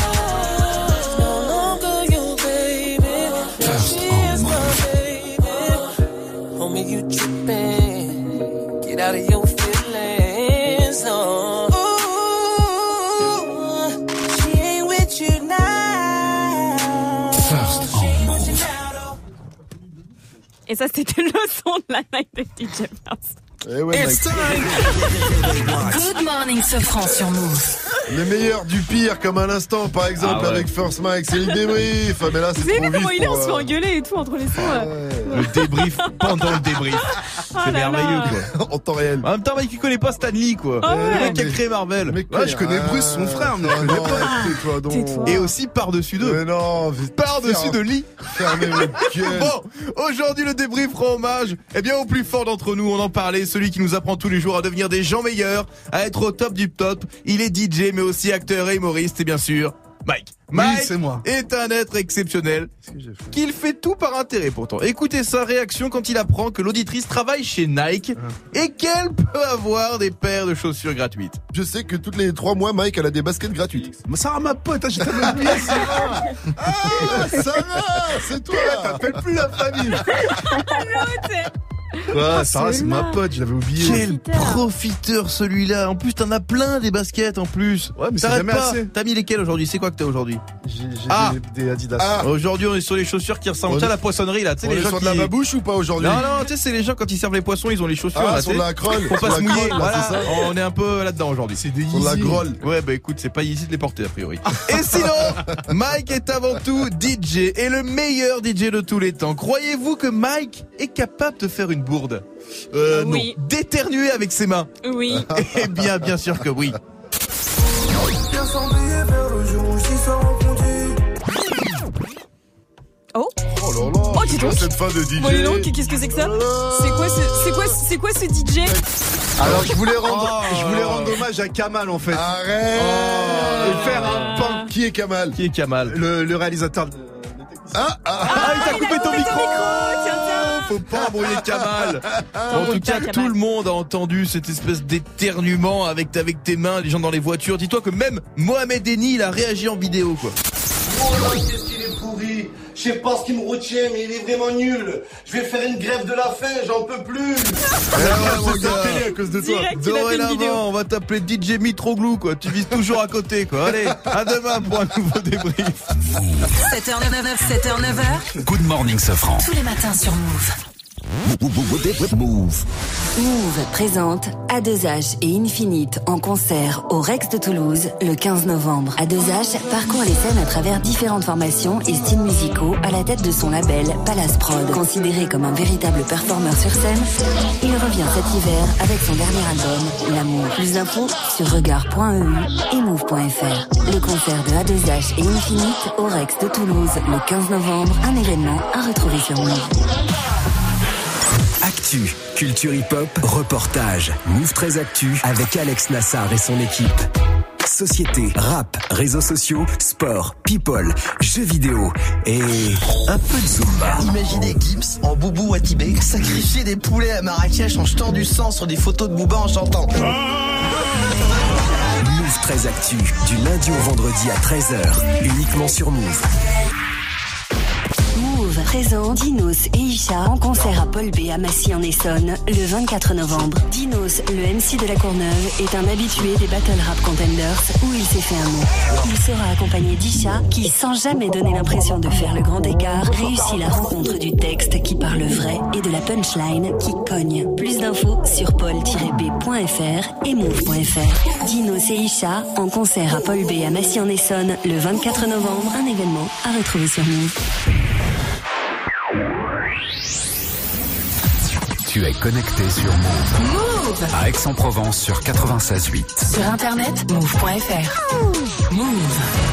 No longer your baby. She's my baby. Homie, you tripping. Get out of your feelings. No. Ooh, she ain't with you now. First on Move. Et ça, c'était le son de la night de D J Mouse. Eh ouais, It's time. Good morning, Sofran sur Move. Le meilleur du pire, comme à l'instant, par exemple, Ah ouais. avec First Mike, c'est le débrief. Ah, mais là, c'est Vous avez trop vu comment vif il est, pour, on se fait euh, engueuler et tout entre les sons. là. Le débrief pendant le débrief. Oh C'est là merveilleux, là. quoi. en temps réel. En même temps, mec, il connaît pas Stan Lee, quoi. Ah Le ouais. mec qui a Mais- créé Marvel. Mais Ouais, je connais Ah, Bruce, son frère, mais je non, connais non, pas. tais-toi donc. Tais-toi. Et aussi par-dessus d'eux. Mais non, Par-dessus de Lee. Fermez votre gueule. Bon, aujourd'hui, le débrief rend hommage, eh bien, au plus fort d'entre nous. On en parlait, celui qui nous apprend tous les jours à devenir des gens meilleurs, à être au top du top. Il est D J, mais aussi acteur et humoriste, et bien sûr, Mike. Mike Oui, c'est moi. est un être exceptionnel, qu'il fait tout par intérêt pourtant. Écoutez sa réaction quand il apprend que l'auditrice travaille chez Nike et qu'elle peut avoir des paires de chaussures gratuites. Je sais que toutes les trois mois, Mike, elle a des baskets gratuites. Mais Sarah, ma pote, hein, je t'avais oublié, Sarah. Ah, Sarah, c'est toi. T'appelles plus la famille. L'autre, Ouais, Sarah, c'est ma pote, je l'avais oublié. Quel profiteur celui-là. En plus, t'en as plein des baskets en plus. Ouais, mais c'est T'arrêtes jamais pas. assez. T'as mis lesquels aujourd'hui? C'est quoi que t'as aujourd'hui? J'ai j'ai Ah. des, des Adidas. Ah. Aujourd'hui, on est sur les chaussures qui ressemblent On tu sais, à est- la poissonnerie là. Tu sais, On les est gens sur qui... de la babouche ou pas aujourd'hui? Non, non, tu sais, c'est les gens quand ils servent les poissons, ils ont les chaussures Ah, là, sur tu sais, la crolle. pour Sur pas la se mouiller. crolle, là, Voilà, c'est ça. on est un peu là-dedans aujourd'hui. C'est des Sur la Yeezy. grolle. Ouais, bah écoute, c'est pas easy de les porter a priori. Et sinon, Mike est avant tout D J et le meilleur D J de tous les temps. Croyez-vous que Mike est capable de faire une bourde? Euh, non. Oui. D'éternuer avec ses mains? Oui. Eh bien, bien sûr que oui. Bien s'embrouiller vers le jour où j'y sors en conduit. Oh. Oh là là. Oh, dis donc. Cette fin de D J. Bon, dis donc, qu'est-ce que c'est que ça? C'est quoi ce, c'est quoi, c'est quoi ce D J? Alors, je voulais rendre, Oh. je voulais rendre hommage à Kamal, en fait. Arrête. Et faire un pain. Qui est Kamal? Qui est Kamal? Le, le réalisateur de... Ah, ah, Ah, il t'a coupé ton micro! Tiens, tiens. Faut pas embrouiller Kamal. En Embrouille tout cas, pas, Kamal. tout le monde a entendu cette espèce d'éternuement avec, avec tes mains, les gens dans les voitures. Dis-toi que même Mohamed Eni, il a réagi en vidéo, quoi. Oh là, qu'est-ce qu'il est pourri. Je sais pas ce qui me retient, mais il est vraiment nul. Je vais faire une grève de la faim, j'en peux plus. Ah ouais, mon gars. à cause de toi. Direct, il a fait une vidéo. Dorénavant, on va t'appeler D J Mitroglou, quoi. Tu vises toujours à côté, quoi. Allez, à demain pour un nouveau débrief. sept heures neuf, sept heures neuf heures. Good morning, Sofran. Tous les matins sur Move. Move. Move présente A deux H et Infinite en concert au Rex de Toulouse le quinze novembre. A deux H parcourt les scènes à travers différentes formations et styles musicaux à la tête de son label Palace Prod. Considéré comme un véritable performeur sur scène, il revient cet hiver avec son dernier album, L'amour. Plus d'infos sur regard point e u et move point f r. Le concert de A deux H et Infinite au Rex de Toulouse le quinze novembre, un événement à retrouver sur Move. Actu, culture hip-hop, reportage. Move très Actu avec Alex Nassar et son équipe. société, rap, réseaux sociaux, sport, people, jeux vidéo et un peu de Zumba. Imaginez Gims en boubou à Tibet sacrifier des poulets à Marrakech en jetant du sang sur des photos de Booba en chantant. Move treize Actu, du lundi au vendredi à treize heures, uniquement sur Move. Move présente Dinos et Isha en concert à Paul B à Massy en Essonne le vingt-quatre novembre. Dinos, le M C de la Courneuve, est un habitué des Battle Rap Contenders où il s'est fait un nom. Il sera accompagné d'Isha qui, sans jamais donner l'impression de faire le grand écart, réussit la rencontre du texte qui parle vrai et de la punchline qui cogne. Plus d'infos sur paul tiret b point f r et move point f r. Dinos et Isha en concert à Paul B à Massy en Essonne le vingt-quatre novembre, un événement à retrouver sur Move. Tu es connecté sur Move. Move À Aix-en-Provence sur quatre-vingt-seize huit. Sur internet, move point f r. Move.